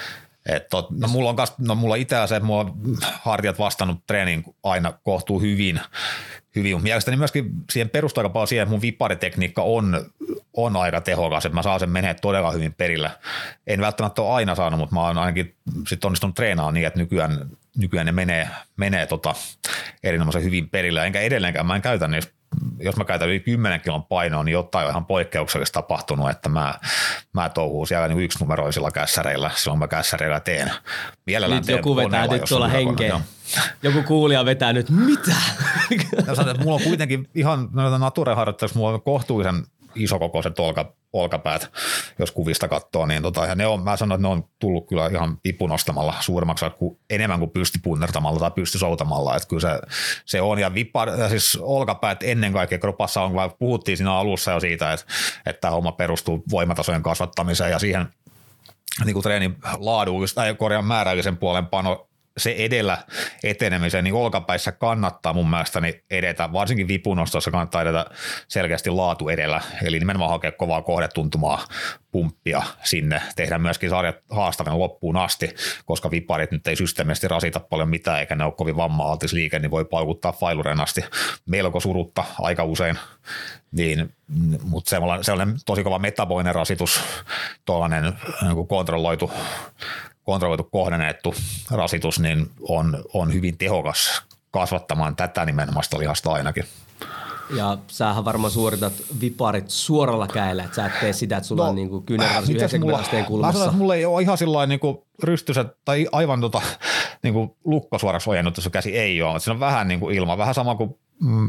Mulla itse se, että mulla on hartiat vastannut treeniin aina kohtuu hyvin. Mielestäni myöskin siihen perustuu aika paljon siihen, että mun vipparitekniikka on aika tehokas, että mä saan sen menee todella hyvin perille. En välttämättä ole aina saanut, mutta mä oon ainakin sit onnistunut treenaamaan niin, että nykyään ne menee erinomaisen hyvin perille. Enkä edelleenkään, mä en käytä niistä, jos mä käytän yli 10 kilon painoa, niin jotain on ihan poikkeuksellista tapahtunut, että mä touhuun siellä niin yksinumeroisilla kässäreillä, silloin mä kässäreillä teen. Mielellään nyt joku vetää nyt tuolla henkeä. Joku kuulija vetää nyt, mitä? Mulla on kuitenkin ihan natureharjoittelussa, mulla on kohtuullisen isokokoiset olkapäät, jos kuvista katsoo, niin ja mä sanon, että ne on tullut kyllä ihan vipunostamalla suuremmaksi enemmän kuin pystypunnertamalla tai pystysoutamalla, että kyllä se on, ja siis olkapäät ennen kaikkea kropassa on, vaikka puhuttiin siinä alussa jo siitä, että tämä homma perustuu voimatasojen kasvattamiseen ja siihen niin kuin treenin laadullisen tai määrällisen puolen pano se edellä etenemiseen, niin olkapäissä kannattaa mun mielestäni edetä, varsinkin vipunostossa kannattaa edetä selkeästi laatu edellä, eli nimenomaan hakea kovaa kohdetuntumaa, pumppia sinne, tehdä myöskin sarjat haastavien loppuun asti, koska viparit nyt ei systeemisesti rasita paljon mitään, eikä ne ole kovin vamma-altis liike, niin voi paukuttaa failuren asti melko surutta aika usein, niin, mutta sellainen tosi kova metaboinen rasitus, tuollainen niin kontrolloitu kohdennettu rasitus, niin on hyvin tehokas kasvattamaan tätä nimenomaista lihasta ainakin. Ja sähän varmaan suoritat viparit suoralla kädellä, että sä et tee sitä, että sulla on niin kyynärvarsi 90 asteen kulmassa. Mä sanon, että mulla ei ole ihan sillain niin rystyset tai aivan niin lukkosuoraksi ojennut, jos käsi ei ole. Siinä on vähän niin kuin ilma, vähän sama kuin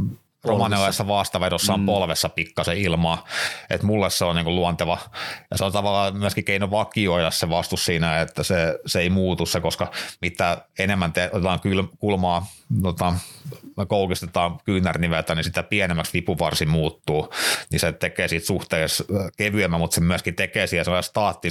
romanialaisessa vastavedossa on polvessa pikkasen ilmaa, että mulle se on niin luonteva ja se on tavallaan myöskin keino vakioida se vastus siinä, että se ei muutu se, koska mitä enemmän otetaan kulmaa, koukistetaan kyynärniveltä, niin sitä pienemmäksi vipuvarsi muuttuu, niin se tekee siitä suhteessa kevyemmän, mutta se myöskin tekee siihen sellaisen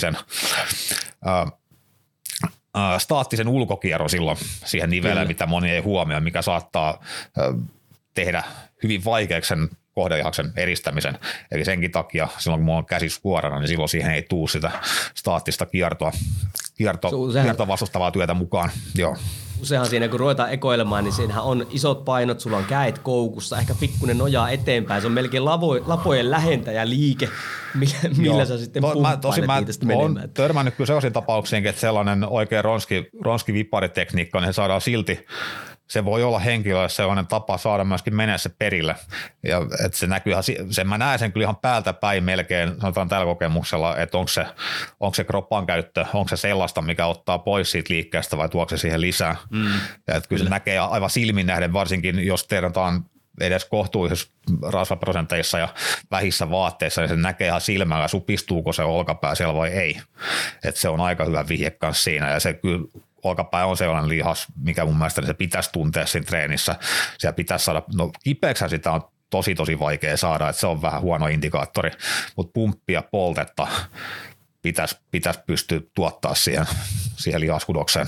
staattisen ulkokierron silloin siihen niveleen, mitä moni ei huomioi, mikä saattaa tehdä hyvin vaikeaksi sen kohdelihaksen eristämisen. Eli senkin takia silloin, kun mulla on käsi suorana, niin silloin siihen ei tule sitä staattista kiertoa vastustavaa työtä mukaan. Joo. Useinhan siinä, kun ruvetaan ekoilemaan, niin siinähän on isot painot, sulla on käet koukussa, ehkä pikkuinen nojaa eteenpäin. Se on melkein lapojen lähentäjä liike, millä sä sitten pumppailet niitä menemään. Mä oon törmännyt kyllä sellaisiin tapauksiin, että sellainen oikein ronski viparitekniikka, niin se saadaan silti. Se voi olla henkilölle sellainen tapa saada myöskin menee se perille. Ja että se näkyy, mä näen sen kyllä ihan päältä päin melkein, sanotaan tällä kokemuksella, että onko se kroppan käyttö, onko se sellaista, mikä ottaa pois siitä liikkeestä vai tuoko se siihen lisää. Ja että kyllä se näkee aivan silmin nähden, varsinkin jos tehdään edes kohtuullisissa rasvaprosenteissa ja vähissä vaatteissa, niin se näkee ihan silmällä, supistuuko se olkapää siellä vai ei. Että se on aika hyvä vihje kanssa siinä ja se kyllä olkapää on sellainen lihas, mikä mun mielestä se pitäisi tuntea siinä treenissä. Siellä pitäisi saada, kipeäksihän sitä on tosi vaikea saada, että se on vähän huono indikaattori, mutta pumppia poltetta pitäisi pystyä tuottaa siihen lihaskudokseen.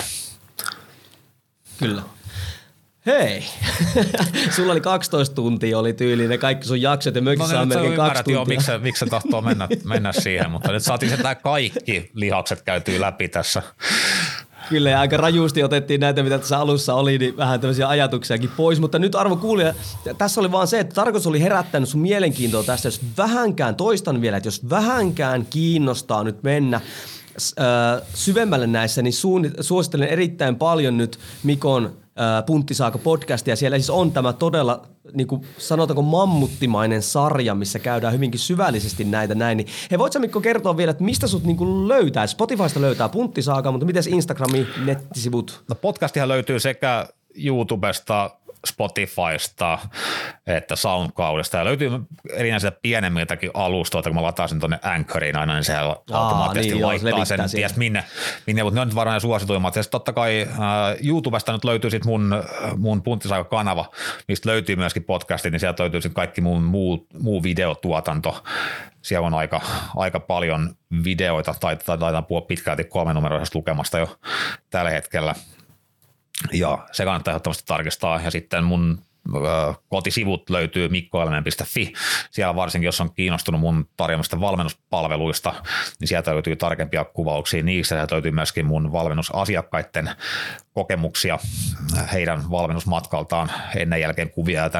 Kyllä. Hei, sulla oli 12 tuntia, oli tyylinen kaikki sun jaksot ja mökissä on melkein 2 tuntia. Joo, miksi se tahtoo mennä siihen, mutta nyt saatiin sitä kaikki lihakset käytyy läpi tässä. Kyllä, ja aika rajusti otettiin näitä, mitä tässä alussa oli, niin vähän tämmöisiä ajatuksiakin pois. Mutta nyt arvo kuulija, tässä oli vaan se, että tarkoitus oli herättänyt sun mielenkiintoa tästä, jos vähänkään, toistan vielä, että jos vähänkään kiinnostaa nyt mennä syvemmälle näissä, niin suosittelen erittäin paljon nyt Mikon Punttisaaka-podcastia. Siellä siis on tämä todella, niin kuin sanotaanko, mammuttimainen sarja, missä käydään hyvinkin syvällisesti näitä näin. Niin, hei, voit sä Mikko kertoa vielä, että mistä sut niin kuin löytää? Spotifysta löytää Punttisaaka, mutta miten Instagrami, nettisivut? No podcastihan löytyy sekä YouTubesta, Spotifysta että SoundCloudista. Ja löytyy erinäisiä pienemmiltäkin alustoilta, kun mä lataan sen tuonne Anchoriin aina, niin se automaattisesti laittaa sen ties minne, mutta ne on nyt varmaan suosituimmat. Ja sitten totta kai YouTubesta nyt löytyy sitten mun Punttisaaka-kanava, mistä löytyy myöskin podcastit, niin sieltä löytyy sitten kaikki mun muu videotuotanto. Siellä on aika paljon videoita, taitaan puhua pitkälti 3-numeroisesta lukemasta jo tällä hetkellä. Ja se kannattaa ehdottomasti tarkistaa. Ja sitten mun kotisivut löytyy mikkoelmeen.fi. Siellä varsinkin, jos on kiinnostunut mun tarjoamista valmennuspalveluista, niin sieltä löytyy tarkempia kuvauksia niistä. Sieltä löytyy myöskin mun valmennusasiakkaiden kokemuksia heidän valmennusmatkaltaan, ennen jälkeen kuvia ja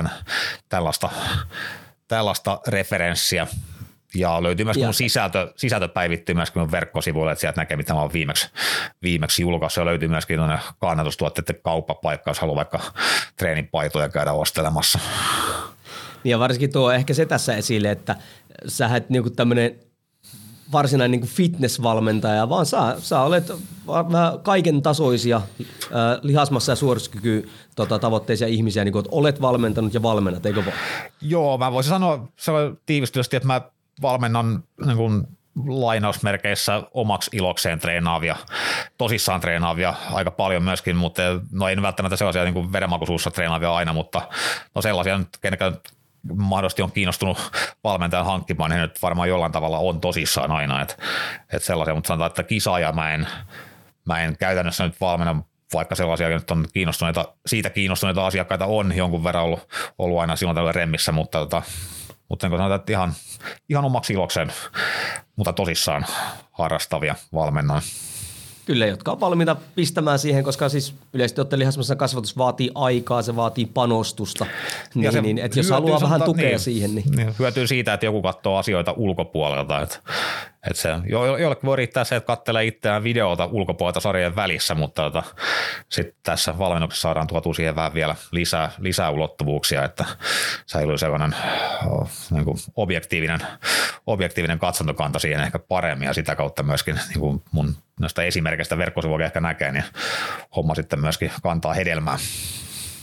tällaista referenssiä. Ja löytyy myös mun sisältö päivittyy myös mun verkkosivuille, että sieltä näkee, mitä mä oon viimeksi julkaissut. Ja löytyy myöskin kannatustuotteiden kauppapaikka, jos haluaa vaikka treenipaitoja käydä ostelemassa. Ja varsinkin tuo ehkä se tässä esille, että sä et niinku tämmönen varsinainen niinku fitnessvalmentaja, vaan sä olet kaiken tasoisia lihasmassa ja suorituskyky tavoitteisia ihmisiä, niin kuin, että olet valmentanut ja valmennat, eikö vaan? Joo, mä voisin sanoa tiivistysti, että mä valmennan niin kuin lainausmerkeissä omaksi ilokseen tosissaan treenaavia aika paljon myöskin, mutta no ei välttämättä sellaisia niin kuin verenmakuisuussa treenaavia aina, mutta no sellaisia nyt, kenenkään mahdollisesti on kiinnostunut valmentajan hankkimaan, niin nyt varmaan jollain tavalla on tosissaan aina, että sellaisia, mutta sanotaan, että kisaaja mä en käytännössä nyt valmenna, vaikka sellaisia nyt on kiinnostuneita asiakkaita on jonkun verran ollut aina silloin tällä remmissä, mutta niin kuin sanotaan, että ihan omaksi ilokseen, mutta tosissaan harrastavia valmennan. Kyllä, jotka on valmiita pistämään siihen, koska siis yleisesti ottaen lihasmassa kasvatus vaatii aikaa, se vaatii panostusta, niin että jos haluaa vähän tukea siihen. Niin hyötyy siitä, että joku katsoo asioita ulkopuolelta, että se jollekin voi riittää se, että katselee itseään videolta ulkopuolelta sarjojen välissä, mutta sitten tässä valmennuksessa saadaan tuotua siihen vähän vielä lisää ulottuvuuksia, että säilyy sellainen niin kuin objektiivinen katsontokanta siihen ehkä paremmin ja sitä kautta myöskin niin kuin mun noista esimerkistä verkkosivuilla ehkä näkee, niin homma sitten myöskin kantaa hedelmää.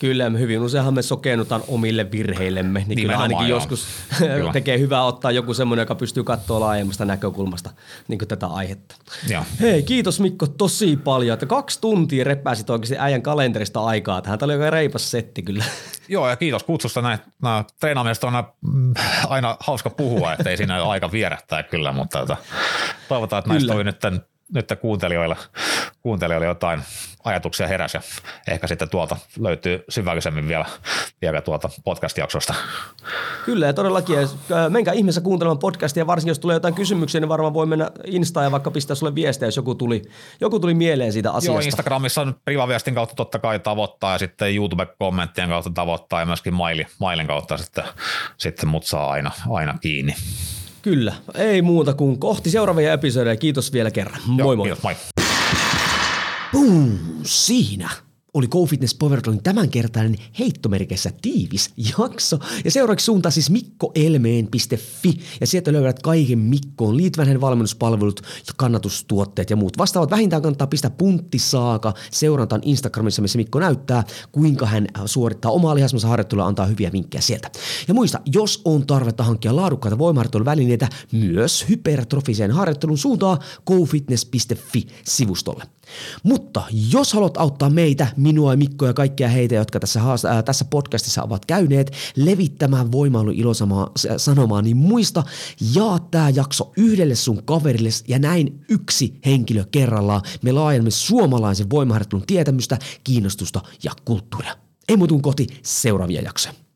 Kyllä, me hyvin useinhan me sokennutaan omille virheillemme, niin kyllä ainakin joskus tekee hyvää ottaa joku semmoinen, joka pystyy katsoa laajemmasta näkökulmasta niin kuin tätä aihetta. Ja. Hei, kiitos Mikko tosi paljon, että 2 tuntia repäsit oikeasti äijän kalenterista aikaa. Tähän oli aika reipas setti kyllä. Joo, ja kiitos kutsusta. Nämä treenaamista on aina hauska puhua, ettei siinä aika vierähtää kyllä, mutta toivotaan, että näistä oli nyt kuuntelijoille jotain ajatuksia heräsi ja ehkä sitten tuolta löytyy syvällisemmin vielä tuolta podcast-jaksosta. Kyllä ja todellakin. Menkää ihmeessä kuuntelemaan podcastia, varsinkin jos tulee jotain kysymyksiä, niin varmaan voi mennä Instaan ja vaikka pistää sulle viestejä, jos joku tuli mieleen siitä asiasta. Joo, Instagramissa on privaviestin kautta totta kai tavoittaa ja sitten YouTube-kommenttien kautta tavoittaa ja myöskin mailin kautta sitten mut saa aina kiinni. Kyllä, ei muuta kuin kohti seuraavia episodeja. Kiitos vielä kerran. Moi moi. Kiitos, moi. Boom, siinä oli GoFitness Powerclubin tämänkertainen heittomerkissä tiivis jakso. Ja seuraavaksi suuntaa siis mikkoelmeen.fi ja sieltä löydät kaiken Mikkoon liittyvän hänen valmennuspalvelut ja kannatustuotteet ja muut. Vastaavat vähintään kannattaa pistää punttisaaka seurantaan Instagramissa, missä Mikko näyttää, kuinka hän suorittaa omaa lihasmassa harjoittelua ja antaa hyviä vinkkejä sieltä. Ja muista, jos on tarvetta hankkia laadukkaita voimaharjoitteluvälineitä myös hypertrofiseen harjoittelun suuntaa gofitness.fi-sivustolle. Mutta jos haluat auttaa meitä, minua ja Mikkoa ja kaikkia heitä, jotka tässä podcastissa ovat käyneet levittämään voimailun ilosanomaa, niin muista, jaa tää jakso yhdelle sun kaverille ja näin yksi henkilö kerrallaan. Me laajennamme suomalaisen voimaharjoittelun tietämystä, kiinnostusta ja kulttuuria. Ei muuta kuin kohti seuraavia jaksoja.